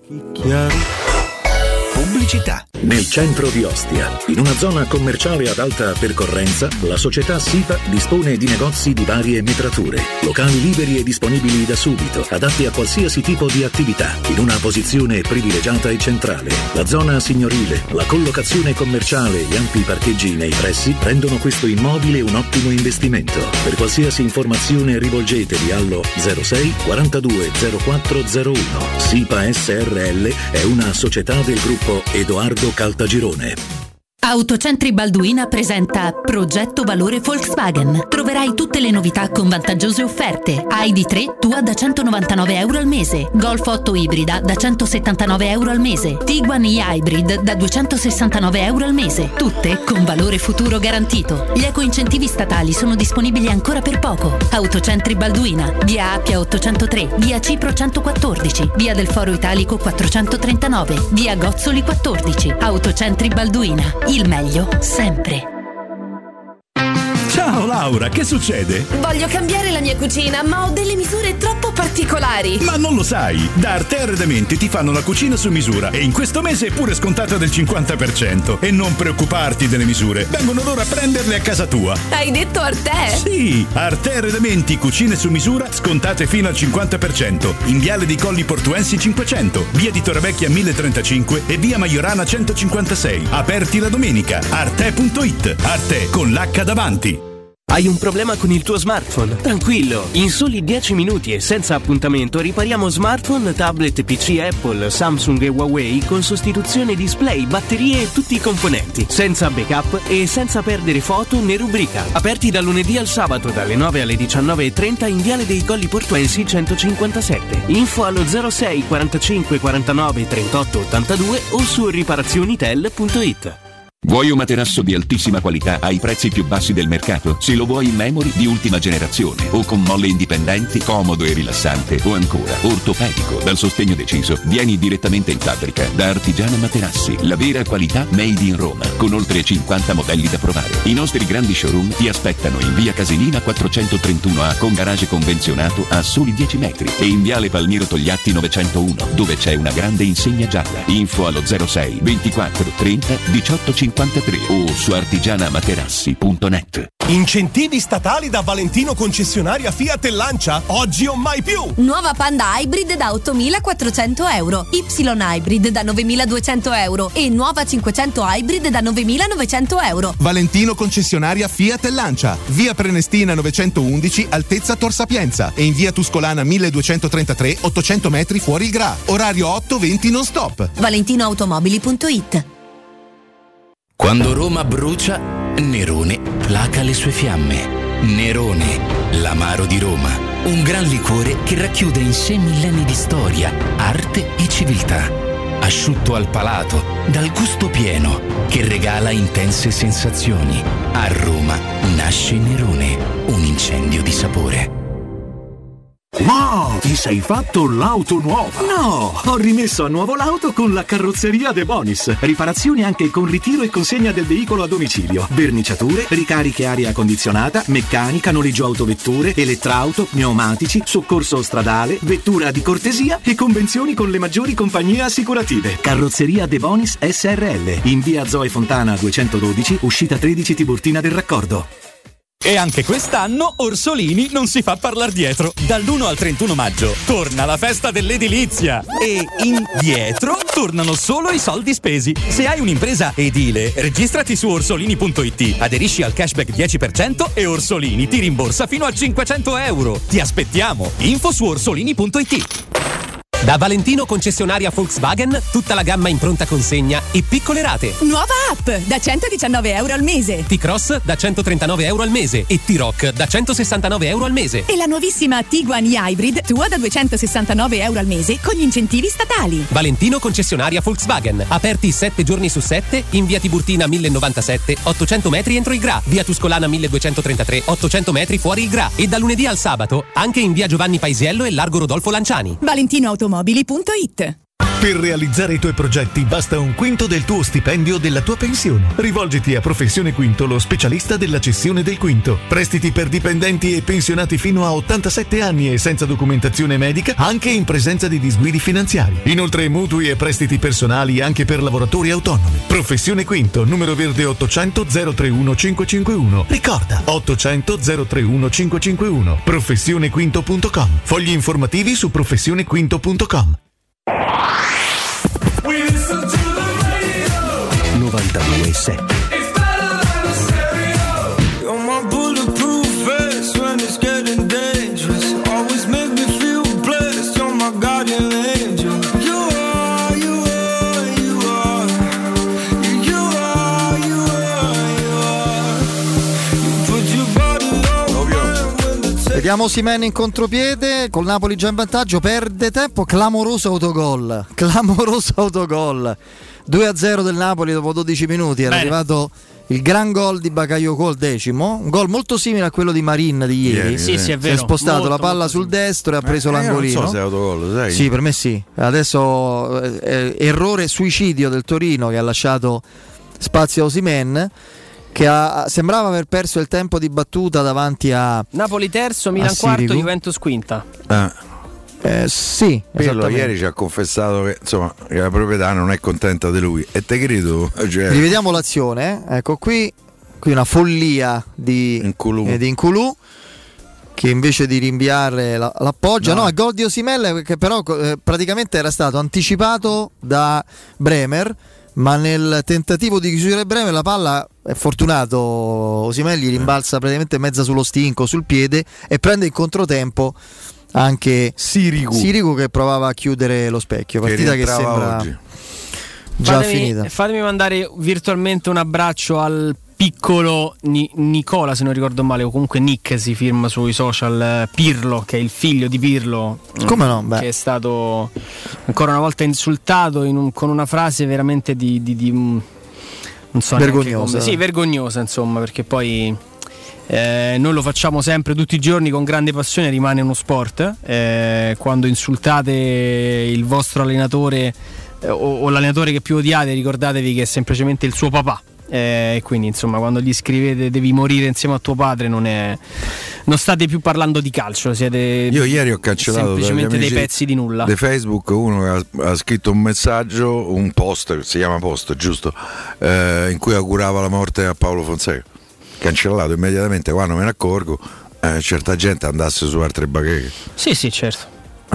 Pubblicità. Nel centro di Ostia, in una zona commerciale ad alta percorrenza, la società SIPA dispone di negozi di varie metrature, locali liberi e disponibili da subito, adatti a qualsiasi tipo di attività, in una posizione privilegiata e centrale. La zona signorile, la collocazione commerciale e gli ampi parcheggi nei pressi rendono questo immobile un ottimo investimento. Per qualsiasi informazione rivolgetevi allo zero sei quarantadue zero quattro zero uno. SIPA S R L è una società del gruppo Edoardo Caltagirone. Autocentri Balduina presenta Progetto Valore Volkswagen. Troverai tutte le novità con vantaggiose offerte. I D tre tua da centonovantanove euro al mese, Golf otto ibrida da centosettantanove euro al mese, Tiguan e-Hybrid da duecentosessantanove euro al mese, tutte con valore futuro garantito. Gli eco-incentivi statali sono disponibili ancora per poco. Autocentri Balduina, via Appia ottocentotre, via Cipro centoquattordici, via del Foro Italico quattrocentotrentanove, via Gozzoli quattordici. Autocentri Balduina. Il meglio sempre. Ciao Laura, che succede? Voglio cambiare la mia cucina, ma ho delle misure troppo particolari. Ma non lo sai, da Arte Arredamenti ti fanno la cucina su misura e in questo mese è pure scontata del cinquanta per cento. E non preoccuparti delle misure, vengono loro a prenderle a casa tua. Hai detto Arte? Sì, Arte Arredamenti, cucine su misura, scontate fino al cinquanta per cento. In Viale dei Colli Portuensi cinquecento, via di Torrevecchia mille trentacinque e via Maiorana centocinquantasei. Aperti la domenica. Arte punto it. Arte con l'H davanti. Hai un problema con il tuo smartphone? Tranquillo, in soli dieci minuti e senza appuntamento ripariamo smartphone, tablet, P C Apple, Samsung e Huawei con sostituzione display, batterie e tutti i componenti, senza backup e senza perdere foto né rubrica. Aperti dal lunedì al sabato dalle nove alle diciannove e trenta in Viale dei Colli Portuensi centocinquantasette. Info allo zero sei quarantacinque quarantanove trentotto ottantadue o su riparazionitel punto it. Vuoi un materasso di altissima qualità ai prezzi più bassi del mercato? Se lo vuoi in memory di ultima generazione o con molle indipendenti, comodo e rilassante, o ancora ortopedico dal sostegno deciso, vieni direttamente in fabbrica da Artigiana Materassi, la vera qualità made in Roma, con oltre cinquanta modelli da provare. I nostri grandi showroom ti aspettano in via Casilina quattrocentotrentuno A con garage convenzionato a soli dieci metri e in viale Palmiro Togliatti novecentouno dove c'è una grande insegna gialla. Info allo zero sei ventiquattro trenta diciotto cinquantatré o su artigianamaterassi punto net. Incentivi statali da Valentino concessionaria Fiat e Lancia, oggi o mai più. Nuova Panda Hybrid da ottomilaquattrocento euro, Y Hybrid da novemiladuecento euro e nuova cinquecento Hybrid da novemilanovecento euro. Valentino concessionaria Fiat e Lancia, via Prenestina novecentoundici, altezza Tor Sapienza e in via Tuscolana milleduecentotrentatré, ottocento metri fuori il Gra. Orario otto venti non stop. valentinoautomobili punto it. Quando Roma brucia, Nerone placa le sue fiamme. Nerone, l'amaro di Roma. Un gran liquore che racchiude in sé millenni di storia, arte e civiltà. Asciutto al palato, dal gusto pieno, che regala intense sensazioni. A Roma nasce Nerone, un incendio di sapore. Wow, ti sei fatto l'auto nuova? No, ho rimesso a nuovo l'auto con la carrozzeria De Bonis. Riparazioni anche con ritiro e consegna del veicolo a domicilio. Verniciature, ricariche aria condizionata, meccanica, noleggio autovetture, elettrauto, pneumatici, soccorso stradale, vettura di cortesia e convenzioni con le maggiori compagnie assicurative. Carrozzeria De Bonis S R L, in via Zoe Fontana duecentododici, uscita tredici Tiburtina del Raccordo. E anche quest'anno Orsolini non si fa parlar dietro. Dall'primo al trentuno maggio torna la festa dell'edilizia e indietro tornano solo i soldi spesi. Se hai un'impresa edile, registrati su orsolini punto it, aderisci al cashback dieci per cento e Orsolini ti rimborsa fino a cinquecento euro. Ti aspettiamo. Info su orsolini punto it. Da Valentino concessionaria Volkswagen, tutta la gamma in pronta consegna e piccole rate. Nuova app da centodiciannove euro al mese. T-Cross da centotrentanove euro al mese e T-Rock da centosessantanove euro al mese. E la nuovissima Tiguan e-Hybrid tua da duecentosessantanove euro al mese con gli incentivi statali. Valentino concessionaria Volkswagen, aperti sette giorni su sette in via Tiburtina mille novantasette, ottocento metri entro il Gra, via Tuscolana milleduecentotrentatré, ottocento metri fuori il Gra e dal lunedì al sabato anche in via Giovanni Paisiello e largo Rodolfo Lanciani. Valentino Automobili punto it. Per realizzare i tuoi progetti basta un quinto del tuo stipendio della tua pensione. Rivolgiti a Professione Quinto, lo specialista della cessione del quinto. Prestiti per dipendenti e pensionati fino a ottantasette anni e senza documentazione medica, anche in presenza di disguidi finanziari. Inoltre mutui e prestiti personali anche per lavoratori autonomi. Professione Quinto, numero verde ottocento zero trentuno cinquecentocinquantuno. Ricorda, ottocento zero trentuno cinquecentocinquantuno. professione quinto punto com. Fogli informativi su professione quinto punto com. novantadue sette. Vediamo Osimhen in contropiede, col Napoli già in vantaggio, perde tempo, clamoroso autogol, clamoroso autogol, due a zero del Napoli dopo dodici minuti, era Bene. arrivato il gran gol di Bakayoko al decimo, un gol molto simile a quello di Marin di ieri, yeah, sì, sì, è vero. Si è spostato molto, la palla sul simile. destro e ha preso eh, l'angolino. Non so se è autogol, sai? Sì, per me sì, adesso eh, errore suicidio del Torino che ha lasciato spazio a Osimhen, che ha, sembrava aver perso il tempo di battuta davanti a Napoli terzo, Milan quarto, Juventus quinta. Ah. Eh, sì, Pirlo ieri ci ha confessato che, insomma, che la proprietà non è contenta di lui e te credo. Cioè... Rivediamo l'azione, eh? Ecco qui, qui una follia di Nkulù, eh, di Nkulù che invece di rinviare la, l'appoggia, no, no, a gol di Osimhen che però eh, praticamente era stato anticipato da Bremer, ma nel tentativo di chiudere Bremer la palla, è fortunato Osimhen, gli rimbalza praticamente mezza sullo stinco, sul piede e prende il controtempo anche Sirigu, Sirigu che provava a chiudere lo specchio, partita che, che sembra oggi. già fatemi, finita. Fatemi mandare virtualmente un abbraccio al piccolo Ni- Nicola, se non ricordo male, o comunque Nick si firma sui social, Pirlo, che è il figlio di Pirlo. Come no? Beh. Che è stato ancora una volta insultato in un, con una frase veramente di, di, di non so, vergognosa. Come, sì, vergognosa, insomma, perché poi Eh, noi lo facciamo sempre tutti i giorni con grande passione, rimane uno sport. Eh, quando insultate il vostro allenatore eh, o, o l'allenatore che più odiate, ricordatevi che è semplicemente il suo papà. E eh, quindi insomma quando gli scrivete devi morire insieme a tuo padre, non è, non state più parlando di calcio, siete io ieri ho cancellato semplicemente dei pezzi di nulla di Facebook uno che ha, ha scritto un messaggio, un post, si chiama post giusto, eh, in cui augurava la morte a Paolo Fonseca. Cancellato immediatamente quando me ne accorgo, eh, certa gente andasse su altre bacheche. Sì sì certo.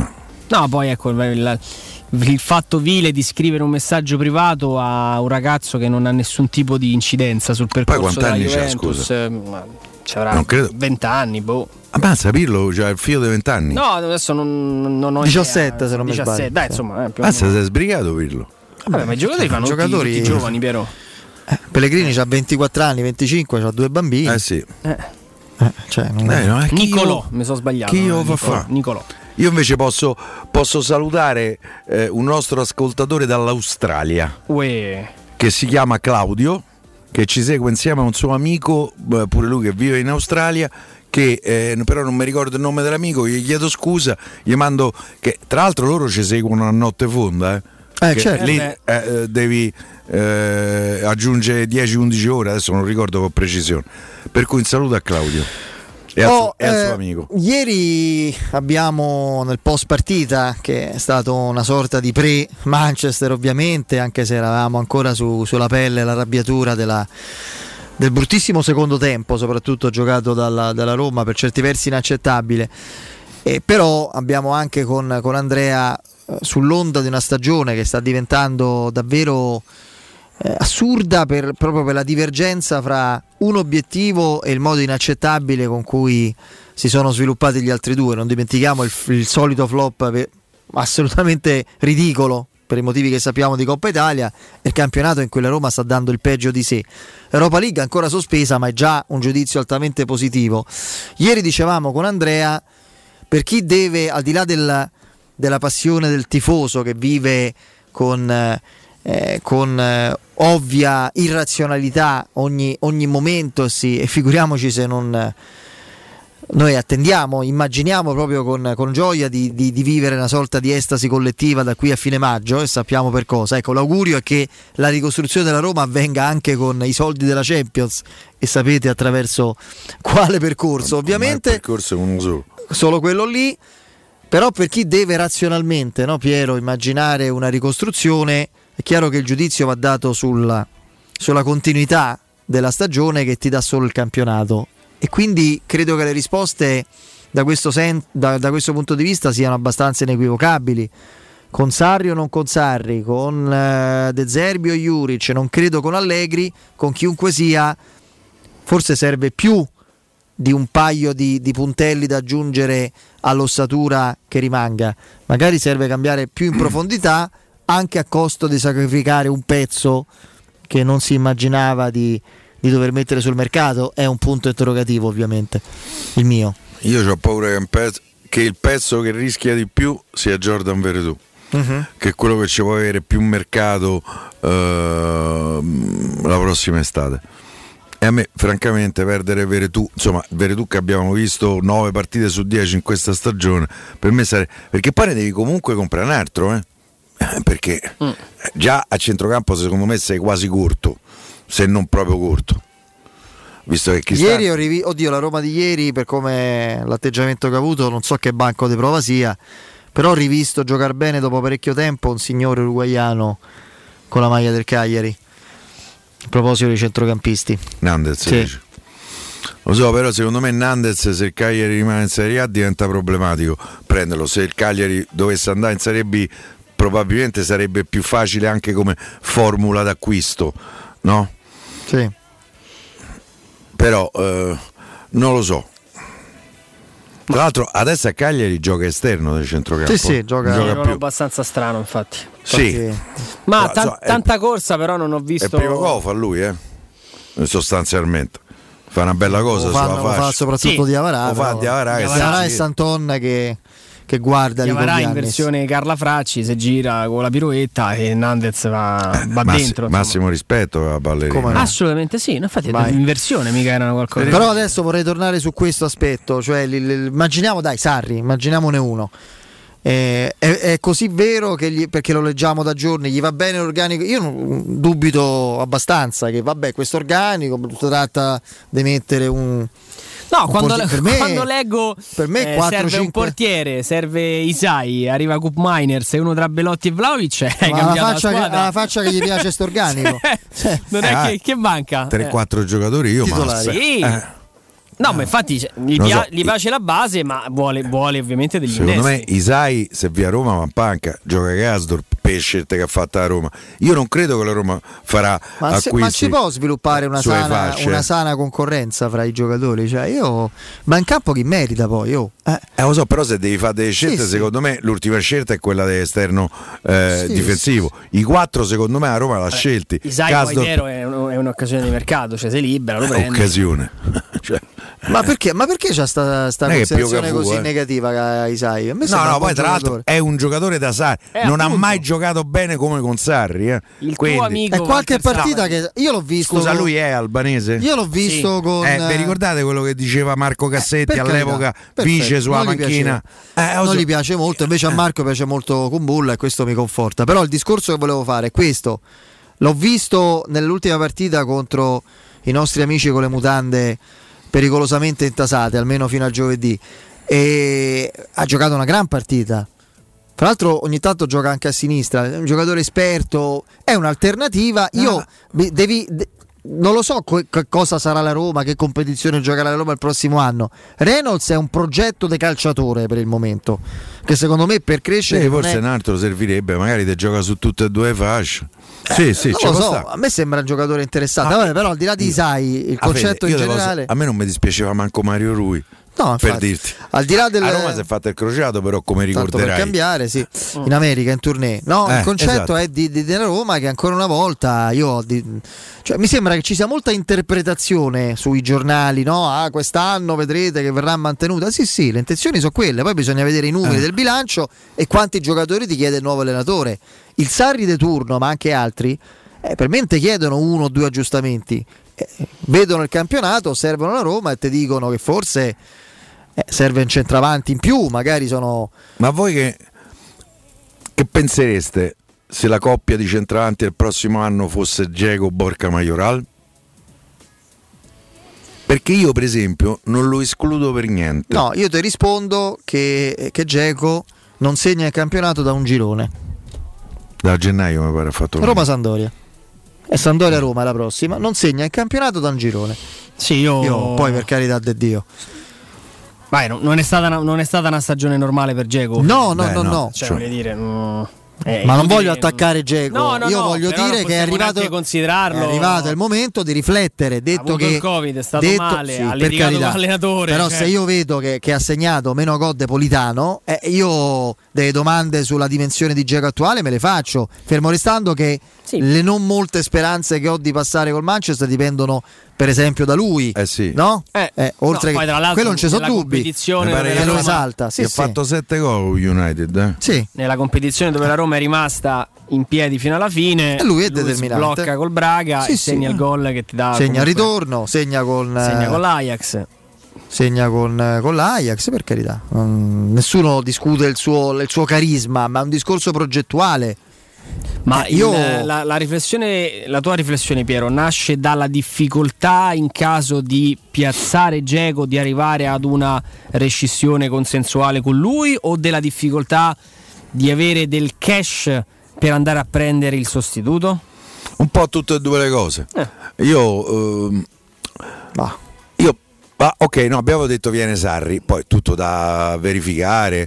No, poi ecco il, il fatto vile di scrivere un messaggio privato a un ragazzo che non ha nessun tipo di incidenza sul percorso. Poi quanti della anni Juventus, c'ha, scusa? Ma ci avrà venti anni, boh. Ammazza, Pirlo, c'ha il figlio di venti anni. No, adesso non, non ho diciassette idea. se non mi sbaglio. Dai, insomma, eh, Ammazza, sei sbrigato Pirlo. Vabbè, ma i giocatori fanno giocatori tutti, tutti giovani, però. Eh, Pellegrini c'ha ventiquattro anni, venticinque, c'ha due bambini. Eh sì. Eh. Eh, cioè, non eh, no, Nicolò, mi sono sbagliato. Chi io Nicolò, fa? Nicolò. Io invece posso, posso salutare eh, un nostro ascoltatore dall'Australia. Uè. Che si chiama Claudio, che ci segue insieme a un suo amico, pure lui che vive in Australia, che eh, però non mi ricordo il nome dell'amico, gli chiedo scusa, gli mando che tra l'altro loro ci seguono a notte fonda, eh. Eh, certo. Lì eh, devi eh, aggiungere dieci undici ore, adesso non ricordo con precisione. Per cui un saluto a Claudio e, oh, al, suo, e al eh, suo amico. Ieri abbiamo nel post partita, che è stato una sorta di pre-Manchester ovviamente, anche se eravamo ancora su, sulla pelle, l'arrabbiatura della, del bruttissimo secondo tempo, soprattutto giocato dalla, dalla Roma, per certi versi inaccettabile. Eh, però abbiamo anche con, con Andrea eh, sull'onda di una stagione che sta diventando davvero eh, assurda per, proprio per la divergenza fra un obiettivo e il modo inaccettabile con cui si sono sviluppati gli altri due. Non dimentichiamo il, il solito flop per, assolutamente ridicolo per i motivi che sappiamo di Coppa Italia, e il campionato in cui la Roma sta dando il peggio di sé. Europa League ancora sospesa, ma è già un giudizio altamente positivo. Ieri dicevamo con Andrea, per chi deve, al di là del, della passione del tifoso che vive con, eh, con eh, ovvia irrazionalità ogni, ogni momento, sì, e figuriamoci se non... Noi attendiamo, immaginiamo proprio con, con gioia di, di, di vivere una sorta di estasi collettiva da qui a fine maggio, e sappiamo per cosa. Ecco, l'augurio è che la ricostruzione della Roma avvenga anche con i soldi della Champions, e sapete attraverso quale percorso. Ovviamente il percorso è uno solo. Solo quello lì, però per chi deve razionalmente, no, Piero, immaginare una ricostruzione, è chiaro che il giudizio va dato sulla, sulla continuità della stagione che ti dà solo il campionato. E quindi credo che le risposte da questo, sen- da, da questo punto di vista siano abbastanza inequivocabili. Con Sarri o non con Sarri, con eh, De Zerbi o Juric, non credo con Allegri, con chiunque sia, forse serve più di un paio di, di puntelli da aggiungere all'ossatura che rimanga. Magari serve cambiare più in profondità, anche a costo di sacrificare un pezzo che non si immaginava di... di dover mettere sul mercato. È un punto interrogativo, ovviamente, il mio. Io ho paura che, un pezzo, che il pezzo che rischia di più sia Jordan Veretout, uh-huh. che è quello che ci può avere più mercato uh, la prossima estate. E a me francamente perdere Veretout, insomma Veretout che abbiamo visto nove partite su dieci in questa stagione, per me sarebbe, perché poi ne devi comunque comprare un altro, eh? Perché mm. già a centrocampo secondo me sei quasi corto, se non proprio corto, visto che Cristante... Ieri ho rivi... oddio, la Roma di ieri, per come l'atteggiamento che ha avuto, non so che banco di prova sia, però ho rivisto giocare bene dopo parecchio tempo un signore uruguaiano con la maglia del Cagliari, a proposito dei centrocampisti. Nandez, sì. Dice. Lo so, però secondo me Nandez, se il Cagliari rimane in Serie A, diventa problematico prenderlo. Se il Cagliari dovesse andare in Serie B, probabilmente sarebbe più facile anche come formula d'acquisto, no? Sì. Però eh, non lo so. Tra l'altro adesso a Cagliari gioca esterno del centrocampo. Sì, sì, gioca, gioca più. È abbastanza strano, infatti. Sì. Ma no, tan- so, tanta è, corsa però non ho visto. È il primo gol fa lui, eh? Sostanzialmente. Fa una bella cosa lo sulla fanno, fascia. Lo fa soprattutto sì. Diavarà. Lo fa Diavarà, Diavarà e Santon che che guarda Diavarà in versione Carla Fracci, si gira con la piroetta e Nandez va, va Massi, dentro. Massimo rispetto a ballerina. No? Assolutamente sì, infatti Vai. in versione mica erano qualcosa. Però adesso vorrei tornare su questo aspetto, cioè l- l- immaginiamo dai Sarri, immaginiamone uno. Eh, è, è così vero che gli, perché lo leggiamo da giorni, gli va bene l'organico. Io non, dubito abbastanza che vabbè, questo organico tratta di mettere un No, quando, porti- le- me, quando leggo per me eh, quattro, serve cinque... un portiere, serve Isai, arriva Cup Miners e uno tra Belotti e Vlahovic, hai Ma cambiato la faccia, la che, la faccia che gli piace sto organico. cioè, non è eh, che, che manca tre quattro eh. giocatori io ma sì. eh. No, ma infatti gli, pia- so. gli piace la base, ma vuole, vuole ovviamente degli Secondo innesti. me Isai, se via Roma va in panca, gioca Gasdorp per le scelte che ha fatto la Roma. Io non credo che la Roma farà ma acquisti. Se, ma si può sviluppare una sana, una sana concorrenza fra i giocatori? Cioè io, ma in campo chi merita poi? Oh. Eh. eh lo so, però se devi fare delle scelte, sì, secondo sì. me l'ultima scelta è quella dell'esterno eh, sì, difensivo. Sì. I quattro secondo me la Roma l'ha eh, scelti. Isai Gasdorp... è, un, è un'occasione di mercato, cioè se libera lo prende. Occasione. cioè, Ma perché, ma perché c'è sta, sta considerazione così eh. negativa, Isai? A me No, no, poi tra giocatore. l'altro è un giocatore da Sarri, Eh, non appunto. ha mai giocato bene come con Sarri. Eh. Il Quindi, tuo amico È qualche Walter partita Sarri. che io l'ho visto. Scusa, con- lui è albanese? Io l'ho visto Sì. con. Eh, vi ricordate quello che diceva Marco Cassetti per all'epoca, carità, vice perfetto, sulla non gli panchina? piaceva. Eh, lo non so. gli piace molto, invece a Marco piace molto Kumbulla e questo mi conforta. Però il discorso che volevo fare è questo: l'ho visto nell'ultima partita contro i nostri amici con le mutande pericolosamente intasate, almeno fino a giovedì, e ha giocato una gran partita. Tra l'altro ogni tanto gioca anche a sinistra, è un giocatore esperto, è un'alternativa. Io vi- devi de- non lo so co- che cosa sarà la Roma, che competizione giocherà la Roma il prossimo anno. Reynolds è un progetto di calciatore per il momento, che secondo me per crescere Sì, non forse è- un altro servirebbe, magari te gioca su tutte e due le fasce. Sì, sì, non ci lo può so, stare. a me sembra un giocatore interessante. Vabbè, però al di là di Isai, il Ah, concetto Fede, in io te posso- generale, a me non mi dispiaceva manco Mario Rui. No, per infatti. dirti. Al di là del A Roma si è fatto il crociato, però come tanto per ricorderai. cambiare, sì, in America in tournée. No, Eh, il concetto esatto. è di, di, della Roma che ancora una volta io ho di- cioè, mi sembra che ci sia molta interpretazione sui giornali, no? Ah, quest'anno vedrete che verrà mantenuta. Sì, sì, le intenzioni sono quelle, poi bisogna vedere i numeri Eh. del bilancio e quanti giocatori ti chiede il nuovo allenatore. Il Sarri de turno, ma anche altri, eh, per me ti chiedono uno o due aggiustamenti. Eh, vedono il campionato, osservano la Roma e ti dicono che forse eh, serve un centravanti in più, magari sono. Ma voi che, che pensereste se la coppia di centravanti del prossimo anno fosse Dzeko Borca Majoral? Perché io per esempio non lo escludo per niente. No, io ti rispondo che, che Dzeko non segna il campionato da un girone. Da gennaio mi pare ha fatto Roma-Sandoria. E Sandoria-Roma la prossima. Non segna il campionato da un girone. Sì, io... Io poi per carità di Dio. Vai, no, non, è stata una, non è stata una stagione normale per Dzeko. No, no, no, no. Cioè, Cioè- voglio dire, no, è Ma non inutile- voglio attaccare Dzeko. No, no, Io no, voglio però dire non che è possiamo arrivato, neanche considerarlo. è arrivato il momento di riflettere. Detto avuto che il Covid, è stato detto- male, sì, ha per litigato carità. con l'allenatore, Però cioè. se io vedo che, che ha segnato meno gol de Politano, eh, io delle domande sulla dimensione di Dzeko attuale me le faccio. Fermo restando che le non molte speranze che ho di passare col Manchester dipendono per esempio da lui. Eh sì. No? Eh, Eh, oltre no, poi che tra l'altro quello non ci sono nella dubbi. competizione Mi pare dove che la lo Roma- esalta. Sì, ha sì. fatto sette gol United. Eh? Sì. Nella competizione dove la Roma è rimasta in piedi fino alla fine, E lui è determinante. blocca col Braga Sì, e sì. segna il gol che ti dà Segna il comunque- ritorno, segna con segna eh, con l'Ajax. segna con, con l'Ajax, per carità. Non- nessuno discute il suo, il suo carisma, ma è un discorso progettuale. Ma Eh, io il- la, la riflessione, la tua riflessione, Piero, nasce dalla difficoltà in caso di piazzare Dzeko, di arrivare ad una rescissione consensuale con lui, o della difficoltà di avere del cash per andare a prendere il sostituto? Un po' tutte e due le cose. Eh. Io, ehm, io ah, ok, no, abbiamo detto viene Sarri, poi tutto da verificare.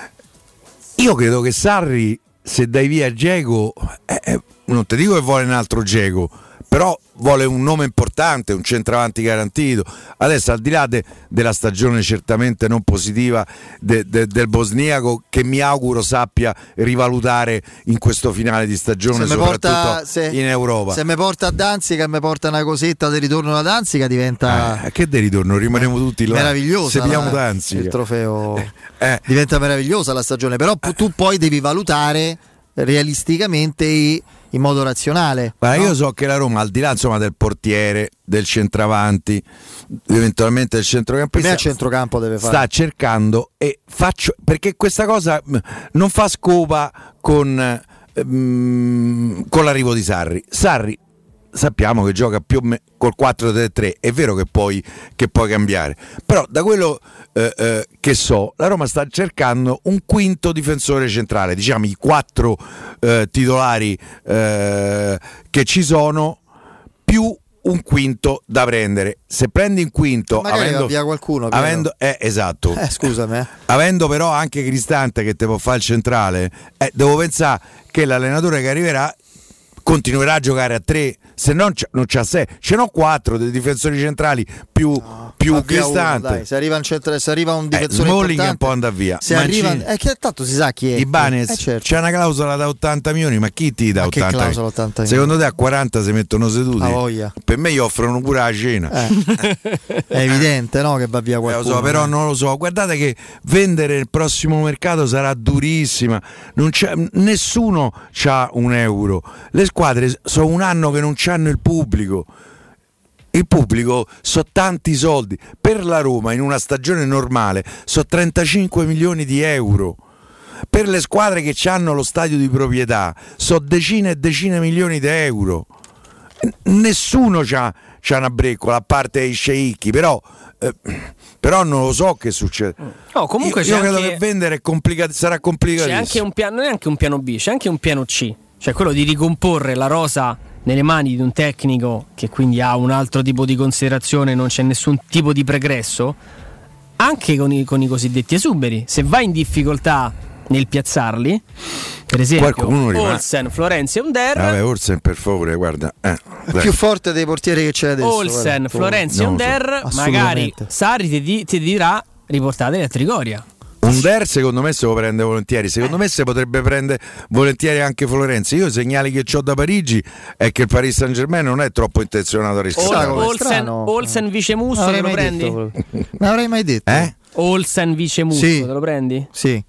Io credo che Sarri, se dai via Dzeko, eh, eh, non ti dico che vuole un altro Dzeko, però vuole un nome importante, un centravanti garantito. Adesso, al di là de- della stagione certamente non positiva de- de- del bosniaco, che mi auguro sappia rivalutare in questo finale di stagione, se mi soprattutto porta, se, in Europa. se mi porta a Danzica e mi porta una cosetta di ritorno da Danzica diventa Eh, che di ritorno, rimaniamo tutti là. meravigliosa. Seguiamo la- Danzica. il trofeo Eh. diventa meravigliosa la stagione, però pu- tu poi devi valutare realisticamente e in modo razionale. Ma no? io so che la Roma, al di là insomma del portiere, del centravanti, eventualmente del Per me centrocampista, a centrocampo deve fare. sta cercando, e faccio perché questa cosa mh, non fa scopa con, ehm, con l'arrivo di Sarri. Sarri sappiamo che gioca più o meno col quattro tre tre, è vero che puoi, che puoi cambiare, però da quello eh, eh, che so, la Roma sta cercando un quinto difensore centrale, diciamo i quattro eh, titolari eh, che ci sono, più un quinto da prendere. Se prendi un quinto, Magari avendo, va via qualcuno, Piero. avendo eh, esatto, Eh, scusami, eh. avendo però anche Cristante che te può fare il centrale, eh, devo pensare che l'allenatore che arriverà continuerà a giocare a tre, se non c'ha, non c'ha sei, ce n'ho quattro dei difensori centrali più, no, più distanti. Se arriva un, centro, se arriva un difensore eh, Smalling importante, un po' andà via. Se arriva, è che tanto si sa chi è. Ibanez, eh, certo. c'è una clausola da ottanta milioni, ma chi ti dà ma ottanta? Che clausola ottanta Secondo te a quaranta si mettono seduti? A voglia. Per me gli offrono pure la cena. Eh. È evidente, no, che va via qualcuno. Eh, lo so, però non lo so. Guardate che vendere il prossimo mercato sarà durissima. Non c'è, nessuno c'ha un euro. Le squadre sono un anno che non c'hanno il pubblico. Il pubblico so tanti soldi. Per la Roma in una stagione normale so trentacinque milioni di euro. Per le squadre che hanno lo stadio di proprietà so decine e decine di milioni di euro. Nessuno c'ha, c'ha una breccola a parte i sceicchi, però eh, però non lo so che succede. No, comunque io, c'è io credo anche, che vendere è complicato, sarà complicatissimo. C'è anche un piano, non è anche un piano B, c'è anche un piano C, cioè quello di ricomporre la rosa nelle mani di un tecnico che quindi ha un altro tipo di considerazione, non c'è nessun tipo di pregresso, anche con i, con i cosiddetti esuberi. Se vai in difficoltà nel piazzarli, per esempio Olsen, Florenzi e Under. Vabbè, Olsen per favore, guarda, eh, è più forte dei portieri che c'è adesso. Olsen, Florenzi e Under, so. Magari Sarri ti, di, ti dirà riportateli a Trigoria. Under secondo me se lo prende volentieri, secondo eh. me se potrebbe prendere volentieri anche Florenzi. Io i segnali che ho da Parigi è che il Paris Saint Germain non è troppo intenzionato a riscattare. Olsen, Olsen vice Musso, te lo prendi? Non l'avrei mai detto. Eh? Olsen vice Musso, sì. te lo prendi? Sì.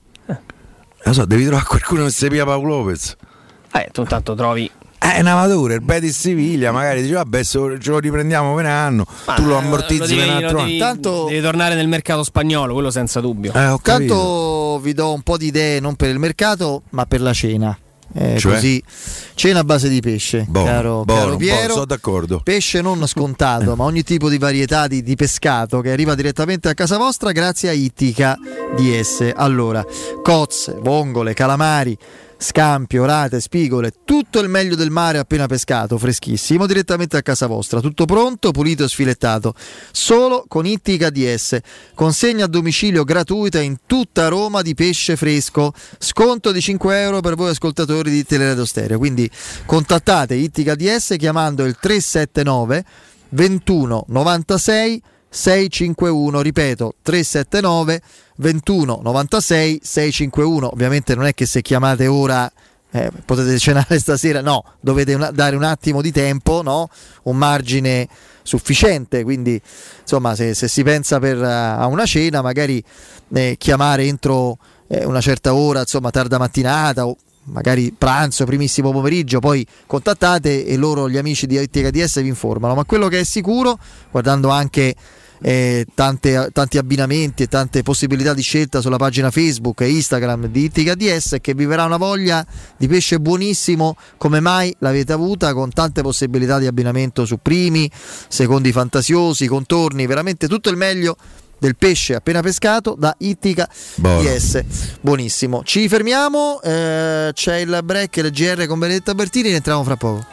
Lo so, devi trovare qualcuno che si pia Paolo Lopez. Eh, tu intanto trovi. Eh, un amatore, il Betis Siviglia, magari dice vabbè se ce lo riprendiamo per un anno, ma tu lo ammortizzi per un altro anno. Tanto devi tornare nel mercato spagnolo, quello senza dubbio. Eh, Tanto vi do un po' di idee, non per il mercato, ma per la cena. Eh, cioè? Così cena a base di pesce, buono, caro, buono, caro Piero. sono d'accordo. Pesce non scontato, ma ogni tipo di varietà di, di pescato che arriva direttamente a casa vostra grazie a Ittica D S. Allora, cozze, vongole, calamari, scampi, orate, spigole, tutto il meglio del mare appena pescato, freschissimo, direttamente a casa vostra, tutto pronto, pulito e sfilettato, solo con Ittica D S. Consegna a domicilio gratuita in tutta Roma di pesce fresco, sconto di cinque euro per voi ascoltatori di Teleradio Stereo, quindi contattate Ittica D S chiamando il tre sette nove ventuno novantasei seicentocinquantuno, ripeto tre sette nove ventuno novantasei seicentocinquantuno. Ovviamente non è che se chiamate ora eh, potete cenare stasera, no, dovete una, dare un attimo di tempo, no? Un margine sufficiente, quindi insomma se, se si pensa per, uh, a una cena magari eh, chiamare entro eh, una certa ora, insomma tarda mattinata o magari pranzo, primissimo pomeriggio, poi contattate e loro, gli amici di Ittica D S vi informano. Ma quello che è sicuro, guardando anche eh, tante, tanti abbinamenti e tante possibilità di scelta sulla pagina Facebook e Instagram di Ittica D S, è che vi verrà una voglia di pesce buonissimo come mai l'avete avuta, con tante possibilità di abbinamento su primi, secondi fantasiosi, contorni, veramente tutto il meglio del pesce appena pescato da Ittica D S. Buonissimo. Ci fermiamo, eh, c'è il break del G R con Benedetta Bertini, ne entriamo fra poco.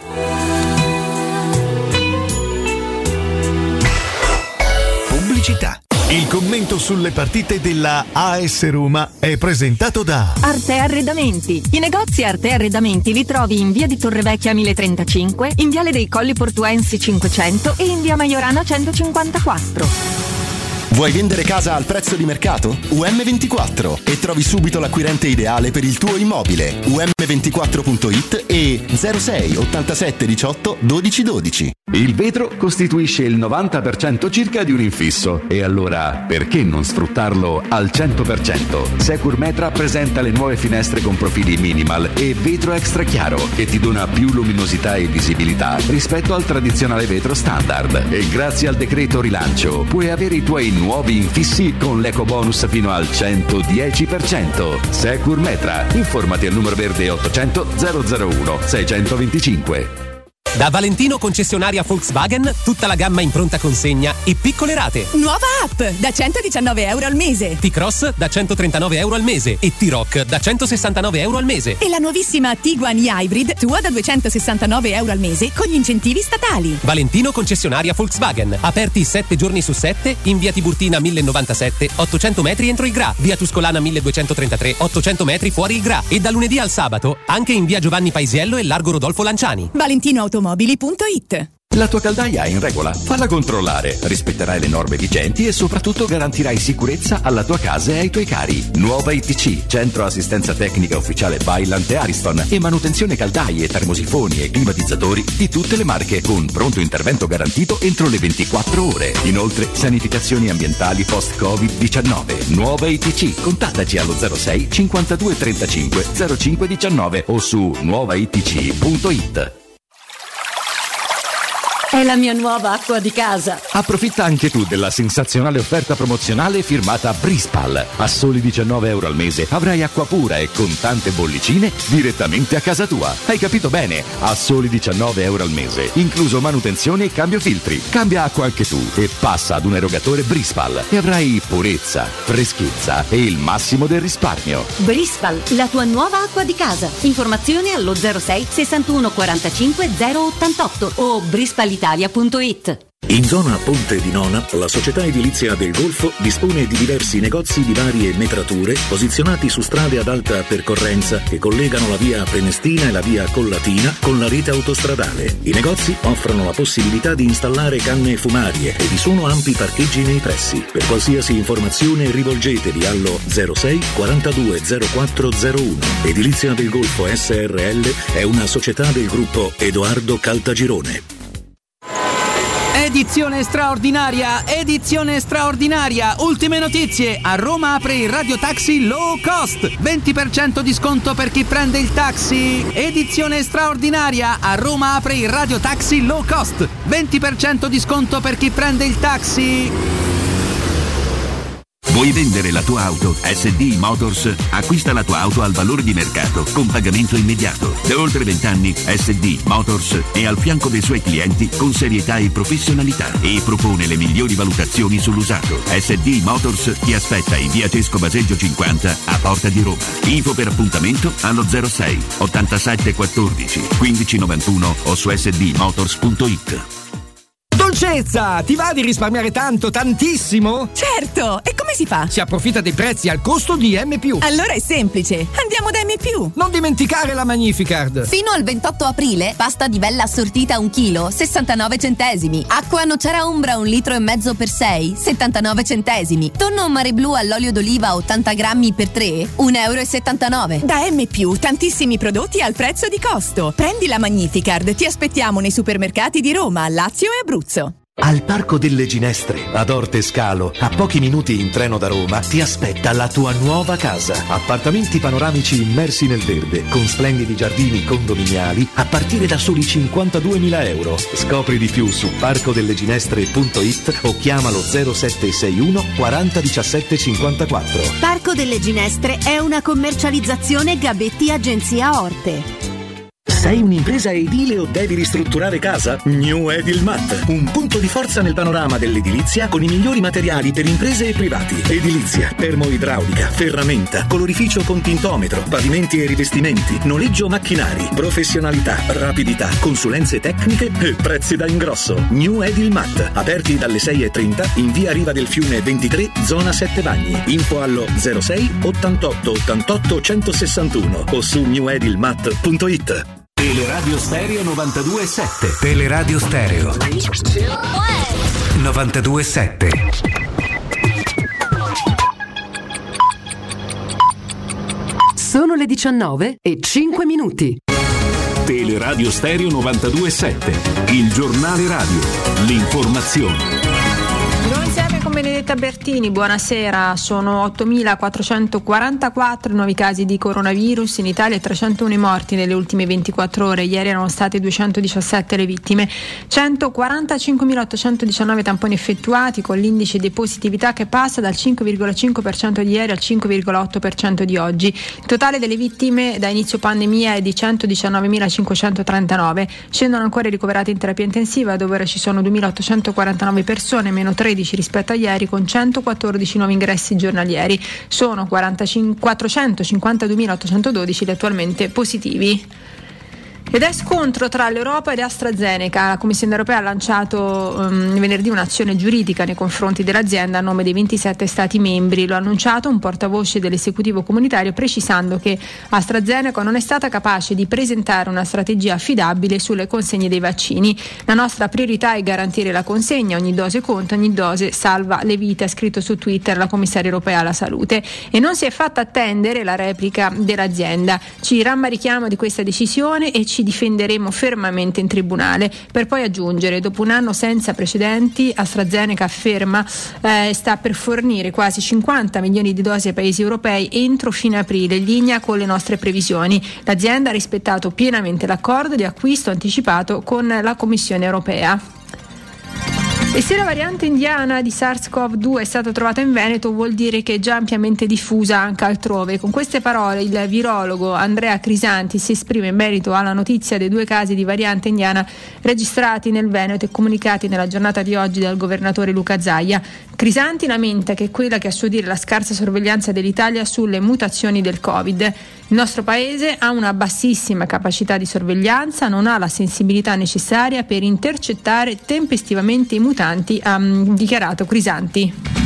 Pubblicità. Il commento sulle partite della A S Roma è presentato da Arte Arredamenti. I negozi Arte Arredamenti li trovi in via di Torrevecchia mille trentacinque, in viale dei Colli Portuensi cinquecento e in via Maiorana centocinquantaquattro. Vuoi vendere casa al prezzo di mercato? U M ventiquattro e trovi subito l'acquirente ideale per il tuo immobile. U M ventiquattro punto it e zero sei ottantasette diciotto dodici dodici. Il vetro costituisce il novanta per cento circa di un infisso e allora perché non sfruttarlo al cento per cento? Securmetra presenta le nuove finestre con profili minimal e vetro extra chiaro che ti dona più luminosità e visibilità rispetto al tradizionale vetro standard, e grazie al decreto rilancio puoi avere i tuoi nuovi infissi con l'eco bonus fino al centodieci per cento. Securmetra, informati al numero verde ottocento zero zero uno sei due cinque. Da Valentino concessionaria Volkswagen, tutta la gamma in pronta consegna e piccole rate. Nuova app da centodiciannove euro al mese. T-Cross da centotrentanove euro al mese e T-Rock da centosessantanove euro al mese. E la nuovissima Tiguan e-Hybrid tua da duecentosessantanove euro al mese con gli incentivi statali. Valentino concessionaria Volkswagen, aperti sette giorni su sette in via Tiburtina mille novantasette, ottocento metri entro il Gra, via Tuscolana milleduecentotrentatré, ottocento metri fuori il Gra e da lunedì al sabato anche in via Giovanni Paisiello e largo Rodolfo Lanciani. Valentino Automobili punto it. La tua caldaia è in regola? Falla controllare. Rispetterai le norme vigenti e soprattutto garantirai sicurezza alla tua casa e ai tuoi cari. Nuova I T C, centro assistenza tecnica ufficiale Vaillant e Ariston e manutenzione caldaie, termosifoni e climatizzatori di tutte le marche con pronto intervento garantito entro le ventiquattro ore. Inoltre, sanificazioni ambientali post-covid diciannove. Nuova I T C, contattaci allo zero sei cinquantadue trentacinque zero cinque diciannove o su nuova I T C punto it. È la mia nuova acqua di casa. Approfitta anche tu della sensazionale offerta promozionale firmata Brispal. A soli diciannove euro al mese avrai acqua pura e con tante bollicine direttamente a casa tua. Hai capito bene? A soli diciannove euro al mese, incluso manutenzione e cambio filtri. Cambia acqua anche tu e passa ad un erogatore Brispal e avrai purezza, freschezza e il massimo del risparmio. Brispal, la tua nuova acqua di casa. Informazioni allo zero sei sessantuno quarantacinque zero ottantotto o brispal italia punto it. In zona Ponte di Nona, la società edilizia del Golfo dispone di diversi negozi di varie metrature posizionati su strade ad alta percorrenza che collegano la via Prenestina e la via Collatina con la rete autostradale. I negozi offrono la possibilità di installare canne fumarie e vi sono ampi parcheggi nei pressi. Per qualsiasi informazione rivolgetevi allo zero sei quarantadue zero quattro zero uno. Edilizia del Golfo S R L è una società del gruppo Edoardo Caltagirone. Edizione straordinaria, edizione straordinaria, ultime notizie, a Roma apre il Radio Taxi Low Cost, venti per cento di sconto per chi prende il taxi. Edizione straordinaria, a Roma apre il Radio Taxi Low Cost, venti per cento di sconto per chi prende il taxi. Vuoi vendere la tua auto? S D Motors acquista la tua auto al valore di mercato con pagamento immediato. Da oltre vent'anni S D Motors è al fianco dei suoi clienti con serietà e professionalità e propone le migliori valutazioni sull'usato. S D Motors ti aspetta in via Cesco Baseggio cinquanta a Porta di Roma. Info per appuntamento allo zero sei ottantasette quattordici quindici novantuno o su s d motors punto it. Dolcezza! Ti va di risparmiare tanto, tantissimo? Certo! E come si fa? Si approfitta dei prezzi al costo di M più. Allora è semplice, andiamo da M più. Non dimenticare la Magnificard. Fino al ventotto aprile, pasta di bella assortita un chilo, sessantanove centesimi. Acqua nocera Umbra un litro e mezzo per sei, settantanove centesimi. Tonno Mare Blu all'olio d'oliva ottanta grammi per tre, un euro e settantanove. Da M più, tantissimi prodotti al prezzo di costo. Prendi la Magnificard, ti aspettiamo nei supermercati di Roma, Lazio e Abruzzo. Al Parco delle Ginestre, ad Orte Scalo, a pochi minuti in treno da Roma, ti aspetta la tua nuova casa. Appartamenti panoramici immersi nel verde, con splendidi giardini condominiali, a partire da soli cinquantaduemila euro. Scopri di più su parco delle ginestre punto it o chiamalo zero sette sei uno quaranta diciassette cinquantaquattro. Parco delle Ginestre è una commercializzazione Gabetti Agenzia Orte. Sei un'impresa edile o devi ristrutturare casa? New Edilmat, un punto di forza nel panorama dell'edilizia con i migliori materiali per imprese e privati. Edilizia, termoidraulica, ferramenta, colorificio con tintometro, pavimenti e rivestimenti, noleggio macchinari, professionalità, rapidità, consulenze tecniche e prezzi da ingrosso. New Edilmat, aperti dalle sei e trenta in via Riva del Fiume ventitré, zona Sette Bagni. Info allo zero sei ottantotto ottantotto centosessantuno o su new edilmat punto it. Teleradio Stereo novantadue sette. Teleradio Stereo novantadue sette. Sono le diciannove e cinque minuti. Teleradio Stereo novantadue sette. Il giornale radio. L'informazione. Non siamo Direzione con Benedetta Bertini, buonasera. Sono ottomilaquattrocentoquarantaquattro nuovi casi di coronavirus in Italia e trecentouno i morti nelle ultime ventiquattro ore. Ieri erano state duecentodiciassette le vittime, centoquarantacinquemilaottocentodiciannove tamponi effettuati, con l'indice di positività che passa dal cinque virgola cinque per cento di ieri al cinque virgola otto per cento di oggi. Il totale delle vittime da inizio pandemia è di centodiciannovemilacinquecentotrentanove. Scendono ancora i ricoverati in terapia intensiva, dove ora ci sono duemilaottocentoquarantanove persone, meno tredici rispetto a ieri, con centoquattordici nuovi ingressi giornalieri. Sono quattrocentocinquantaduemilaottocentododici gli attualmente positivi. Ed è scontro tra l'Europa ed AstraZeneca. La Commissione europea ha lanciato um, venerdì un'azione giuridica nei confronti dell'azienda a nome dei ventisette Stati membri. Lo ha annunciato un portavoce dell'esecutivo comunitario, precisando che AstraZeneca non è stata capace di presentare una strategia affidabile sulle consegne dei vaccini. La nostra priorità è garantire la consegna, ogni dose conta, ogni dose salva le vite, ha scritto su Twitter la commissaria europea alla salute. E non si è fatta attendere la replica dell'azienda. Ci rammarichiamo di questa decisione e ci difenderemo fermamente in tribunale, per poi aggiungere: dopo un anno senza precedenti, AstraZeneca afferma eh, sta per fornire quasi cinquanta milioni di dosi ai paesi europei entro fine aprile, in linea con le nostre previsioni. L'azienda ha rispettato pienamente l'accordo di acquisto anticipato con la Commissione europea. E se la variante indiana di SARS-CoV due è stata trovata in Veneto, vuol dire che è già ampiamente diffusa anche altrove. Con queste parole il virologo Andrea Crisanti si esprime in merito alla notizia dei due casi di variante indiana registrati nel Veneto e comunicati nella giornata di oggi dal governatore Luca Zaia. Crisanti lamenta che è quella che a suo dire la scarsa sorveglianza dell'Italia sulle mutazioni del Covid. Il nostro paese ha una bassissima capacità di sorveglianza, non ha la sensibilità necessaria per intercettare tempestivamente i mutanti, ha dichiarato Crisanti.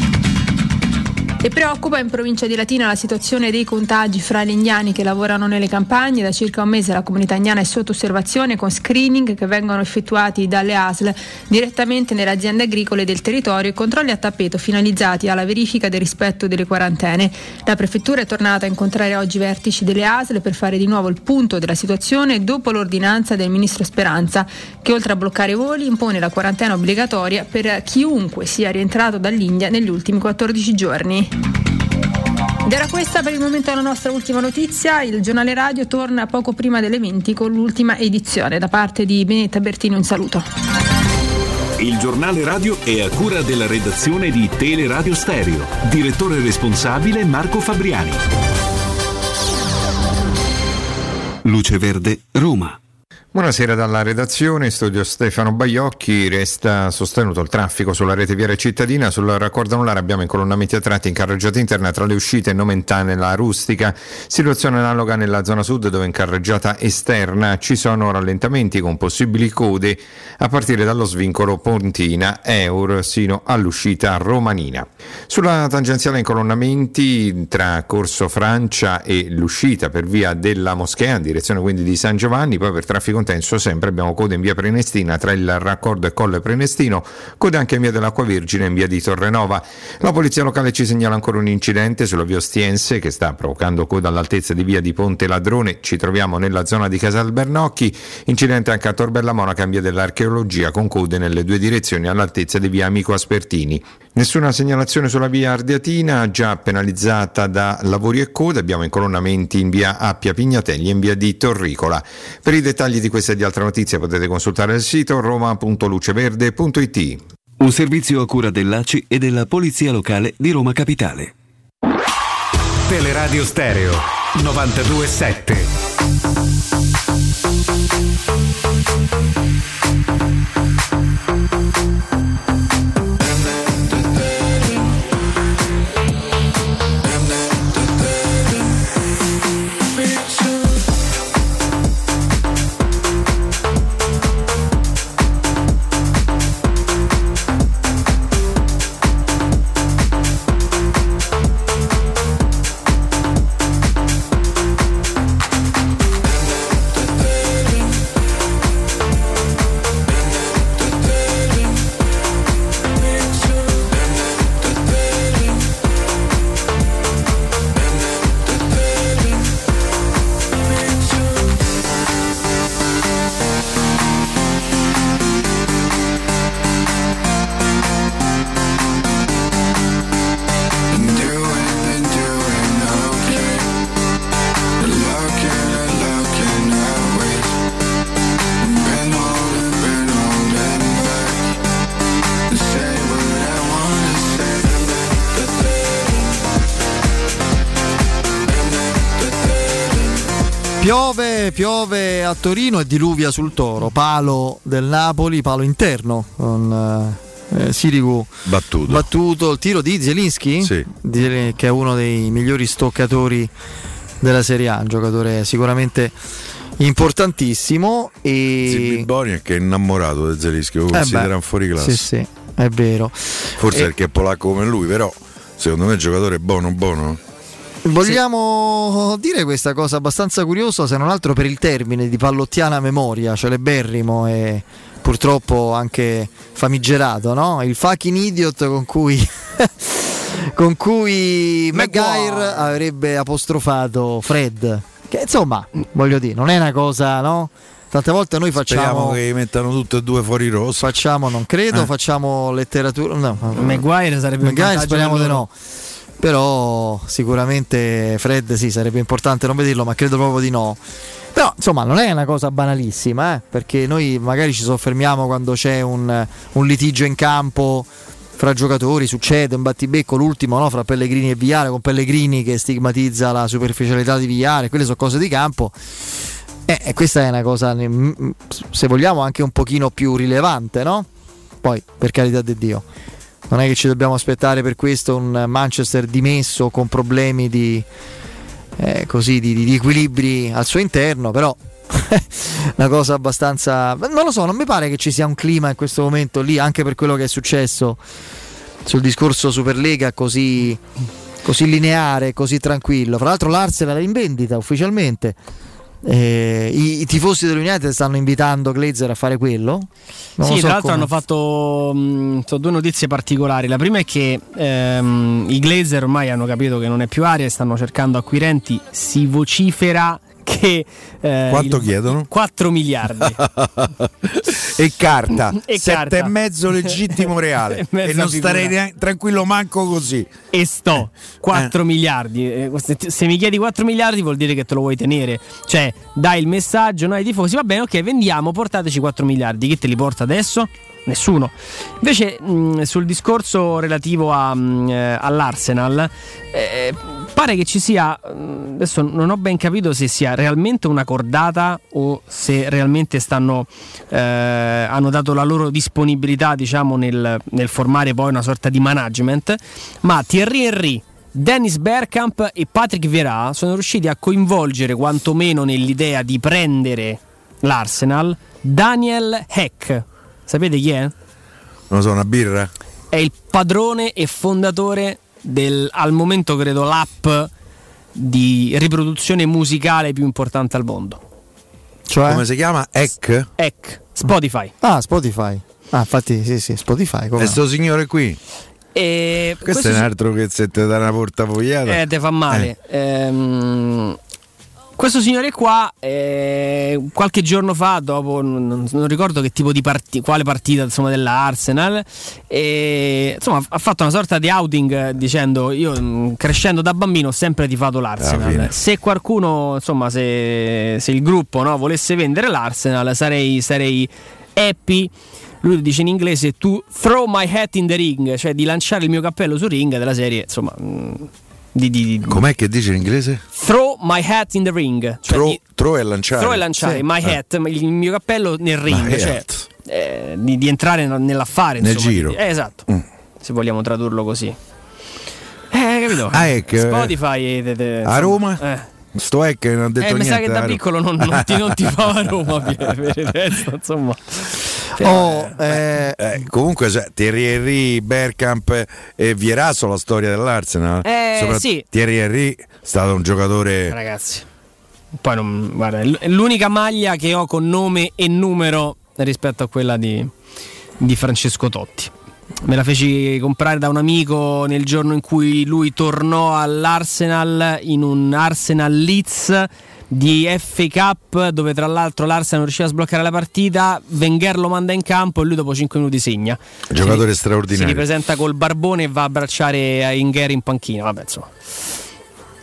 E preoccupa in provincia di Latina la situazione dei contagi fra gli indiani che lavorano nelle campagne. Da circa un mese la comunità indiana è sotto osservazione, con screening che vengono effettuati dalle A S L direttamente nelle aziende agricole del territorio e controlli a tappeto finalizzati alla verifica del rispetto delle quarantene. La prefettura è tornata a incontrare oggi i vertici delle A S L per fare di nuovo il punto della situazione dopo l'ordinanza del ministro Speranza, che oltre a bloccare i voli impone la quarantena obbligatoria per chiunque sia rientrato dall'India negli ultimi quattordici giorni. Ed era questa per il momento la nostra ultima notizia. Il giornale radio torna poco prima delle venti con l'ultima edizione. Da parte di Benedetta Bertini un saluto. Il giornale radio è a cura della redazione di Teleradio Stereo. Direttore responsabile Marco Fabriani. Luce Verde, Roma. Buonasera dalla redazione, studio Stefano Baiocchi. Resta sostenuto il traffico sulla rete viaria cittadina. Sul raccordo anulare abbiamo incolonnamenti a tratti in carreggiata interna tra le uscite Nomentana e la Rustica. Situazione analoga nella zona sud, dove in carreggiata esterna ci sono rallentamenti con possibili code a partire dallo svincolo Pontina Eur sino all'uscita Romanina. Sulla tangenziale incolonnamenti tra Corso Francia e l'uscita per via della Moschea in direzione quindi di San Giovanni. Poi per traffico intenso sempre abbiamo code in via Prenestina tra il raccordo e Colle Prenestino, code anche in via dell'Acqua Vergine e in via di Torrenova. La polizia locale ci segnala ancora un incidente sulla via Ostiense che sta provocando coda all'altezza di via di Ponte Ladrone. Ci troviamo nella zona di Casal Bernocchi. Incidente anche a Torbella Monaca in via dell'Archeologia con code nelle due direzioni all'altezza di via Amico Aspertini. Nessuna segnalazione sulla via Ardeatina, già penalizzata da lavori e code. Abbiamo incolonnamenti in via Appia Pignatelli e in via di Torricola. Per i dettagli di questa e di altre notizie potete consultare il sito roma punto luceverde punto it. Un servizio a cura dell'A C I e della Polizia Locale di Roma Capitale. Teleradio Stereo novantadue sette. Piove, piove a Torino e diluvia sul Toro, palo del Napoli, palo interno con eh, Sirigu battuto. battuto, il tiro di Zielinski, sì. di, che è uno dei migliori stoccatori della Serie A, un giocatore sicuramente importantissimo. E Zibibonia che è innamorato di Zielinski, lo considerano eh fuori classe. Sì, sì, è vero. Forse e... perché è polacco come lui, però secondo me è un giocatore buono buono. Vogliamo sì. dire questa cosa abbastanza curiosa, se non altro per il termine di pallottiana memoria, celeberrimo e purtroppo anche famigerato, no? Il fucking idiot con cui con cui Maguire avrebbe apostrofato Fred, che insomma, voglio dire, non è una cosa, no? Tante volte noi facciamo. Speriamo che mettano tutte e due fuori rosso. Facciamo, non credo, eh. facciamo letteratura. No, Maguire sarebbe Maguire, speriamo di no. Però sicuramente Fred sì, sarebbe importante non vederlo, ma credo proprio di no. Però insomma non è una cosa banalissima, eh? Perché noi magari ci soffermiamo quando c'è un, un litigio in campo fra giocatori, succede un battibecco, l'ultimo, no? Fra Pellegrini e Villar, con Pellegrini che stigmatizza la superficialità di Villar, quelle sono cose di campo. Eh, e questa è una cosa, se vogliamo, anche un pochino più rilevante, no? Poi, per carità di Dio, non è che ci dobbiamo aspettare per questo un Manchester dimesso con problemi di, eh, così, di, di equilibri al suo interno, però una cosa abbastanza, non lo so, non mi pare che ci sia un clima in questo momento lì, anche per quello che è successo sul discorso Superlega così, così lineare, così tranquillo. Fra l'altro l'Arsenal è in vendita ufficialmente. Eh, i, i tifosi dell'United stanno invitando Glazer a fare quello. Non sì, so tra l'altro come. hanno fatto mh, so, due notizie particolari. La prima è che ehm, i Glazer ormai hanno capito che non è più aria e stanno cercando acquirenti. Si vocifera che eh, quanto il, chiedono? quattro miliardi e carta e sette carta. e mezzo legittimo reale e, e non figura. Starei neanche, tranquillo manco così e sto quattro eh. miliardi. Se mi chiedi quattro miliardi vuol dire che te lo vuoi tenere, cioè dai il messaggio noi ai tifosi, va bene, ok, vendiamo, portateci quattro miliardi. Chi te li porta adesso? Nessuno. Invece mh, sul discorso relativo a, mh, all'Arsenal eh, pare che ci sia, adesso non ho ben capito se sia realmente una cordata o se realmente stanno eh, hanno dato la loro disponibilità, diciamo, nel, nel formare poi una sorta di management, ma Thierry Henry, Dennis Bergkamp e Patrick Vieira sono riusciti a coinvolgere quantomeno nell'idea di prendere l'Arsenal Daniel Heck. Sapete chi è? Non lo so, una birra? È il padrone e fondatore del, al momento credo, l'app di riproduzione musicale più importante al mondo. Cioè? Come si chiama? Eck? Eck, Spotify. Ah, Spotify. Ah, infatti sì, sì, Spotify. È sto signore qui. E questo, questo è un altro che se te dà una portafogliata. Eh, te fa male. Eh. Ehm... Questo signore qua eh, qualche giorno fa, dopo non, non ricordo che tipo di partita, quale partita insomma dell'Arsenal, eh, insomma ha fatto una sorta di outing dicendo: io mh, crescendo da bambino ho sempre tifato l'Arsenal, se qualcuno, insomma, se, se il gruppo, no, volesse vendere l'Arsenal sarei, sarei happy. Lui dice in inglese to throw my hat in the ring, cioè di lanciare il mio cappello sul ring della serie, insomma. Mh, Di, di, di. Com'è che dice in inglese? Throw my hat in the ring, cioè throw, di, throw e lanciare, throw e lanciare sì. my hat, eh. il mio cappello nel ring, my cioè eh, di, di entrare nell'affare, nel insomma, giro, di, eh, esatto, mm. se vogliamo tradurlo così, eh, capito? Ah, ecco, Spotify eh, de, de, a Roma? Eh. Sto è che non ha detto eh, niente. Mi sa che da piccolo non, non ti, non ti fa a Roma per, per il resto, insomma. Oh, eh, eh, comunque cioè, Thierry Henry, Bergkamp e Vieira sono la storia dell'Arsenal. Eh, Sopra- sì. Thierry Henry è stato un giocatore. Ragazzi, poi non, guarda, è l'unica maglia che ho con nome e numero rispetto a quella di, di Francesco Totti. Me la feci comprare da un amico nel giorno in cui lui tornò all'Arsenal in un Arsenal Leeds di F A Cup, dove tra l'altro l'Arsenal non riusciva a sbloccare la partita. Wenger lo manda in campo e lui dopo cinque minuti segna. Giocatore si, straordinario. Si ripresenta col barbone e va a abbracciare Wenger in panchina. Vabbè, insomma,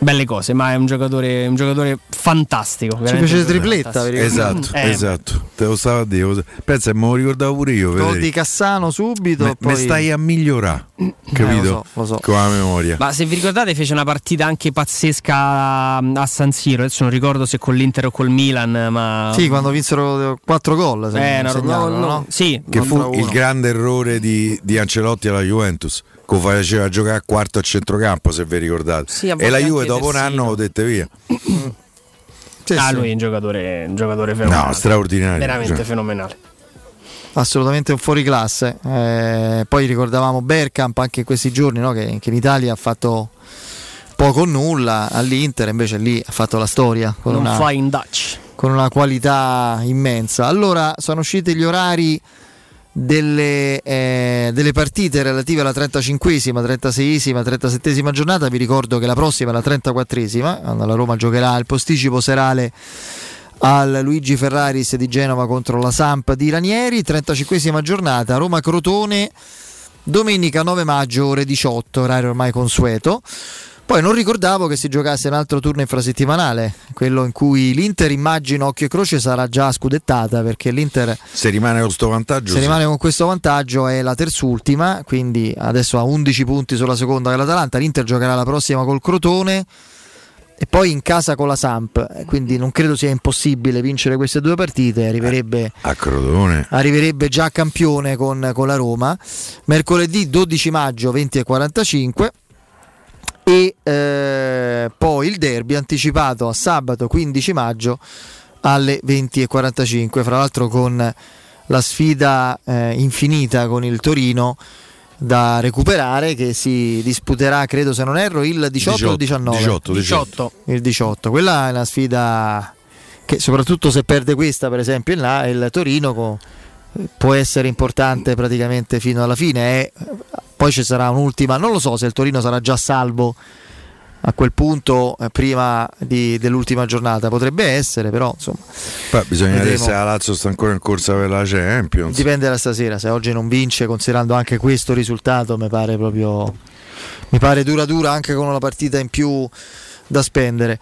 belle cose, ma è un giocatore, un giocatore fantastico. Ci fece tripletta, esatto, eh. esatto. Te lo stavo a dire. Pensa, me lo ricordavo pure io. Gol di Cassano subito. Me, poi... me stai a migliorare, capito? Eh, lo so, lo so. Con la memoria. Ma se vi ricordate, fece una partita anche pazzesca a San Siro. Adesso non ricordo se con l'Inter o col Milan, ma sì, quando vinsero quattro gol. Eh, no, no, no, no? Sì, che fu il grande errore di, di Ancelotti alla Juventus. Che faceva giocare a quarto a centrocampo, se vi ricordate. Sì, e la Juve dopo un anno lo dette via. Sì, ah, sì. Lui è un giocatore, un giocatore fenomenale. No, straordinario. Veramente cioè. fenomenale. Assolutamente un fuoriclasse. Eh, poi ricordavamo Bergkamp anche in questi giorni, no? che, che in Italia ha fatto poco o nulla all'Inter, invece lì ha fatto la storia con, non una, flying Dutch. con una qualità immensa. Allora sono usciti gli orari Delle, eh, delle partite relative alla trentacinquesima, trentaseiesima, trentasettesima giornata. Vi ricordo che la prossima è la trentaquattresima, quando la Roma giocherà il posticipo serale al Luigi Ferraris di Genova contro la Samp di Ranieri. trentacinquesima giornata, Roma-Crotone, domenica nove maggio ore diciotto, orario ormai consueto. Poi non ricordavo che si giocasse un altro turno infrasettimanale, quello in cui l'Inter, immagino, occhio e croce, sarà già scudettata, perché l'Inter, se rimane con questo vantaggio, se sì. rimane con questo vantaggio è la terzultima, quindi adesso ha undici punti sulla seconda che l'Atalanta. L'Inter giocherà la prossima col Crotone e poi in casa con la Samp, quindi non credo sia impossibile vincere queste due partite. Arriverebbe a Crotone, arriverebbe già campione con, con la Roma. Mercoledì dodici maggio venti e quarantacinque. E eh, poi il derby anticipato a sabato quindici maggio alle venti e quarantacinque, fra l'altro con la sfida eh, infinita con il Torino da recuperare, che si disputerà, credo, se non erro, il diciotto o il diciannove? diciotto, diciotto. Il diciotto. Quella è una sfida che, soprattutto se perde questa, per esempio, il, il Torino con, può essere importante praticamente fino alla fine. È, poi ci sarà un'ultima, non lo so se il Torino sarà già salvo a quel punto eh, prima di, dell'ultima giornata, potrebbe essere, però insomma. Poi bisogna vedere se la Lazio sta ancora in corsa per la Champions. Dipende da stasera, se oggi non vince, considerando anche questo risultato, mi pare proprio, mi pare dura dura, anche con una partita in più da spendere.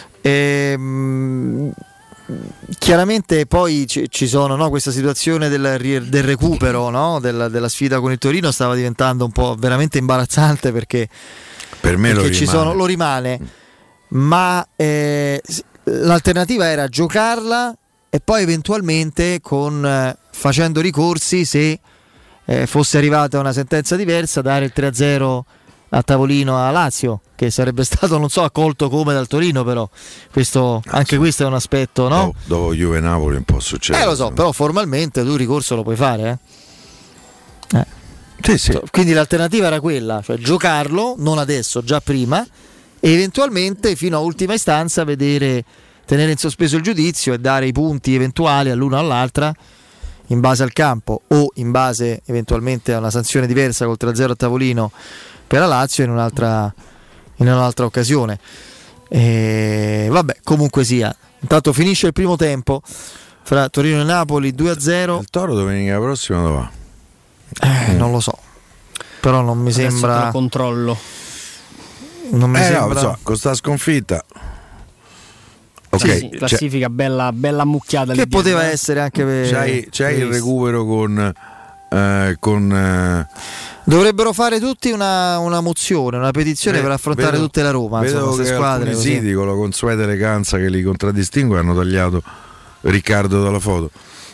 Ehm, chiaramente poi ci, ci sono, no, questa situazione del, del recupero, no, della, della sfida con il Torino stava diventando un po' veramente imbarazzante, perché per me perché lo ci rimane. sono, lo rimane, ma eh, l'alternativa era giocarla e poi eventualmente con eh, facendo ricorsi, se eh, fosse arrivata una sentenza diversa, dare il tre a zero a tavolino a Lazio, che sarebbe stato, non so, accolto come dal Torino, però questo, anche questo è un aspetto, no? Dopo, dopo Juve Napoli un po' succede. Eh lo so, però formalmente tu ricorso lo puoi fare, eh? eh. Sì, sì. Quindi l'alternativa era quella, cioè giocarlo, non adesso, già prima, e eventualmente fino a ultima istanza vedere, tenere in sospeso il giudizio e dare i punti eventuali all'una o all'altra in base al campo, o in base eventualmente a una sanzione diversa col tre a zero a tavolino per la Lazio in un'altra, in un'altra occasione. E vabbè, comunque sia, intanto finisce il primo tempo fra Torino e Napoli due a zero. Il Toro domenica prossima dove va? Eh, non lo so, però non mi Adesso sembra. te lo controllo. Non mi eh sembra. No, so, con sta sconfitta. Ok, sì, sì, classifica bella, bella mucchiata. Che poteva dietro, essere anche per. C'hai, c'hai il recupero con. Eh, con eh... Dovrebbero fare tutti una, una mozione, una petizione eh, per affrontare vedo, tutte la Roma. Vedo insomma, che queste squadre. Siti con la consueta eleganza che li contraddistingue hanno tagliato Riccardo dalla foto.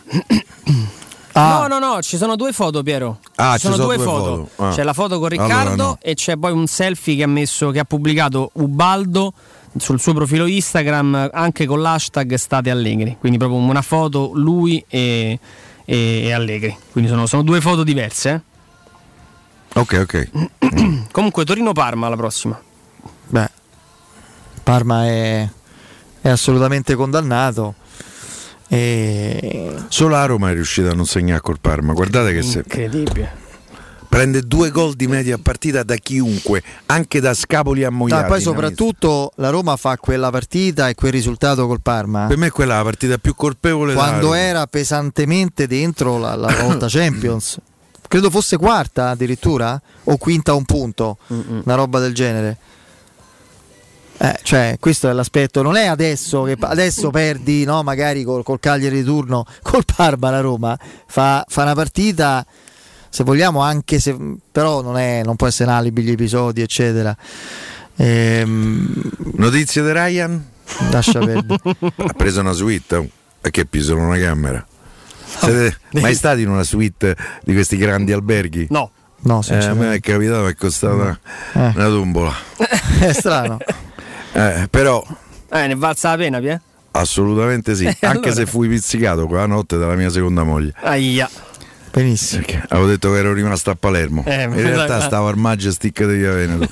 Ah. No, no, no, ci sono due foto, Piero. Ah, ci sono, sono due, due foto. foto. Ah. C'è la foto con Riccardo, allora no. E c'è poi un selfie che ha messo, che ha pubblicato Ubaldo sul suo profilo Instagram, anche con l'hashtag State Allegri. Quindi proprio una foto lui e, e, e Allegri. Quindi sono, sono due foto diverse. Eh? Ok, ok. Comunque Torino-Parma la prossima. Beh, Parma è, è assolutamente condannato. E... Solo la Roma è riuscita a non segnare col Parma. Guardate che se incredibile, prende due gol di media partita da chiunque, anche da Scapoli a Moiati. No, poi soprattutto la Roma fa quella partita e quel risultato col Parma. Per me è quella la partita più colpevole quando era pesantemente dentro la, la volta Champions. Credo fosse quarta addirittura o quinta a un punto, Mm-mm. una roba del genere. Eh, cioè, questo è l'aspetto, non è adesso che adesso perdi, no? Magari col, col Cagliari di turno, col Parma la Roma fa, fa una partita, se vogliamo, anche se però non è, non può essere un alibi gli episodi, eccetera. Ehm, Notizie di Ryan? Lascia perdere. Ha preso una suite, perché pisano una camera. Siete mai stati in una suite di questi grandi alberghi? No. No, eh, a me è capitato, è costata eh. una tombola. È strano. Eh, però Eh, ne valsa la pena, Pie? assolutamente sì, Eh, anche allora. se fui pizzicato quella notte dalla mia seconda moglie. Aia. Benissimo. Perché avevo detto che ero rimasto a Palermo. Eh, in ma- realtà stavo al Majestic di Via Veneto.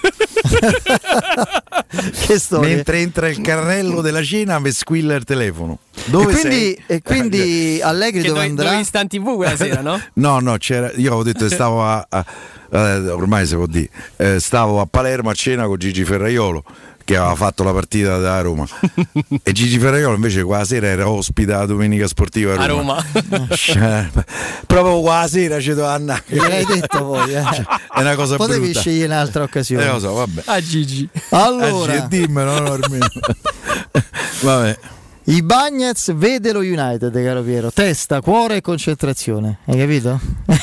Che storia. Mentre entra il carrello della cena mi squilla il telefono. Dove e quindi, sei? e quindi Allegri Che dove dove- andrà? dovevi sta in tivù quella sera, no? No, no, c'era, io avevo detto che stavo a, a- eh, ormai si può dire, eh, stavo a Palermo a cena con Gigi Ferraiolo che aveva fatto la partita da Roma e Gigi Ferraiolo invece quella sera era ospite alla domenica sportiva a A Roma, Roma. Cioè, proprio quella sera ci devo andare. Gliel'hai detto voi, eh? È una cosa Potevi brutta. scegliere un'altra occasione. Eh, lo so, vabbè. A Gigi. Allora, Eh, dimmelo, no, almeno. Vabbè. i Bagnets vede lo United, caro Piero. Testa, cuore e concentrazione. Hai capito?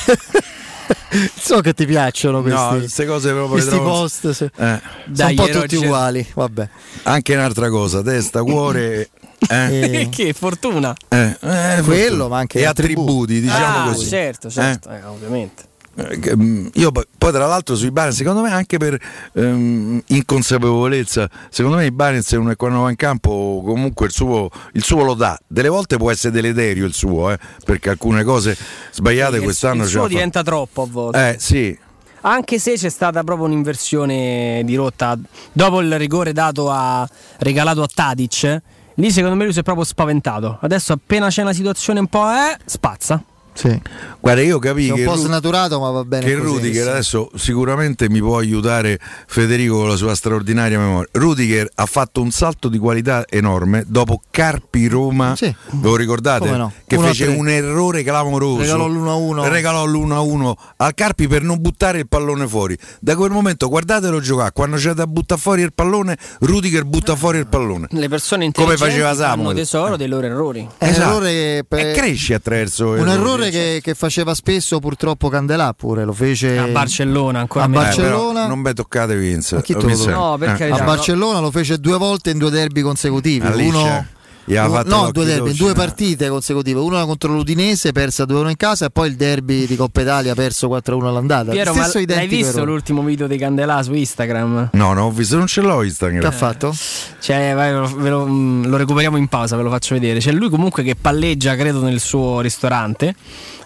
So che ti piacciono questi, No, queste cose proprio questi le trovo- post. Se... Eh. Sono Dai, un po' Roger. tutti uguali. Vabbè. Anche un'altra cosa, testa, cuore, eh, E- Che fortuna. eh, eh, quello, ma anche e attributi. attributi, diciamo Ah, così. certo, certo, eh, ovviamente. Eh, che, mm, Io poi, poi tra l'altro sui Barnes, secondo me anche per ehm, inconsapevolezza, secondo me i Barnes quando va in campo comunque il suo, il suo lo dà. Delle volte può essere deleterio il suo, eh, perché alcune cose sbagliate Il- quest'anno il ce suo la fa. diventa troppo a volte. Eh sì, Anche se c'è stata proprio un'inversione di rotta dopo il rigore dato a regalato a Tadic. Lì secondo me lui si è proprio spaventato. Adesso appena c'è una situazione un po' eh, spazza. Sì. guarda, io capii È un che po' Ru- snaturato, ma va bene che così. Rudiger adesso sicuramente mi può aiutare Federico con la sua straordinaria memoria. Rudiger ha fatto un salto di qualità enorme dopo Carpi Roma, Sì. ve lo ricordate? Come no? Che uno a fece tre. un errore clamoroso, Regalò l'uno a uno. regalò l'uno a uno al Carpi per non buttare il pallone fuori. Da quel momento guardatelo giocare, quando c'è da buttare fuori il pallone Rudiger butta fuori il pallone. Le persone Come intelligenti faceva fanno Samuel. tesoro dei loro errori. È un Esatto. errore per- E cresce attraverso un errore che, che faceva spesso purtroppo Candelà pure, lo fece A Barcellona ancora a meglio. Eh, però Barcellona. non mi toccate Vince. Ma chi te lo Vince- tocca? No, per eh. carità. a Barcellona lo fece due volte in due derby consecutivi. Alice, Uno gli aveva fatto no, l'occhio due derby, in dolce, due no? partite consecutive. Una contro l'Udinese, persa due uno in casa, e poi il derby di Coppa Italia perso quattro a uno all'andata. Piero, ma Stesso l'hai identico visto errore. l'ultimo video di Candelà su Instagram? No, no, ho visto, non ce l'ho Instagram. Che ha fatto? Cioè, vai, ve lo, ve lo- mm, lo recuperiamo in pausa, ve lo faccio vedere. C'è lui comunque che palleggia, credo, nel suo ristorante.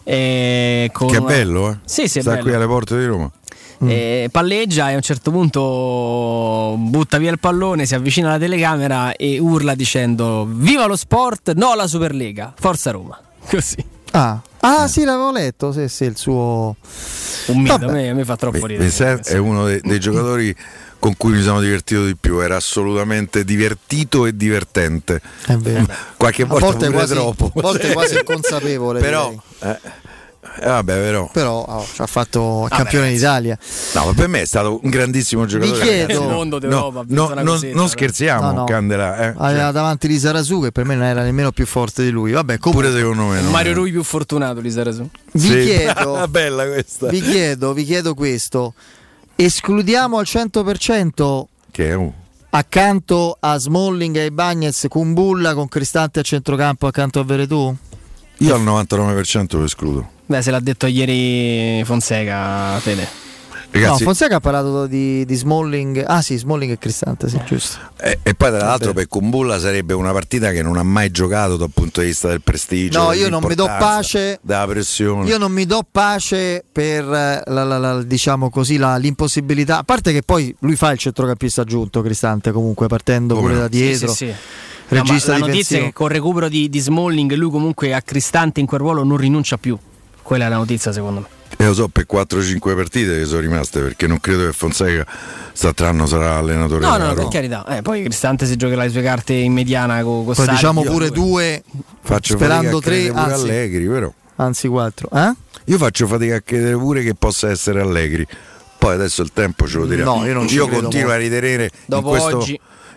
E con... Che è bello, eh? Sì, sì, è Sta bello. qui alle porte di Roma. Eh, palleggia e a un certo punto butta via il pallone, si avvicina alla telecamera e urla dicendo: viva lo sport, no la Superlega, forza Roma. Così. Ah, ah sì, l'avevo letto. Sì, sì, il suo Un mito, a Vabbè. me, a me fa troppo ridere. Vincent è uno dei, dei giocatori con cui mi sono divertito di più. Era assolutamente divertito e divertente. È vero. Qualche A volta volte pure quasi, troppo. a volte quasi inconsapevole. Però, direi. eh, eh, vabbè, però. Però oh, ci ha fatto il campione d'Italia. No, ma per me è stato un grandissimo giocatore. chiedo- ragazzi. Il mondo d'Europa, no, ha vinto no, una non, cosetta, non però. scherziamo, No, no. Candela. Eh. Aveva Cioè, davanti Lizarazu, che per me non era nemmeno più forte di lui. Vabbè, pure comunque secondo me. no? Mario Rui più fortunato di Sarasu. vi Sì. chiedo, Bella questa. vi chiedo, vi chiedo questo. Escludiamo al cento per cento Che è un. accanto a Smalling e ai Bagnets Kumbulla con Cristante a centrocampo accanto a Veretù? Io al novantanove per cento lo escludo. Beh, se l'ha detto ieri Fonseca, Fede. Ragazzi, No, Fonseca ha parlato di, di Smalling. Ah sì, Smalling e Cristante, sì, giusto. e, e poi tra l'altro per Kumbulla sarebbe una partita che non ha mai giocato dal punto di vista del prestigio. No, io non mi do dell'importanza, pace. della pressione. Io non mi do pace per eh, la, la, la, diciamo così, la, l'impossibilità. A parte che poi lui fa il centrocampista aggiunto, Cristante, comunque partendo Come pure no? da dietro. Sì, sì, sì. No, ma Regista la notizia è difensivo. che col recupero di, di Smalling lui comunque a Cristante in quel ruolo non rinuncia più. Quella è la notizia secondo me. E lo so, per quattro cinque partite che sono rimaste, perché non credo che Fonseca quest'anno sarà allenatore No, della no, per Roma. carità. Eh, poi Cristante si giocherà le sue carte in mediana con, con Poi Sarri. diciamo Io- pure lui. due, Faccio sperando fatica a credere tre, pure anzi, Allegri, però. anzi quattro. Eh? Io faccio fatica a credere pure che possa essere Allegri. Poi adesso il tempo ce lo dirà. No, io non ci credo continuo molto. a ritenere in Dopo questo, oggi.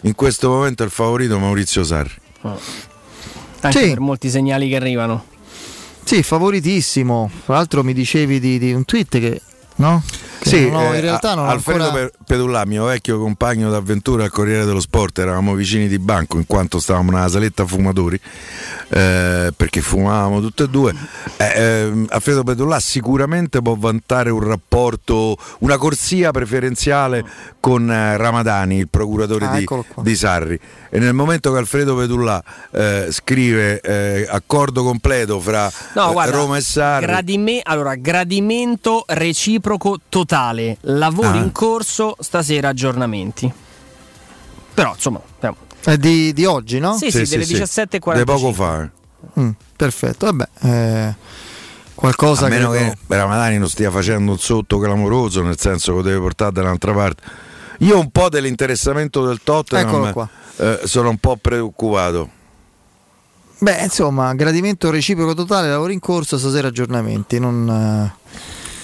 in questo momento è il favorito Maurizio Sarri. Oh. Anche Sì. per molti segnali che arrivano. Sì, favoritissimo. Tra l'altro mi dicevi di, di un tweet che, no? Che Sì, non ho- eh, in realtà non ho Alfredo ancora... Pe- Pedullà, mio vecchio compagno d'avventura al Corriere dello Sport, eravamo vicini di banco in quanto stavamo nella saletta fumatori, eh, perché fumavamo tutte e due. Eh, eh, Alfredo Pedullà sicuramente può vantare un rapporto, una corsia preferenziale con eh, Ramadani, il procuratore Ah, di, eccolo qua. di Sarri. E nel momento che Alfredo Pedullà eh, scrive eh, accordo completo fra No, eh, guarda, Roma e Sarri, gradime- allora, gradimento reciproco totale, lavori Ah. in corso, stasera aggiornamenti. Però insomma, vediamo. È di, di oggi, no? Sì, sì, delle diciassette e quarantacinque. di poco fa. Mm, perfetto, vabbè. Eh, qualcosa A meno credo- che Ramadani non stia facendo un sotto clamoroso, nel senso che lo deve portare dall'altra parte. Io un po' dell'interessamento del Eccolo Tottenham qua. eh, sono un po' preoccupato. Beh, insomma, gradimento reciproco totale, lavori in corso, stasera aggiornamenti. Non, eh,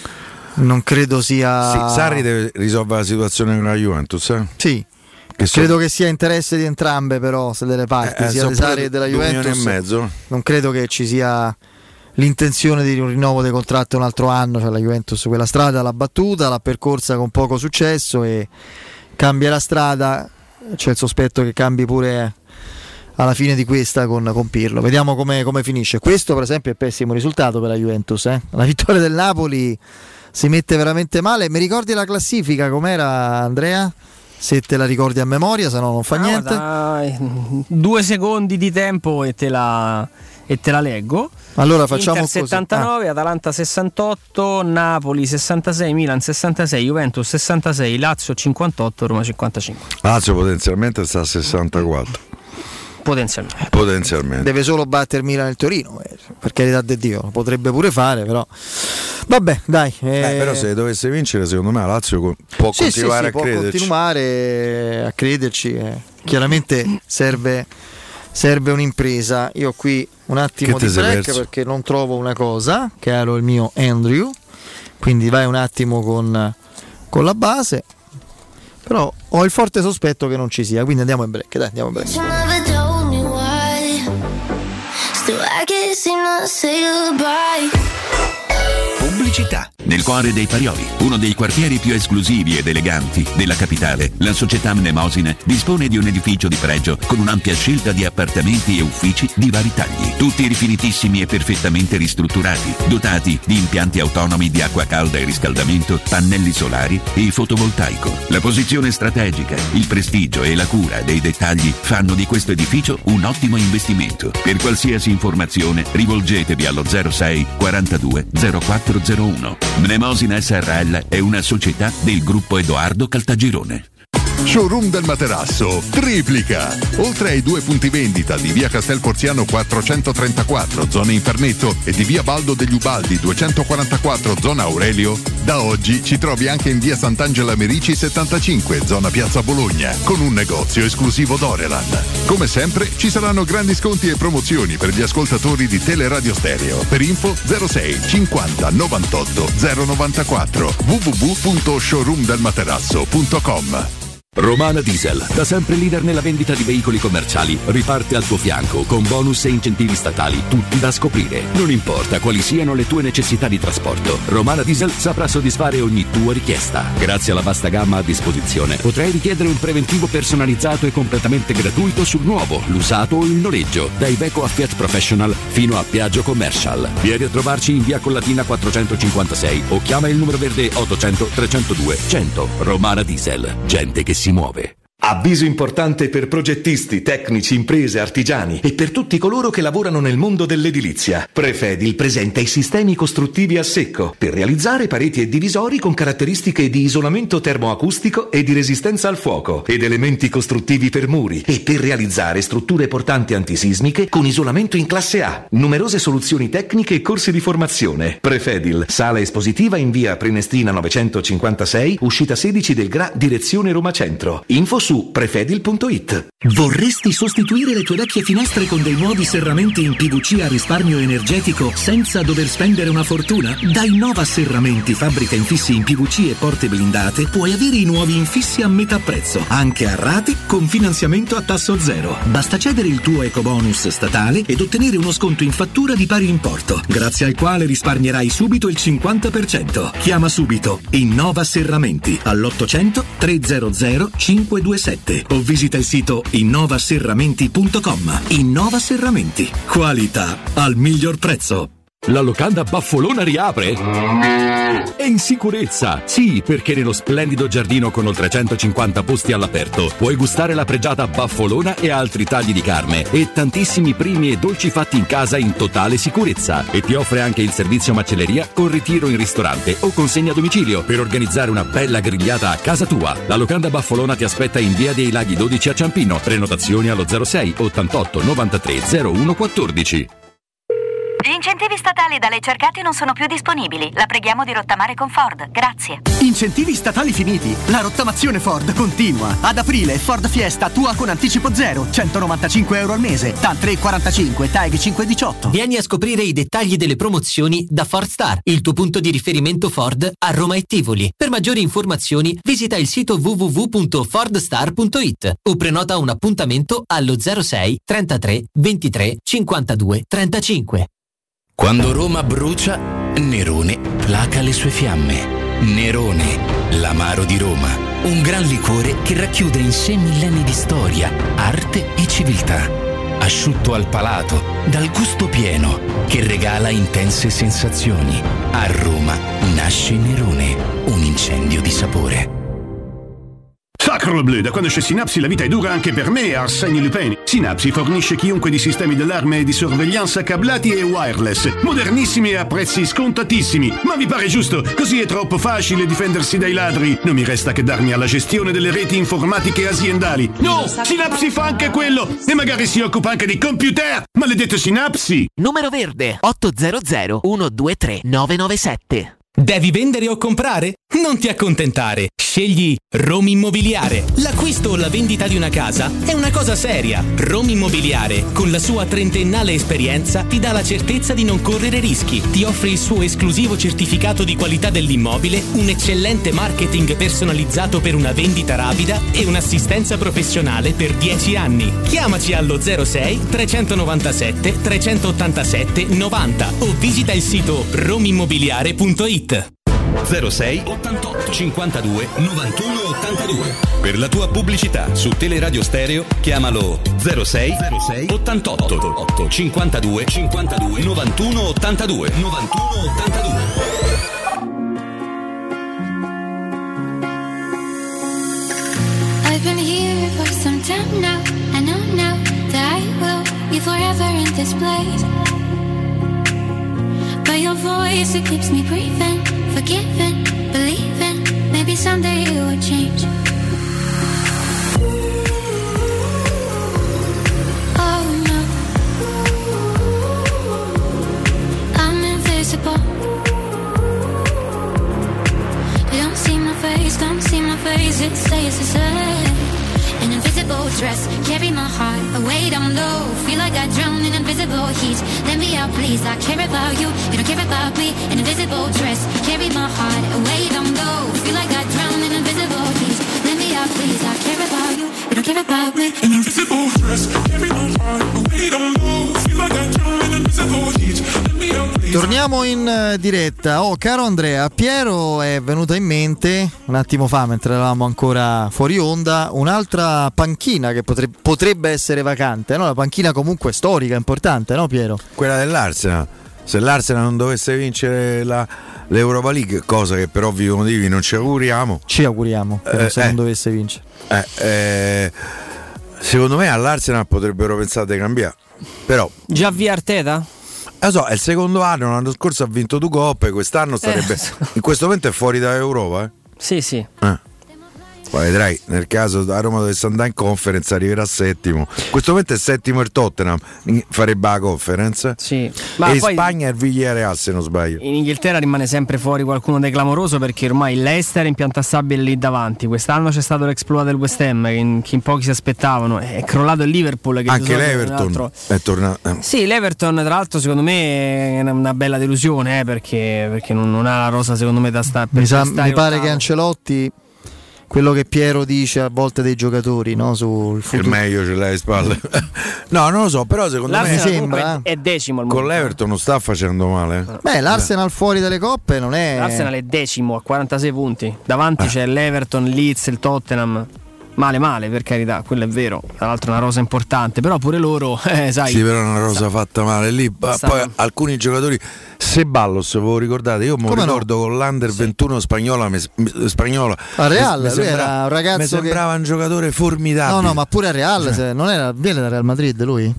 non credo sia. Sì, Sarri deve risolvere la situazione con la Juventus. Eh? Sì. Che so- Credo che sia interesse di entrambe, però, se delle parti, Eh, sia sono di Sarri pure che della due milioni Juventus. e mezzo. Non credo che ci sia l'intenzione di un rinnovo del contratto un altro anno. Cioè, la Juventus quella strada l'ha battuta, l'ha percorsa con poco successo e cambia la strada. C'è il sospetto che cambi pure alla fine di questa con, con Pirlo. Vediamo come, come finisce. Questo, per esempio, è pessimo risultato per la Juventus. Eh? La vittoria del Napoli si mette veramente male. Mi ricordi la classifica com'era, Andrea? Se te la ricordi a memoria, se no non fa Ah, niente. dai, due secondi di tempo e te la, e te la leggo. Allora facciamo Inter così. settantanove, Atalanta sessantotto, Napoli sessantasei, Milan sessantasei, Juventus sessantasei, Lazio cinquantotto, Roma cinquantacinque. Lazio potenzialmente sta a sessantaquattro. Potenzialmente. Potenzialmente. Deve solo battere Milan e il Torino, eh, per carità di Dio, lo potrebbe pure fare, però vabbè, dai. Eh, però se dovesse vincere, secondo me la Lazio co- può sì, sì, continuare sì, a può crederci. continuare a crederci. eh. Chiaramente serve, serve un'impresa. Io qui un attimo Che te di sei break perso? perché non trovo una cosa, caro il mio Andrew. Quindi vai un attimo con, con la base. Però ho il forte sospetto che non ci sia, quindi andiamo in break, dai, andiamo in break. You never told me why. Still I can't seem to say goodbye. Pubblicità. Nel cuore dei Parioli, uno dei quartieri più esclusivi ed eleganti della capitale, la società Mnemosine dispone di un edificio di pregio con un'ampia scelta di appartamenti e uffici di vari tagli, tutti rifinitissimi e perfettamente ristrutturati, dotati di impianti autonomi di acqua calda e riscaldamento, pannelli solari e fotovoltaico. La posizione strategica, il prestigio e la cura dei dettagli fanno di questo edificio un ottimo investimento. Per qualsiasi informazione rivolgetevi allo zero sei quarantadue zero quattro zero uno. Mnemosina S R L è una società del gruppo Edoardo Caltagirone. Showroom del Materasso triplica. Oltre ai due punti vendita di via Castel Porziano quattrocentotrentaquattro, zona Infernetto, e di via Baldo degli Ubaldi duecentoquarantaquattro, zona Aurelio, da oggi ci trovi anche in via Sant'Angela Merici settantacinque, zona Piazza Bologna, con un negozio esclusivo Doreland. Come sempre ci saranno grandi sconti e promozioni per gli ascoltatori di Teleradio Stereo. Per info zero sei cinquanta novantotto zero novantaquattro w w w punto showroom del materasso punto com. Romana Diesel, da sempre leader nella vendita di veicoli commerciali, riparte al tuo fianco con bonus e incentivi statali tutti da scoprire. Non importa quali siano le tue necessità di trasporto, Romana Diesel saprà soddisfare ogni tua richiesta. Grazie alla vasta gamma a disposizione, potrai richiedere un preventivo personalizzato e completamente gratuito sul nuovo, l'usato o il noleggio, da Iveco a Fiat Professional fino a Piaggio Commercial. Vieni a trovarci in via Collatina quattrocentocinquantasei o chiama il numero verde ottocento trecentodue cento. Romana Diesel, gente che si muove. Avviso importante per progettisti, tecnici, imprese, artigiani e per tutti coloro che lavorano nel mondo dell'edilizia. Prefedil presenta i sistemi costruttivi a secco per realizzare pareti e divisori con caratteristiche di isolamento termoacustico e di resistenza al fuoco ed elementi costruttivi per muri e per realizzare strutture portanti antisismiche con isolamento in classe A. Numerose soluzioni tecniche e corsi di formazione. Prefedil, sala espositiva in via Prenestina novecentocinquantasei, uscita sedici del Gra, direzione Roma Centro. Info su su prefedil punto it. Vorresti sostituire le tue vecchie finestre con dei nuovi serramenti in P V C a risparmio energetico senza dover spendere una fortuna? Da Innova Serramenti, fabbrica infissi in P V C e porte blindate, puoi avere i nuovi infissi a metà prezzo, anche a rate con finanziamento a tasso zero. Basta cedere il tuo ecobonus statale ed ottenere uno sconto in fattura di pari importo, grazie al quale risparmierai subito il cinquanta per cento. Chiama subito Innova Serramenti all'ottocento trecento cinquecentoventisette o visita il sito innova serramenti punto com. Innova Serramenti, qualità al miglior prezzo. La locanda Baffolona riapre? È in sicurezza! Sì, perché nello splendido giardino con oltre centocinquanta posti all'aperto puoi gustare la pregiata Baffolona e altri tagli di carne e tantissimi primi e dolci fatti in casa in totale sicurezza. E ti offre anche il servizio macelleria con ritiro in ristorante o consegna a domicilio per organizzare una bella grigliata a casa tua. La locanda Baffolona ti aspetta in via dei Laghi dodici a Ciampino. Prenotazioni allo zero sei ottantotto novantatré zero uno quattordici. Gli incentivi statali da lei cercati non sono più disponibili. La preghiamo di rottamare con Ford. Grazie. Incentivi statali finiti. La rottamazione Ford continua. Ad aprile Ford Fiesta tua con anticipo zero, centonovantacinque euro al mese. T A N tre virgola quarantacinque, T A E G cinque virgola diciotto. Vieni a scoprire i dettagli delle promozioni da Ford Star, il tuo punto di riferimento Ford a Roma e Tivoli. Per maggiori informazioni visita il sito w w w punto ford star punto i t o prenota un appuntamento allo zero sei trentatré ventitré cinquantadue trentacinque. Quando Roma brucia, Nerone placa le sue fiamme. Nerone, l'amaro di Roma. Un gran liquore che racchiude in sé millenni di storia, arte e civiltà. Asciutto al palato, dal gusto pieno, che regala intense sensazioni. A Roma nasce Nerone, un incendio di sapore. Sacre bleu, da quando c'è Synapsi la vita è dura anche per me, Arsène Lupin. Synapsi fornisce chiunque di sistemi d'allarme e di sorveglianza cablati e wireless, modernissimi e a prezzi scontatissimi. Ma vi pare giusto? Così è troppo facile difendersi dai ladri. Non mi resta che darmi alla gestione delle reti informatiche aziendali. No, Synapsi fa anche quello e magari si occupa anche di computer. Maledetto Synapsi! Numero verde otto zero zero uno due tre nove nove sette. Devi vendere o comprare? Non ti accontentare. Scegli Roma Immobiliare. L'acquisto o la vendita di una casa è una cosa seria. Roma Immobiliare, con la sua trentennale esperienza, ti dà la certezza di non correre rischi. Ti offre il suo esclusivo certificato di qualità dell'immobile, un eccellente marketing personalizzato per una vendita rapida e un'assistenza professionale per dieci anni. Chiamaci allo zero sei trecentonovantasette trecentottantasette novanta o visita il sito romimmobiliare punto it. zero sei ottantotto cinquantadue novantuno ottantadue. Per la tua pubblicità su Teleradio Stereo chiamalo zero sei ottantotto cinquantadue cinquantadue novantuno ottantadue novantuno ottantadue. I've been here for some time now. I know now that I will be forever in this place. By your voice it keeps me breathing, forgiving, believing. Maybe someday it will change. Oh no, I'm invisible. You don't see my face, don't see my face. It stays the same. An invisible dress, carry my heart away down low. Feel like I drown in invisible heat. Let me out, please. I care about you, you don't care about me. An invisible dress, carry my heart away down low. Feel like I drown in invisible heat. Let me out, please. I care about you, you don't care about me. An invisible dress, carry my heart away down low. Feel like I drown in invisible heat. Let me out, please. Torniamo in uh, diretta. Oh, caro Andrea, a Piero è venuta in mente un attimo fa, mentre eravamo ancora fuori onda, un'altra panchina che potre- potrebbe essere vacante, no? La panchina comunque storica, importante, no Piero? Quella dell'Arsenal. Se l'Arsenal non dovesse vincere la, l'Europa League, cosa che per ovvi motivi non ci auguriamo. Ci auguriamo, però, eh, se eh, non dovesse vincere. Eh, eh, secondo me all'Arsenal potrebbero pensare di cambiare. Però già via Arteta? Lo so, è il secondo anno, l'anno scorso ha vinto due coppe, quest'anno sarebbe eh. in questo momento è fuori dall'Europa, eh? Sì, sì. Eh. Poi vedrai, nel caso a Roma dovesse andare in conference arriverà settimo. In questo momento è settimo il Tottenham, farebbe la conference. Sì. Ma e poi in Spagna è il Villarreal, se non sbaglio. In Inghilterra rimane sempre fuori qualcuno di clamoroso, perché ormai il Leicester è impiantastabile lì davanti. Quest'anno c'è stato l'exploit del West Ham che in, che in pochi si aspettavano. È crollato il Liverpool, che anche l'Everton altro... è tornato. Sì, l'Everton tra l'altro secondo me è una bella delusione, eh, perché, perché non, non ha la rosa secondo me da stare. Mi, sa, mi pare che Ancelotti, quello che Piero dice a volte dei giocatori, no, sul futuro. Il meglio ce l'hai alle spalle. No, non lo so, però secondo L'Arsenal me sembra è decimo al con momento. l'Everton non sta facendo male. Beh, l'Arsenal fuori dalle coppe non è. L'Arsenal è decimo a quarantasei punti. Davanti ah. c'è l'Everton, Leeds, il Tottenham. Male male, per carità, quello è vero. Tra l'altro è una rosa importante, però pure loro, eh, sai. Sì, però è una rosa sta, fatta male lì. Sta, poi alcuni giocatori, Ceballos, ve lo ricordate? Io me lo ricordo no? con l'Under sì. ventuno spagnola, me, spagnola. A Real, mi, lui sembra, era un ragazzo mi sembrava che... un giocatore formidabile. No, no, ma pure a Real, se, non era, viene da Real Madrid lui?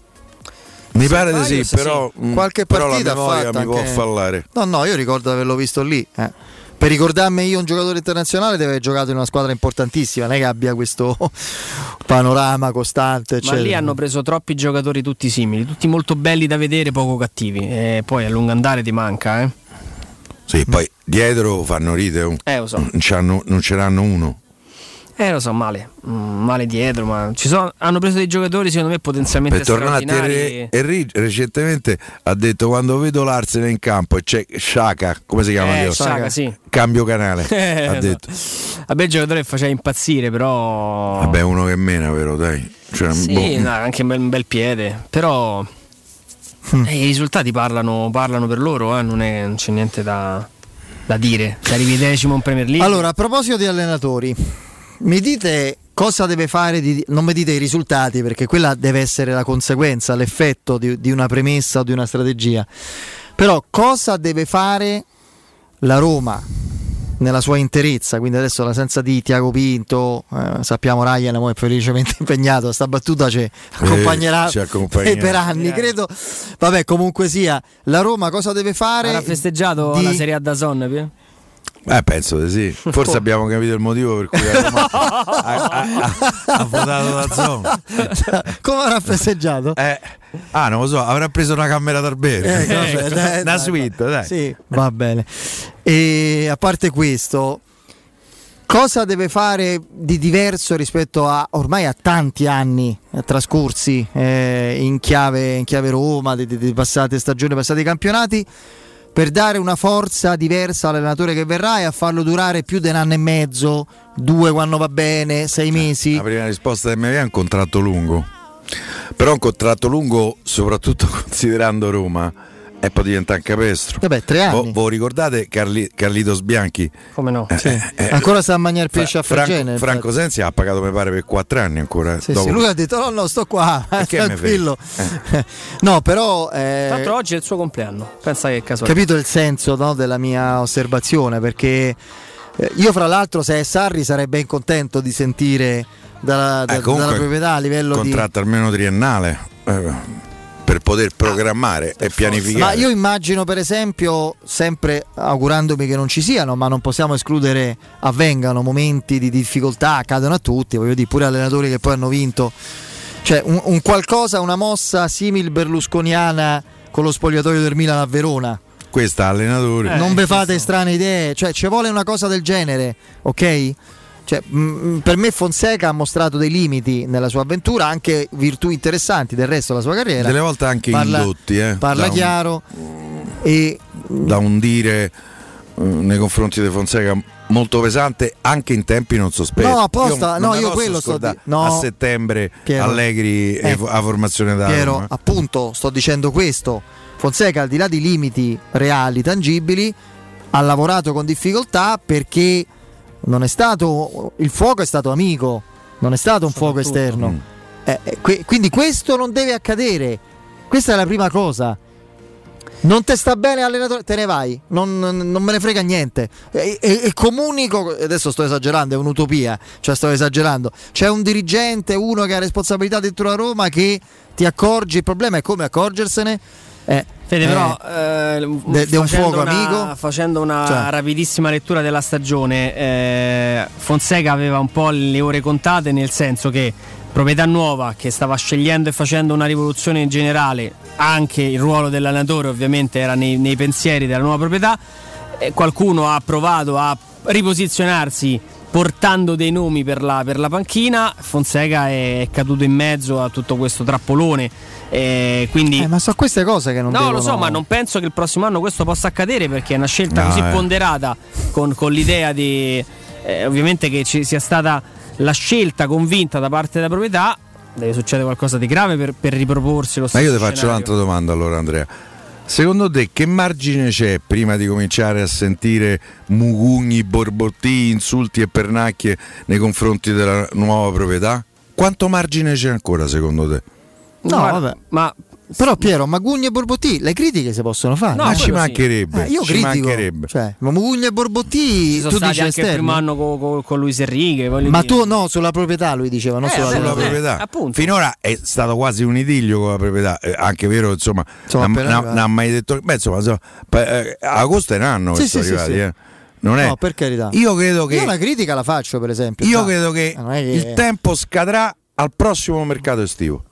Mi se pare di sì, però, sì. Qualche però partita la memoria fatta mi anche... può fallare. No, no, io ricordo di averlo visto lì. Eh. Per ricordarmi io un giocatore internazionale deve aver giocato in una squadra importantissima, non è che abbia questo panorama costante, eccetera. Ma lì hanno preso troppi giocatori tutti simili, tutti molto belli da vedere, poco cattivi, e poi a lungo andare ti manca, eh. Sì, poi dietro fanno ride, eh, lo so. non, non ce l'hanno uno. Eh lo so, male, mm, male dietro, ma ci sono, hanno preso dei giocatori secondo me potenzialmente per straordinari. E Re, recentemente ha detto: quando vedo l'Arsenal in campo e c'è Sciacca, come si chiama? Eh, Sciacca, sì. Cambio canale. Eh, ha detto. Vabbè, il giocatore faceva impazzire, però. Vabbè, uno che mena, vero? Dai. Cioè, sì, boh. No, anche un bel, un bel piede, però mm. eh, i risultati parlano, parlano per loro, eh, non, è, non c'è niente da, da dire. Se arrivi decimo in Premier League. Allora, a proposito di allenatori, mi dite cosa deve fare, di, non mi dite i risultati, perché quella deve essere la conseguenza, l'effetto di, di una premessa o di una strategia, però cosa deve fare la Roma nella sua interezza, quindi adesso l'assenza di Tiago Pinto, eh, sappiamo Ryan è felicemente impegnato, sta battuta ci accompagnerà, eh, ci accompagnerà per anni, yeah. credo. Vabbè, comunque sia, la Roma cosa deve fare? Ha festeggiato di... la Serie A da Son, Pio? Eh, penso di sì. Forse abbiamo capito il motivo per cui la Roma ha, ha, ha, ha votato da zona. Come avrà festeggiato? Eh, ah, non lo so, avrà preso una camera d'albergo, eh, vabbè, dai, una suite, dai. Sì, va bene. E a parte questo, cosa deve fare di diverso rispetto a ormai a tanti anni trascorsi eh, in chiave in chiave Roma, di, di passate stagioni, passati campionati, per dare una forza diversa all'allenatore che verrà e a farlo durare più di un anno e mezzo, due quando va bene, sei mesi? La prima risposta del M V è un contratto lungo, però un contratto lungo soprattutto considerando Roma, e poi diventa un capestro. Vabbè, tre anni. Voi ricordate Carli, Carlitos Bianchi? Come no? Eh, sì. eh, Ancora sta a mangiare pesce a Fregene. Franco, Franco Sensi ha pagato mi pare per quattro anni ancora. Sì, sì, lui ha detto no no sto qua, tranquillo. Eh. No, però eh, tra l'altro oggi è il suo compleanno. Pensa che caso. Capito il senso, no, della mia osservazione, perché eh, io fra l'altro se è Sarri sarei ben contento di sentire dalla, da, eh, dalla proprietà a livello contratto di contratto almeno triennale. Eh. Per poter programmare ah, per e pianificare. Ma io immagino, per esempio, sempre augurandomi che non ci siano, ma non possiamo escludere avvengano momenti di difficoltà, accadono a tutti, voglio dire, pure allenatori che poi hanno vinto, cioè un, un qualcosa, una mossa simil berlusconiana con lo spogliatoio del Milan a Verona. Questa allenatore. Eh, non ve fate strane idee, cioè ci vuole una cosa del genere, ok? Cioè, mh, per me Fonseca ha mostrato dei limiti nella sua avventura, anche virtù interessanti del resto della sua carriera. Delle volte anche parla, indotti, eh, parla da chiaro un, e da un dire uh, nei confronti di Fonseca molto pesante anche in tempi non sospetti. No, apposta, io, no, io quello sto di- no, a settembre Piero, Allegri eh, e a formazione da Piero, Roma. Appunto, sto dicendo questo. Fonseca, al di là di limiti reali, tangibili, ha lavorato con difficoltà perché non è stato, il fuoco è stato amico, non è stato un fuoco esterno. Mm. Eh, que- quindi questo non deve accadere. Questa è la prima cosa. Non te sta bene allenatore, te ne vai, non, non me ne frega niente. E, e, e comunico, adesso sto esagerando, è un'utopia, cioè sto esagerando. C'è un dirigente, uno che ha responsabilità dentro la Roma, che ti accorgi, il problema è come accorgersene. Eh, Fede, eh, però eh, de, de un fuoco una, amico, facendo una cioè. rapidissima lettura della stagione, eh, Fonseca aveva un po' le ore contate, nel senso che proprietà nuova che stava scegliendo e facendo una rivoluzione in generale, anche il ruolo dell'allenatore ovviamente era nei, nei pensieri della nuova proprietà, eh, qualcuno ha provato a riposizionarsi portando dei nomi per la, per la panchina. Fonseca è caduto in mezzo a tutto questo trappolone, eh, quindi eh, ma so queste cose che non no devono... lo so, ma non penso che il prossimo anno questo possa accadere, perché è una scelta No, così eh. ponderata, con, con l'idea di eh, ovviamente che ci sia stata la scelta convinta da parte della proprietà. Deve succedere qualcosa di grave per, per riproporsi lo Ma stesso io ti faccio scenario. un'altra domanda allora, Andrea. Secondo te che margine c'è prima di cominciare a sentire mugugni, borbotti, insulti e pernacchie nei confronti della nuova proprietà? Quanto margine c'è ancora secondo te? No, Guarda, vabbè. ma Però Piero, Magugni e Borbotti, le critiche si possono fare. No, Ma quello ci sì. mancherebbe, Eh, io ci critico, mancherebbe. cioè, Magugni e Borbotti, ci sono tu stati dici anche il esterni. primo anno con, con, con Luis Enrique, voglio Ma dire. tu no, sulla proprietà lui diceva, non Eh, sulla vabbè, Sulla eh, proprietà. appunto. Finora è stato quasi un idillio con la proprietà, eh, anche vero, insomma, Insomma, non appena ha arrivato. mai detto. Beh, insomma, insomma, eh, agosto è un anno Sì, che sono sì, sì, arrivati, sì. eh. Non è. No, per carità. Io credo che Io una critica la faccio, per esempio. io già. credo che, Eh, non è che- il tempo scadrà al prossimo mercato estivo.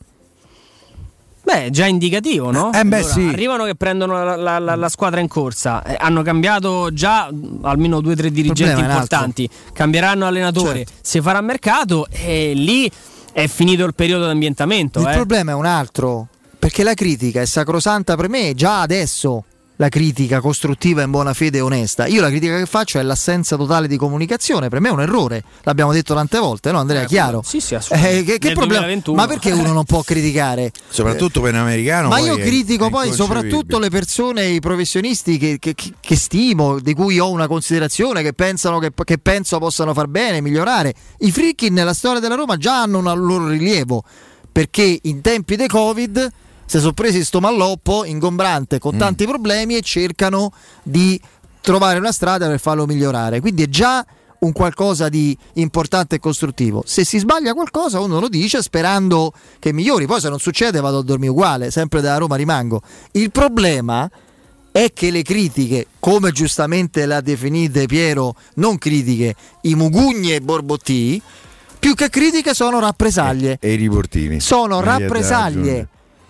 Beh, è già indicativo, no? Eh, beh, Allora, sì. arrivano che prendono la, la- la- la squadra in corsa, eh, hanno cambiato già mh, almeno due o tre dirigenti problema è un altro. importanti, cambieranno allenatore, Certo. si farà mercato e lì è finito il periodo di ambientamento. Il eh. problema è un altro, perché la critica è sacrosanta per me già adesso. La critica costruttiva in buona fede e onesta. Io la critica che faccio è l'assenza totale di comunicazione. Per me è un errore. L'abbiamo detto tante volte, no Andrea? Eh, Chiaro? sì, sì, assolutamente. Eh, che, che Nel problema? duemilaventuno. Ma perché uno non può criticare? Soprattutto per un americano. Ma poi io è- critico è poi inconcepibile. soprattutto le persone, i professionisti che, che- che- che stimo, di cui ho una considerazione, che pensano che, che penso possano far bene, migliorare. I fricchi nella storia della Roma già hanno un loro rilievo, perché in tempi di Covid si sono presi sto malloppo ingombrante con tanti problemi e cercano di trovare una strada per farlo migliorare. Quindi è già un qualcosa di importante e costruttivo. Se si sbaglia qualcosa uno lo dice sperando che migliori, poi se non succede vado a dormire uguale, sempre dalla Roma rimango. Il problema è che le critiche, come giustamente l'ha definite Piero, non critiche, i mugugni e borbotti, più che critiche sono rappresaglie. E i riportini. Sono Ma gli ha dato rappresaglie. ragione.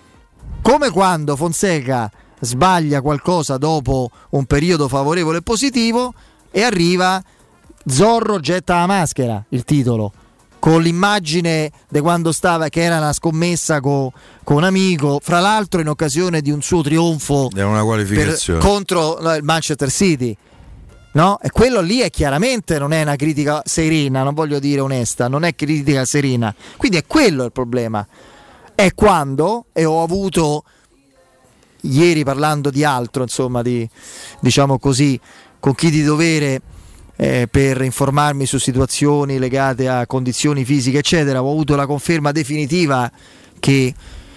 Come quando Fonseca sbaglia qualcosa dopo un periodo favorevole e positivo e arriva Zorro getta la maschera, il titolo, con l'immagine di quando stava, che era una scommessa co- con un amico, fra l'altro in occasione di un suo trionfo È una per- qualificazione. contro no, il Manchester City. No? E quello lì è chiaramente non è una critica serena, non voglio dire onesta, non è critica serena. Quindi è quello il problema. È quando, e ho avuto ieri parlando di altro, insomma, di diciamo così, con chi di dovere eh, per informarmi su situazioni legate a condizioni fisiche, eccetera, ho avuto la conferma definitiva che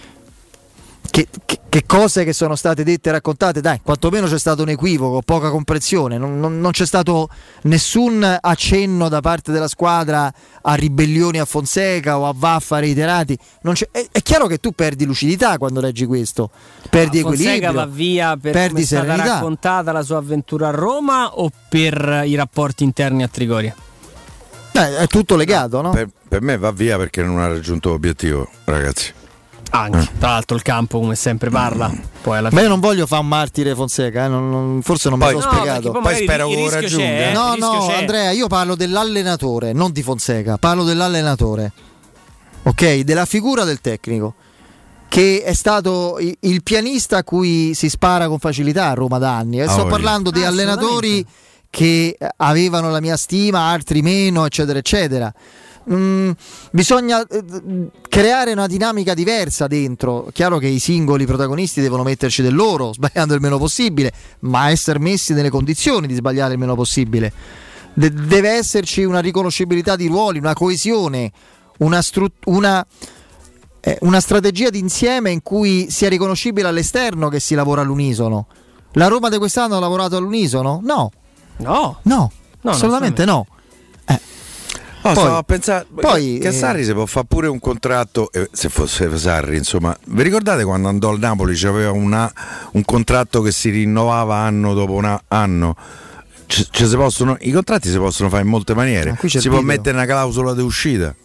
Che, che, che cose che sono state dette e raccontate, dai, quantomeno c'è stato un equivoco, poca comprensione, non, non, non c'è stato nessun accenno da parte della squadra a ribellioni a Fonseca o a vaffa reiterati. Non c'è, è, è chiaro che tu perdi lucidità quando leggi questo, perdi Ma Fonseca equilibrio, va via per perdi come è stata serenità. raccontata la sua avventura a Roma o per i rapporti interni a Trigoria? Eh, è tutto legato, no? Per, per me va via perché non ha raggiunto l'obiettivo, ragazzi. Anche, tra l'altro il campo come sempre parla. Poi alla Ma fine io non voglio fare un martire Fonseca, eh, non- non- forse non Poi- mi sono no, spiegato. perché poi magari il rischio c'è, eh, No, il rischio no, c'è. Andrea, io parlo dell'allenatore, non di Fonseca, parlo dell'allenatore, ok? Della figura del tecnico, che è stato i- il pianista a cui si spara con facilità a Roma da anni. E Ah, sto voglio. parlando di Ah, allenatori che eh, avevano la mia stima, altri meno, eccetera, eccetera. Mm, bisogna eh, creare una dinamica diversa dentro. Chiaro che i singoli protagonisti devono metterci del loro, sbagliando il meno possibile, ma essere messi nelle condizioni di sbagliare il meno possibile. De- deve esserci una riconoscibilità di ruoli, una coesione, una, stru- una, eh, una strategia d'insieme in cui sia riconoscibile all'esterno che si lavora all'unisono. La Roma di quest'anno ha lavorato all'unisono? No, No, no, No, assolutamente no. No, poi, stavo a pensare poi, che eh, Sarri si può fare pure un contratto, eh, se fosse Sarri, insomma. Vi ricordate quando andò al Napoli c'aveva una, un contratto che si rinnovava anno dopo un anno? C- cioè si possono, i contratti si possono fare in molte maniere. Ah, si può mettere una clausola di uscita.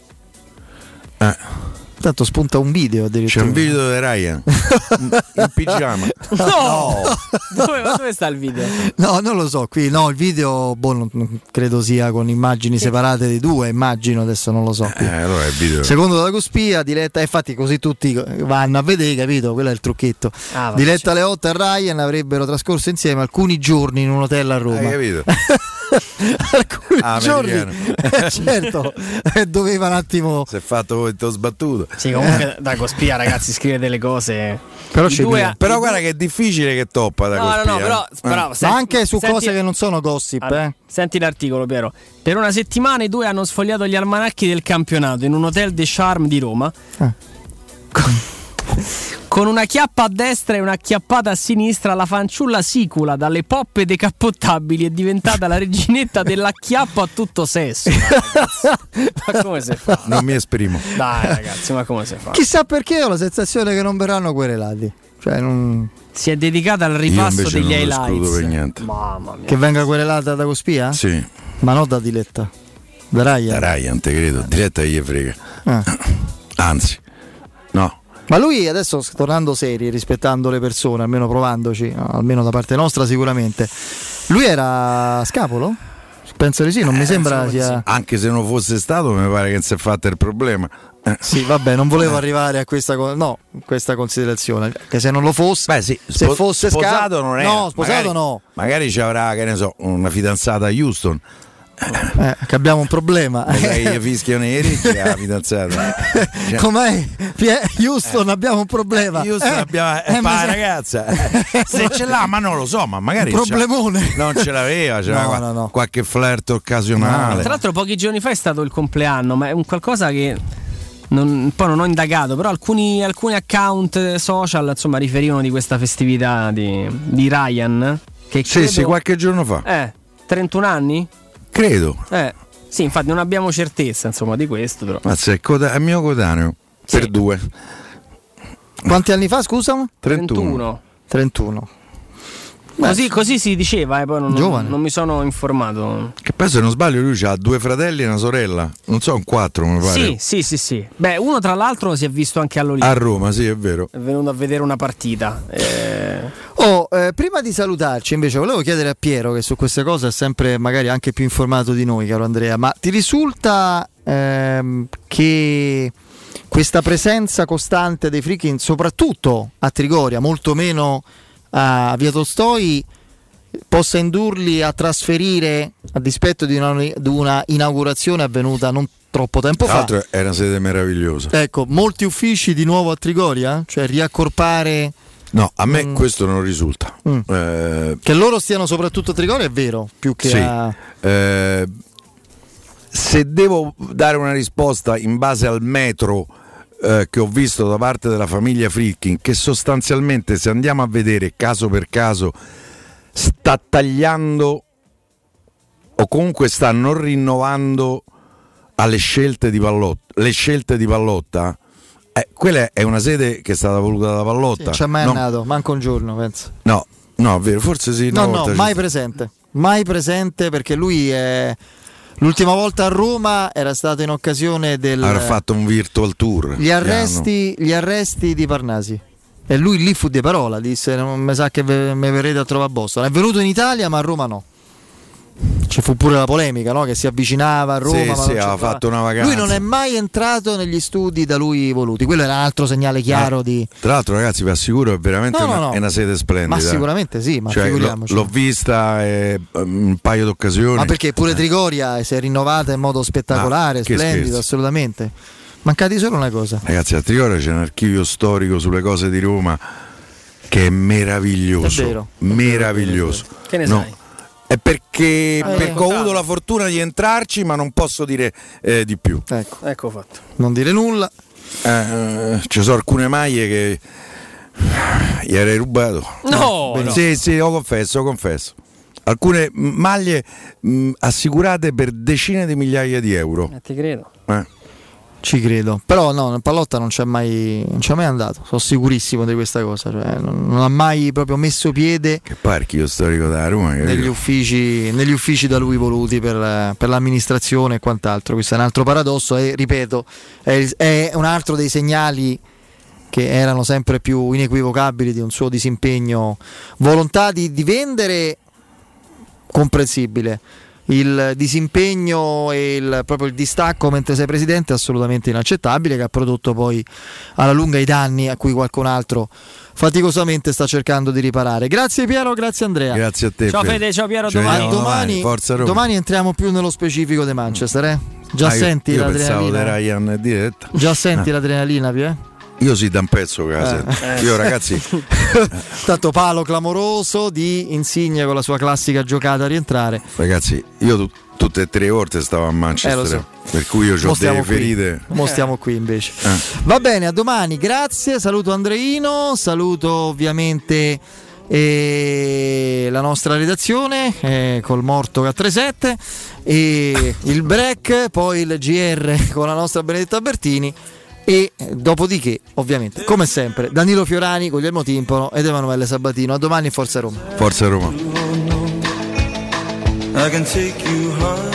Eh. Tanto spunta un video addirittura. C'è un video di Ryan in pigiama. No, no. Dove, dove sta il video? No, non lo so. Qui no, il video boh, non, non credo sia con immagini separate di due. Immagino, adesso non lo so. Eh, allora è il video. Secondo la Cospia, diretta, infatti, così tutti vanno a vedere, capito? Quello è il trucchetto. Ah, diretta alle otto a Ryan avrebbero trascorso insieme alcuni giorni in un hotel a Roma. Hai capito? alcuni ah, giorni eh, certo eh, doveva un attimo si è fatto il sbattuto. Sì, comunque da Cospia, ragazzi, scrive delle cose però, due, però guarda due... che è difficile che toppa da no, Cospia. No, no, però, eh. però ma senti, anche su senti, cose che non sono gossip allora, eh. Senti l'articolo, Piero. Per una settimana i due hanno sfogliato gli almanacchi del campionato in un hotel de Charme di Roma. Ah. Con una chiappa a destra e una chiappata a sinistra, la fanciulla sicula dalle poppe decappottabili è diventata la reginetta dell'acchiappo a tutto sesso. Ma come si fa? Non mi esprimo. Dai ragazzi, ma come si fa? Chissà perché ho la sensazione che non verranno querelati. Cioè non... Si è dedicata al ripasso degli highlights. Per niente. Mamma mia. Che venga querelata da Cospia? Sì. Ma non da Diletta. Da Ryan. Da Ryan, te credo. Diletta gli frega. Ah. Anzi, no. Ma lui adesso, tornando seri, rispettando le persone, almeno provandoci, almeno da parte nostra sicuramente, lui era scapolo? Penso di sì, non eh, mi sembra sia... Sì. Anche se non fosse stato, mi pare che non si è fatto il problema. Eh. Sì, vabbè, non volevo arrivare a questa, no, questa considerazione, che se non lo fosse, beh, sì, se spo- fosse sposato sca- non è. No, sposato magari, no. Magari ci avrà, che ne so, una fidanzata a Houston. Eh, che abbiamo un problema. Gli fischiano i ricchi la fidanzata. Cioè. Com'è? Houston eh. abbiamo un problema. Houston eh. abbiamo eh, pa ragazza. Se ce l'ha, ma non lo so, ma magari un problemone. Non ce l'aveva, c'era no, no, no. qualche flirt occasionale. No. Tra l'altro pochi giorni fa è stato il compleanno, ma è un qualcosa che non, poi non ho indagato, però alcuni, alcuni account social insomma riferivano di questa festività di, di Ryan che sì, credo, sì, qualche giorno fa. Eh, trentuno anni? Credo. Eh, sì, infatti non abbiamo certezza insomma di questo, però. Ma se è, coda- è mio coetaneo sì. Per due. Quanti anni fa, scusa? trentuno. trentuno. Così, così si diceva, eh, poi non, non, non mi sono informato. Che poi se non sbaglio lui ha due fratelli e una sorella, non so, un quattro mi pare. Sì, sì, sì, sì. Beh, uno tra l'altro si è visto anche all'Olimpico. A Roma, sì, è vero. È venuto a vedere una partita. Eh... Oh, eh, prima di salutarci invece volevo chiedere a Piero, che su queste cose è sempre magari anche più informato di noi, caro Andrea, ma ti risulta ehm, che questa presenza costante dei Friedkin, soprattutto a Trigoria, molto meno a Via Tolstoi, possa indurli a trasferire, a dispetto di una, di una inaugurazione avvenuta non troppo tempo Tra fa. Tra l'altro è una sede meravigliosa. Ecco, molti uffici di nuovo a Trigoria, cioè riaccorpare. No, a me mm. questo non risulta. Mm. Eh, che loro stiano soprattutto a Trigoria è vero, più che sì. a... Eh, se devo dare una risposta in base al metro eh, che ho visto da parte della famiglia Friedkin, che sostanzialmente, se andiamo a vedere caso per caso, sta tagliando o comunque sta non rinnovando alle scelte di Pallotta, le scelte di Pallotta. Eh, quella è una sede che è stata voluta da Pallotta. Sì, ci ha mai no? andato, manco un giorno, penso. No, no, è vero, forse sì. No, no, mai presente. Mai presente, perché lui è... L'ultima volta a Roma era stato in occasione del... Avrà fatto un virtual tour. Gli arresti, gli arresti di Parnasi. E lui lì fu di parola, disse non mi sa che mi verrete a trovare a Boston. È venuto in Italia ma a Roma no. Ci fu pure la polemica, no? Che si avvicinava a Roma. Sì, ma sì, non aveva fatto una vacanza. Lui non è mai entrato negli studi da lui voluti. Quello era un altro segnale chiaro eh, di... Tra l'altro ragazzi vi assicuro è veramente no, no, una, no. È una sede splendida. Ma sicuramente sì, ma cioè, figuriamoci. L'ho, l'ho vista eh, un paio d'occasioni. Ma perché pure Trigoria si è rinnovata in modo spettacolare, ah, splendido, scherzo. Assolutamente. Mancati solo una cosa. Ragazzi, a Trigoria c'è un archivio storico sulle cose di Roma che è meraviglioso. È vero. Meraviglioso. Che ne no. sai? È perché, eh, perché ho avuto la fortuna di entrarci, ma non posso dire eh, di più. Ecco. Ecco fatto. Non dire nulla. Eh, ci sono alcune maglie che gli avrei rubato. No, no. no. Sì, sì, lo confesso, lo confesso. alcune maglie mh, assicurate per decine di migliaia di euro. Eh, ti credo. Eh. Ci credo, però no, Pallotta non c'è mai, non c'è mai andato, sono sicurissimo di questa cosa, cioè, non, non ha mai proprio messo piede che parchio storico da Roma, negli uffici, negli uffici da lui voluti per, per l'amministrazione e quant'altro. Questo è un altro paradosso e ripeto, è, è un altro dei segnali che erano sempre più inequivocabili di un suo disimpegno, volontà di, di vendere comprensibile. Il disimpegno e il, proprio il distacco mentre sei presidente è assolutamente inaccettabile, che ha prodotto poi alla lunga i danni a cui qualcun altro faticosamente sta cercando di riparare. Grazie Piero, grazie Andrea. Grazie a te. Ciao Fede, ciao Piero, domani. domani, Forza Roma. domani entriamo più nello specifico di Manchester, eh? Già ah, senti io, io l'adrenalina? Ryan diretta. Già senti ah. l'adrenalina, Piero? Io sì, da un pezzo casa. Eh. Io ragazzi tanto palo clamoroso di Insigne con la sua classica giocata a rientrare. Ragazzi, io t- tutte e tre volte stavo a Manchester, eh, so. per cui io ho delle qui. ferite. Mo stiamo qui invece. Eh. Va bene, a domani, grazie, saluto Andreino, saluto ovviamente e la nostra redazione eh, col morto K trentasette e il break, poi il G R con la nostra Benedetta Bertini. E dopodiché, ovviamente, come sempre, Danilo Fiorani, Guglielmo Timpano ed Emanuele Sabatino. A domani, Forza Roma. Forza Roma. I can take you high.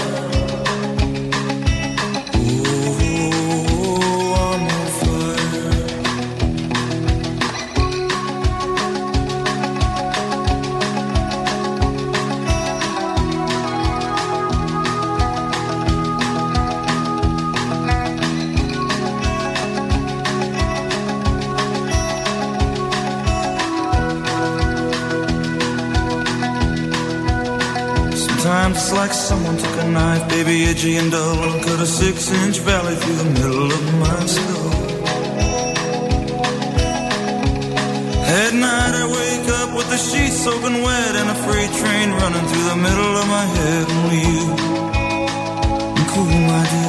Sometimes it's like someone took a knife, baby, edgy and dull, and cut a six-inch valley through the middle of my skull. At night I wake up with the sheets soaking wet and a freight train running through the middle of my head. Only you can cool my dear.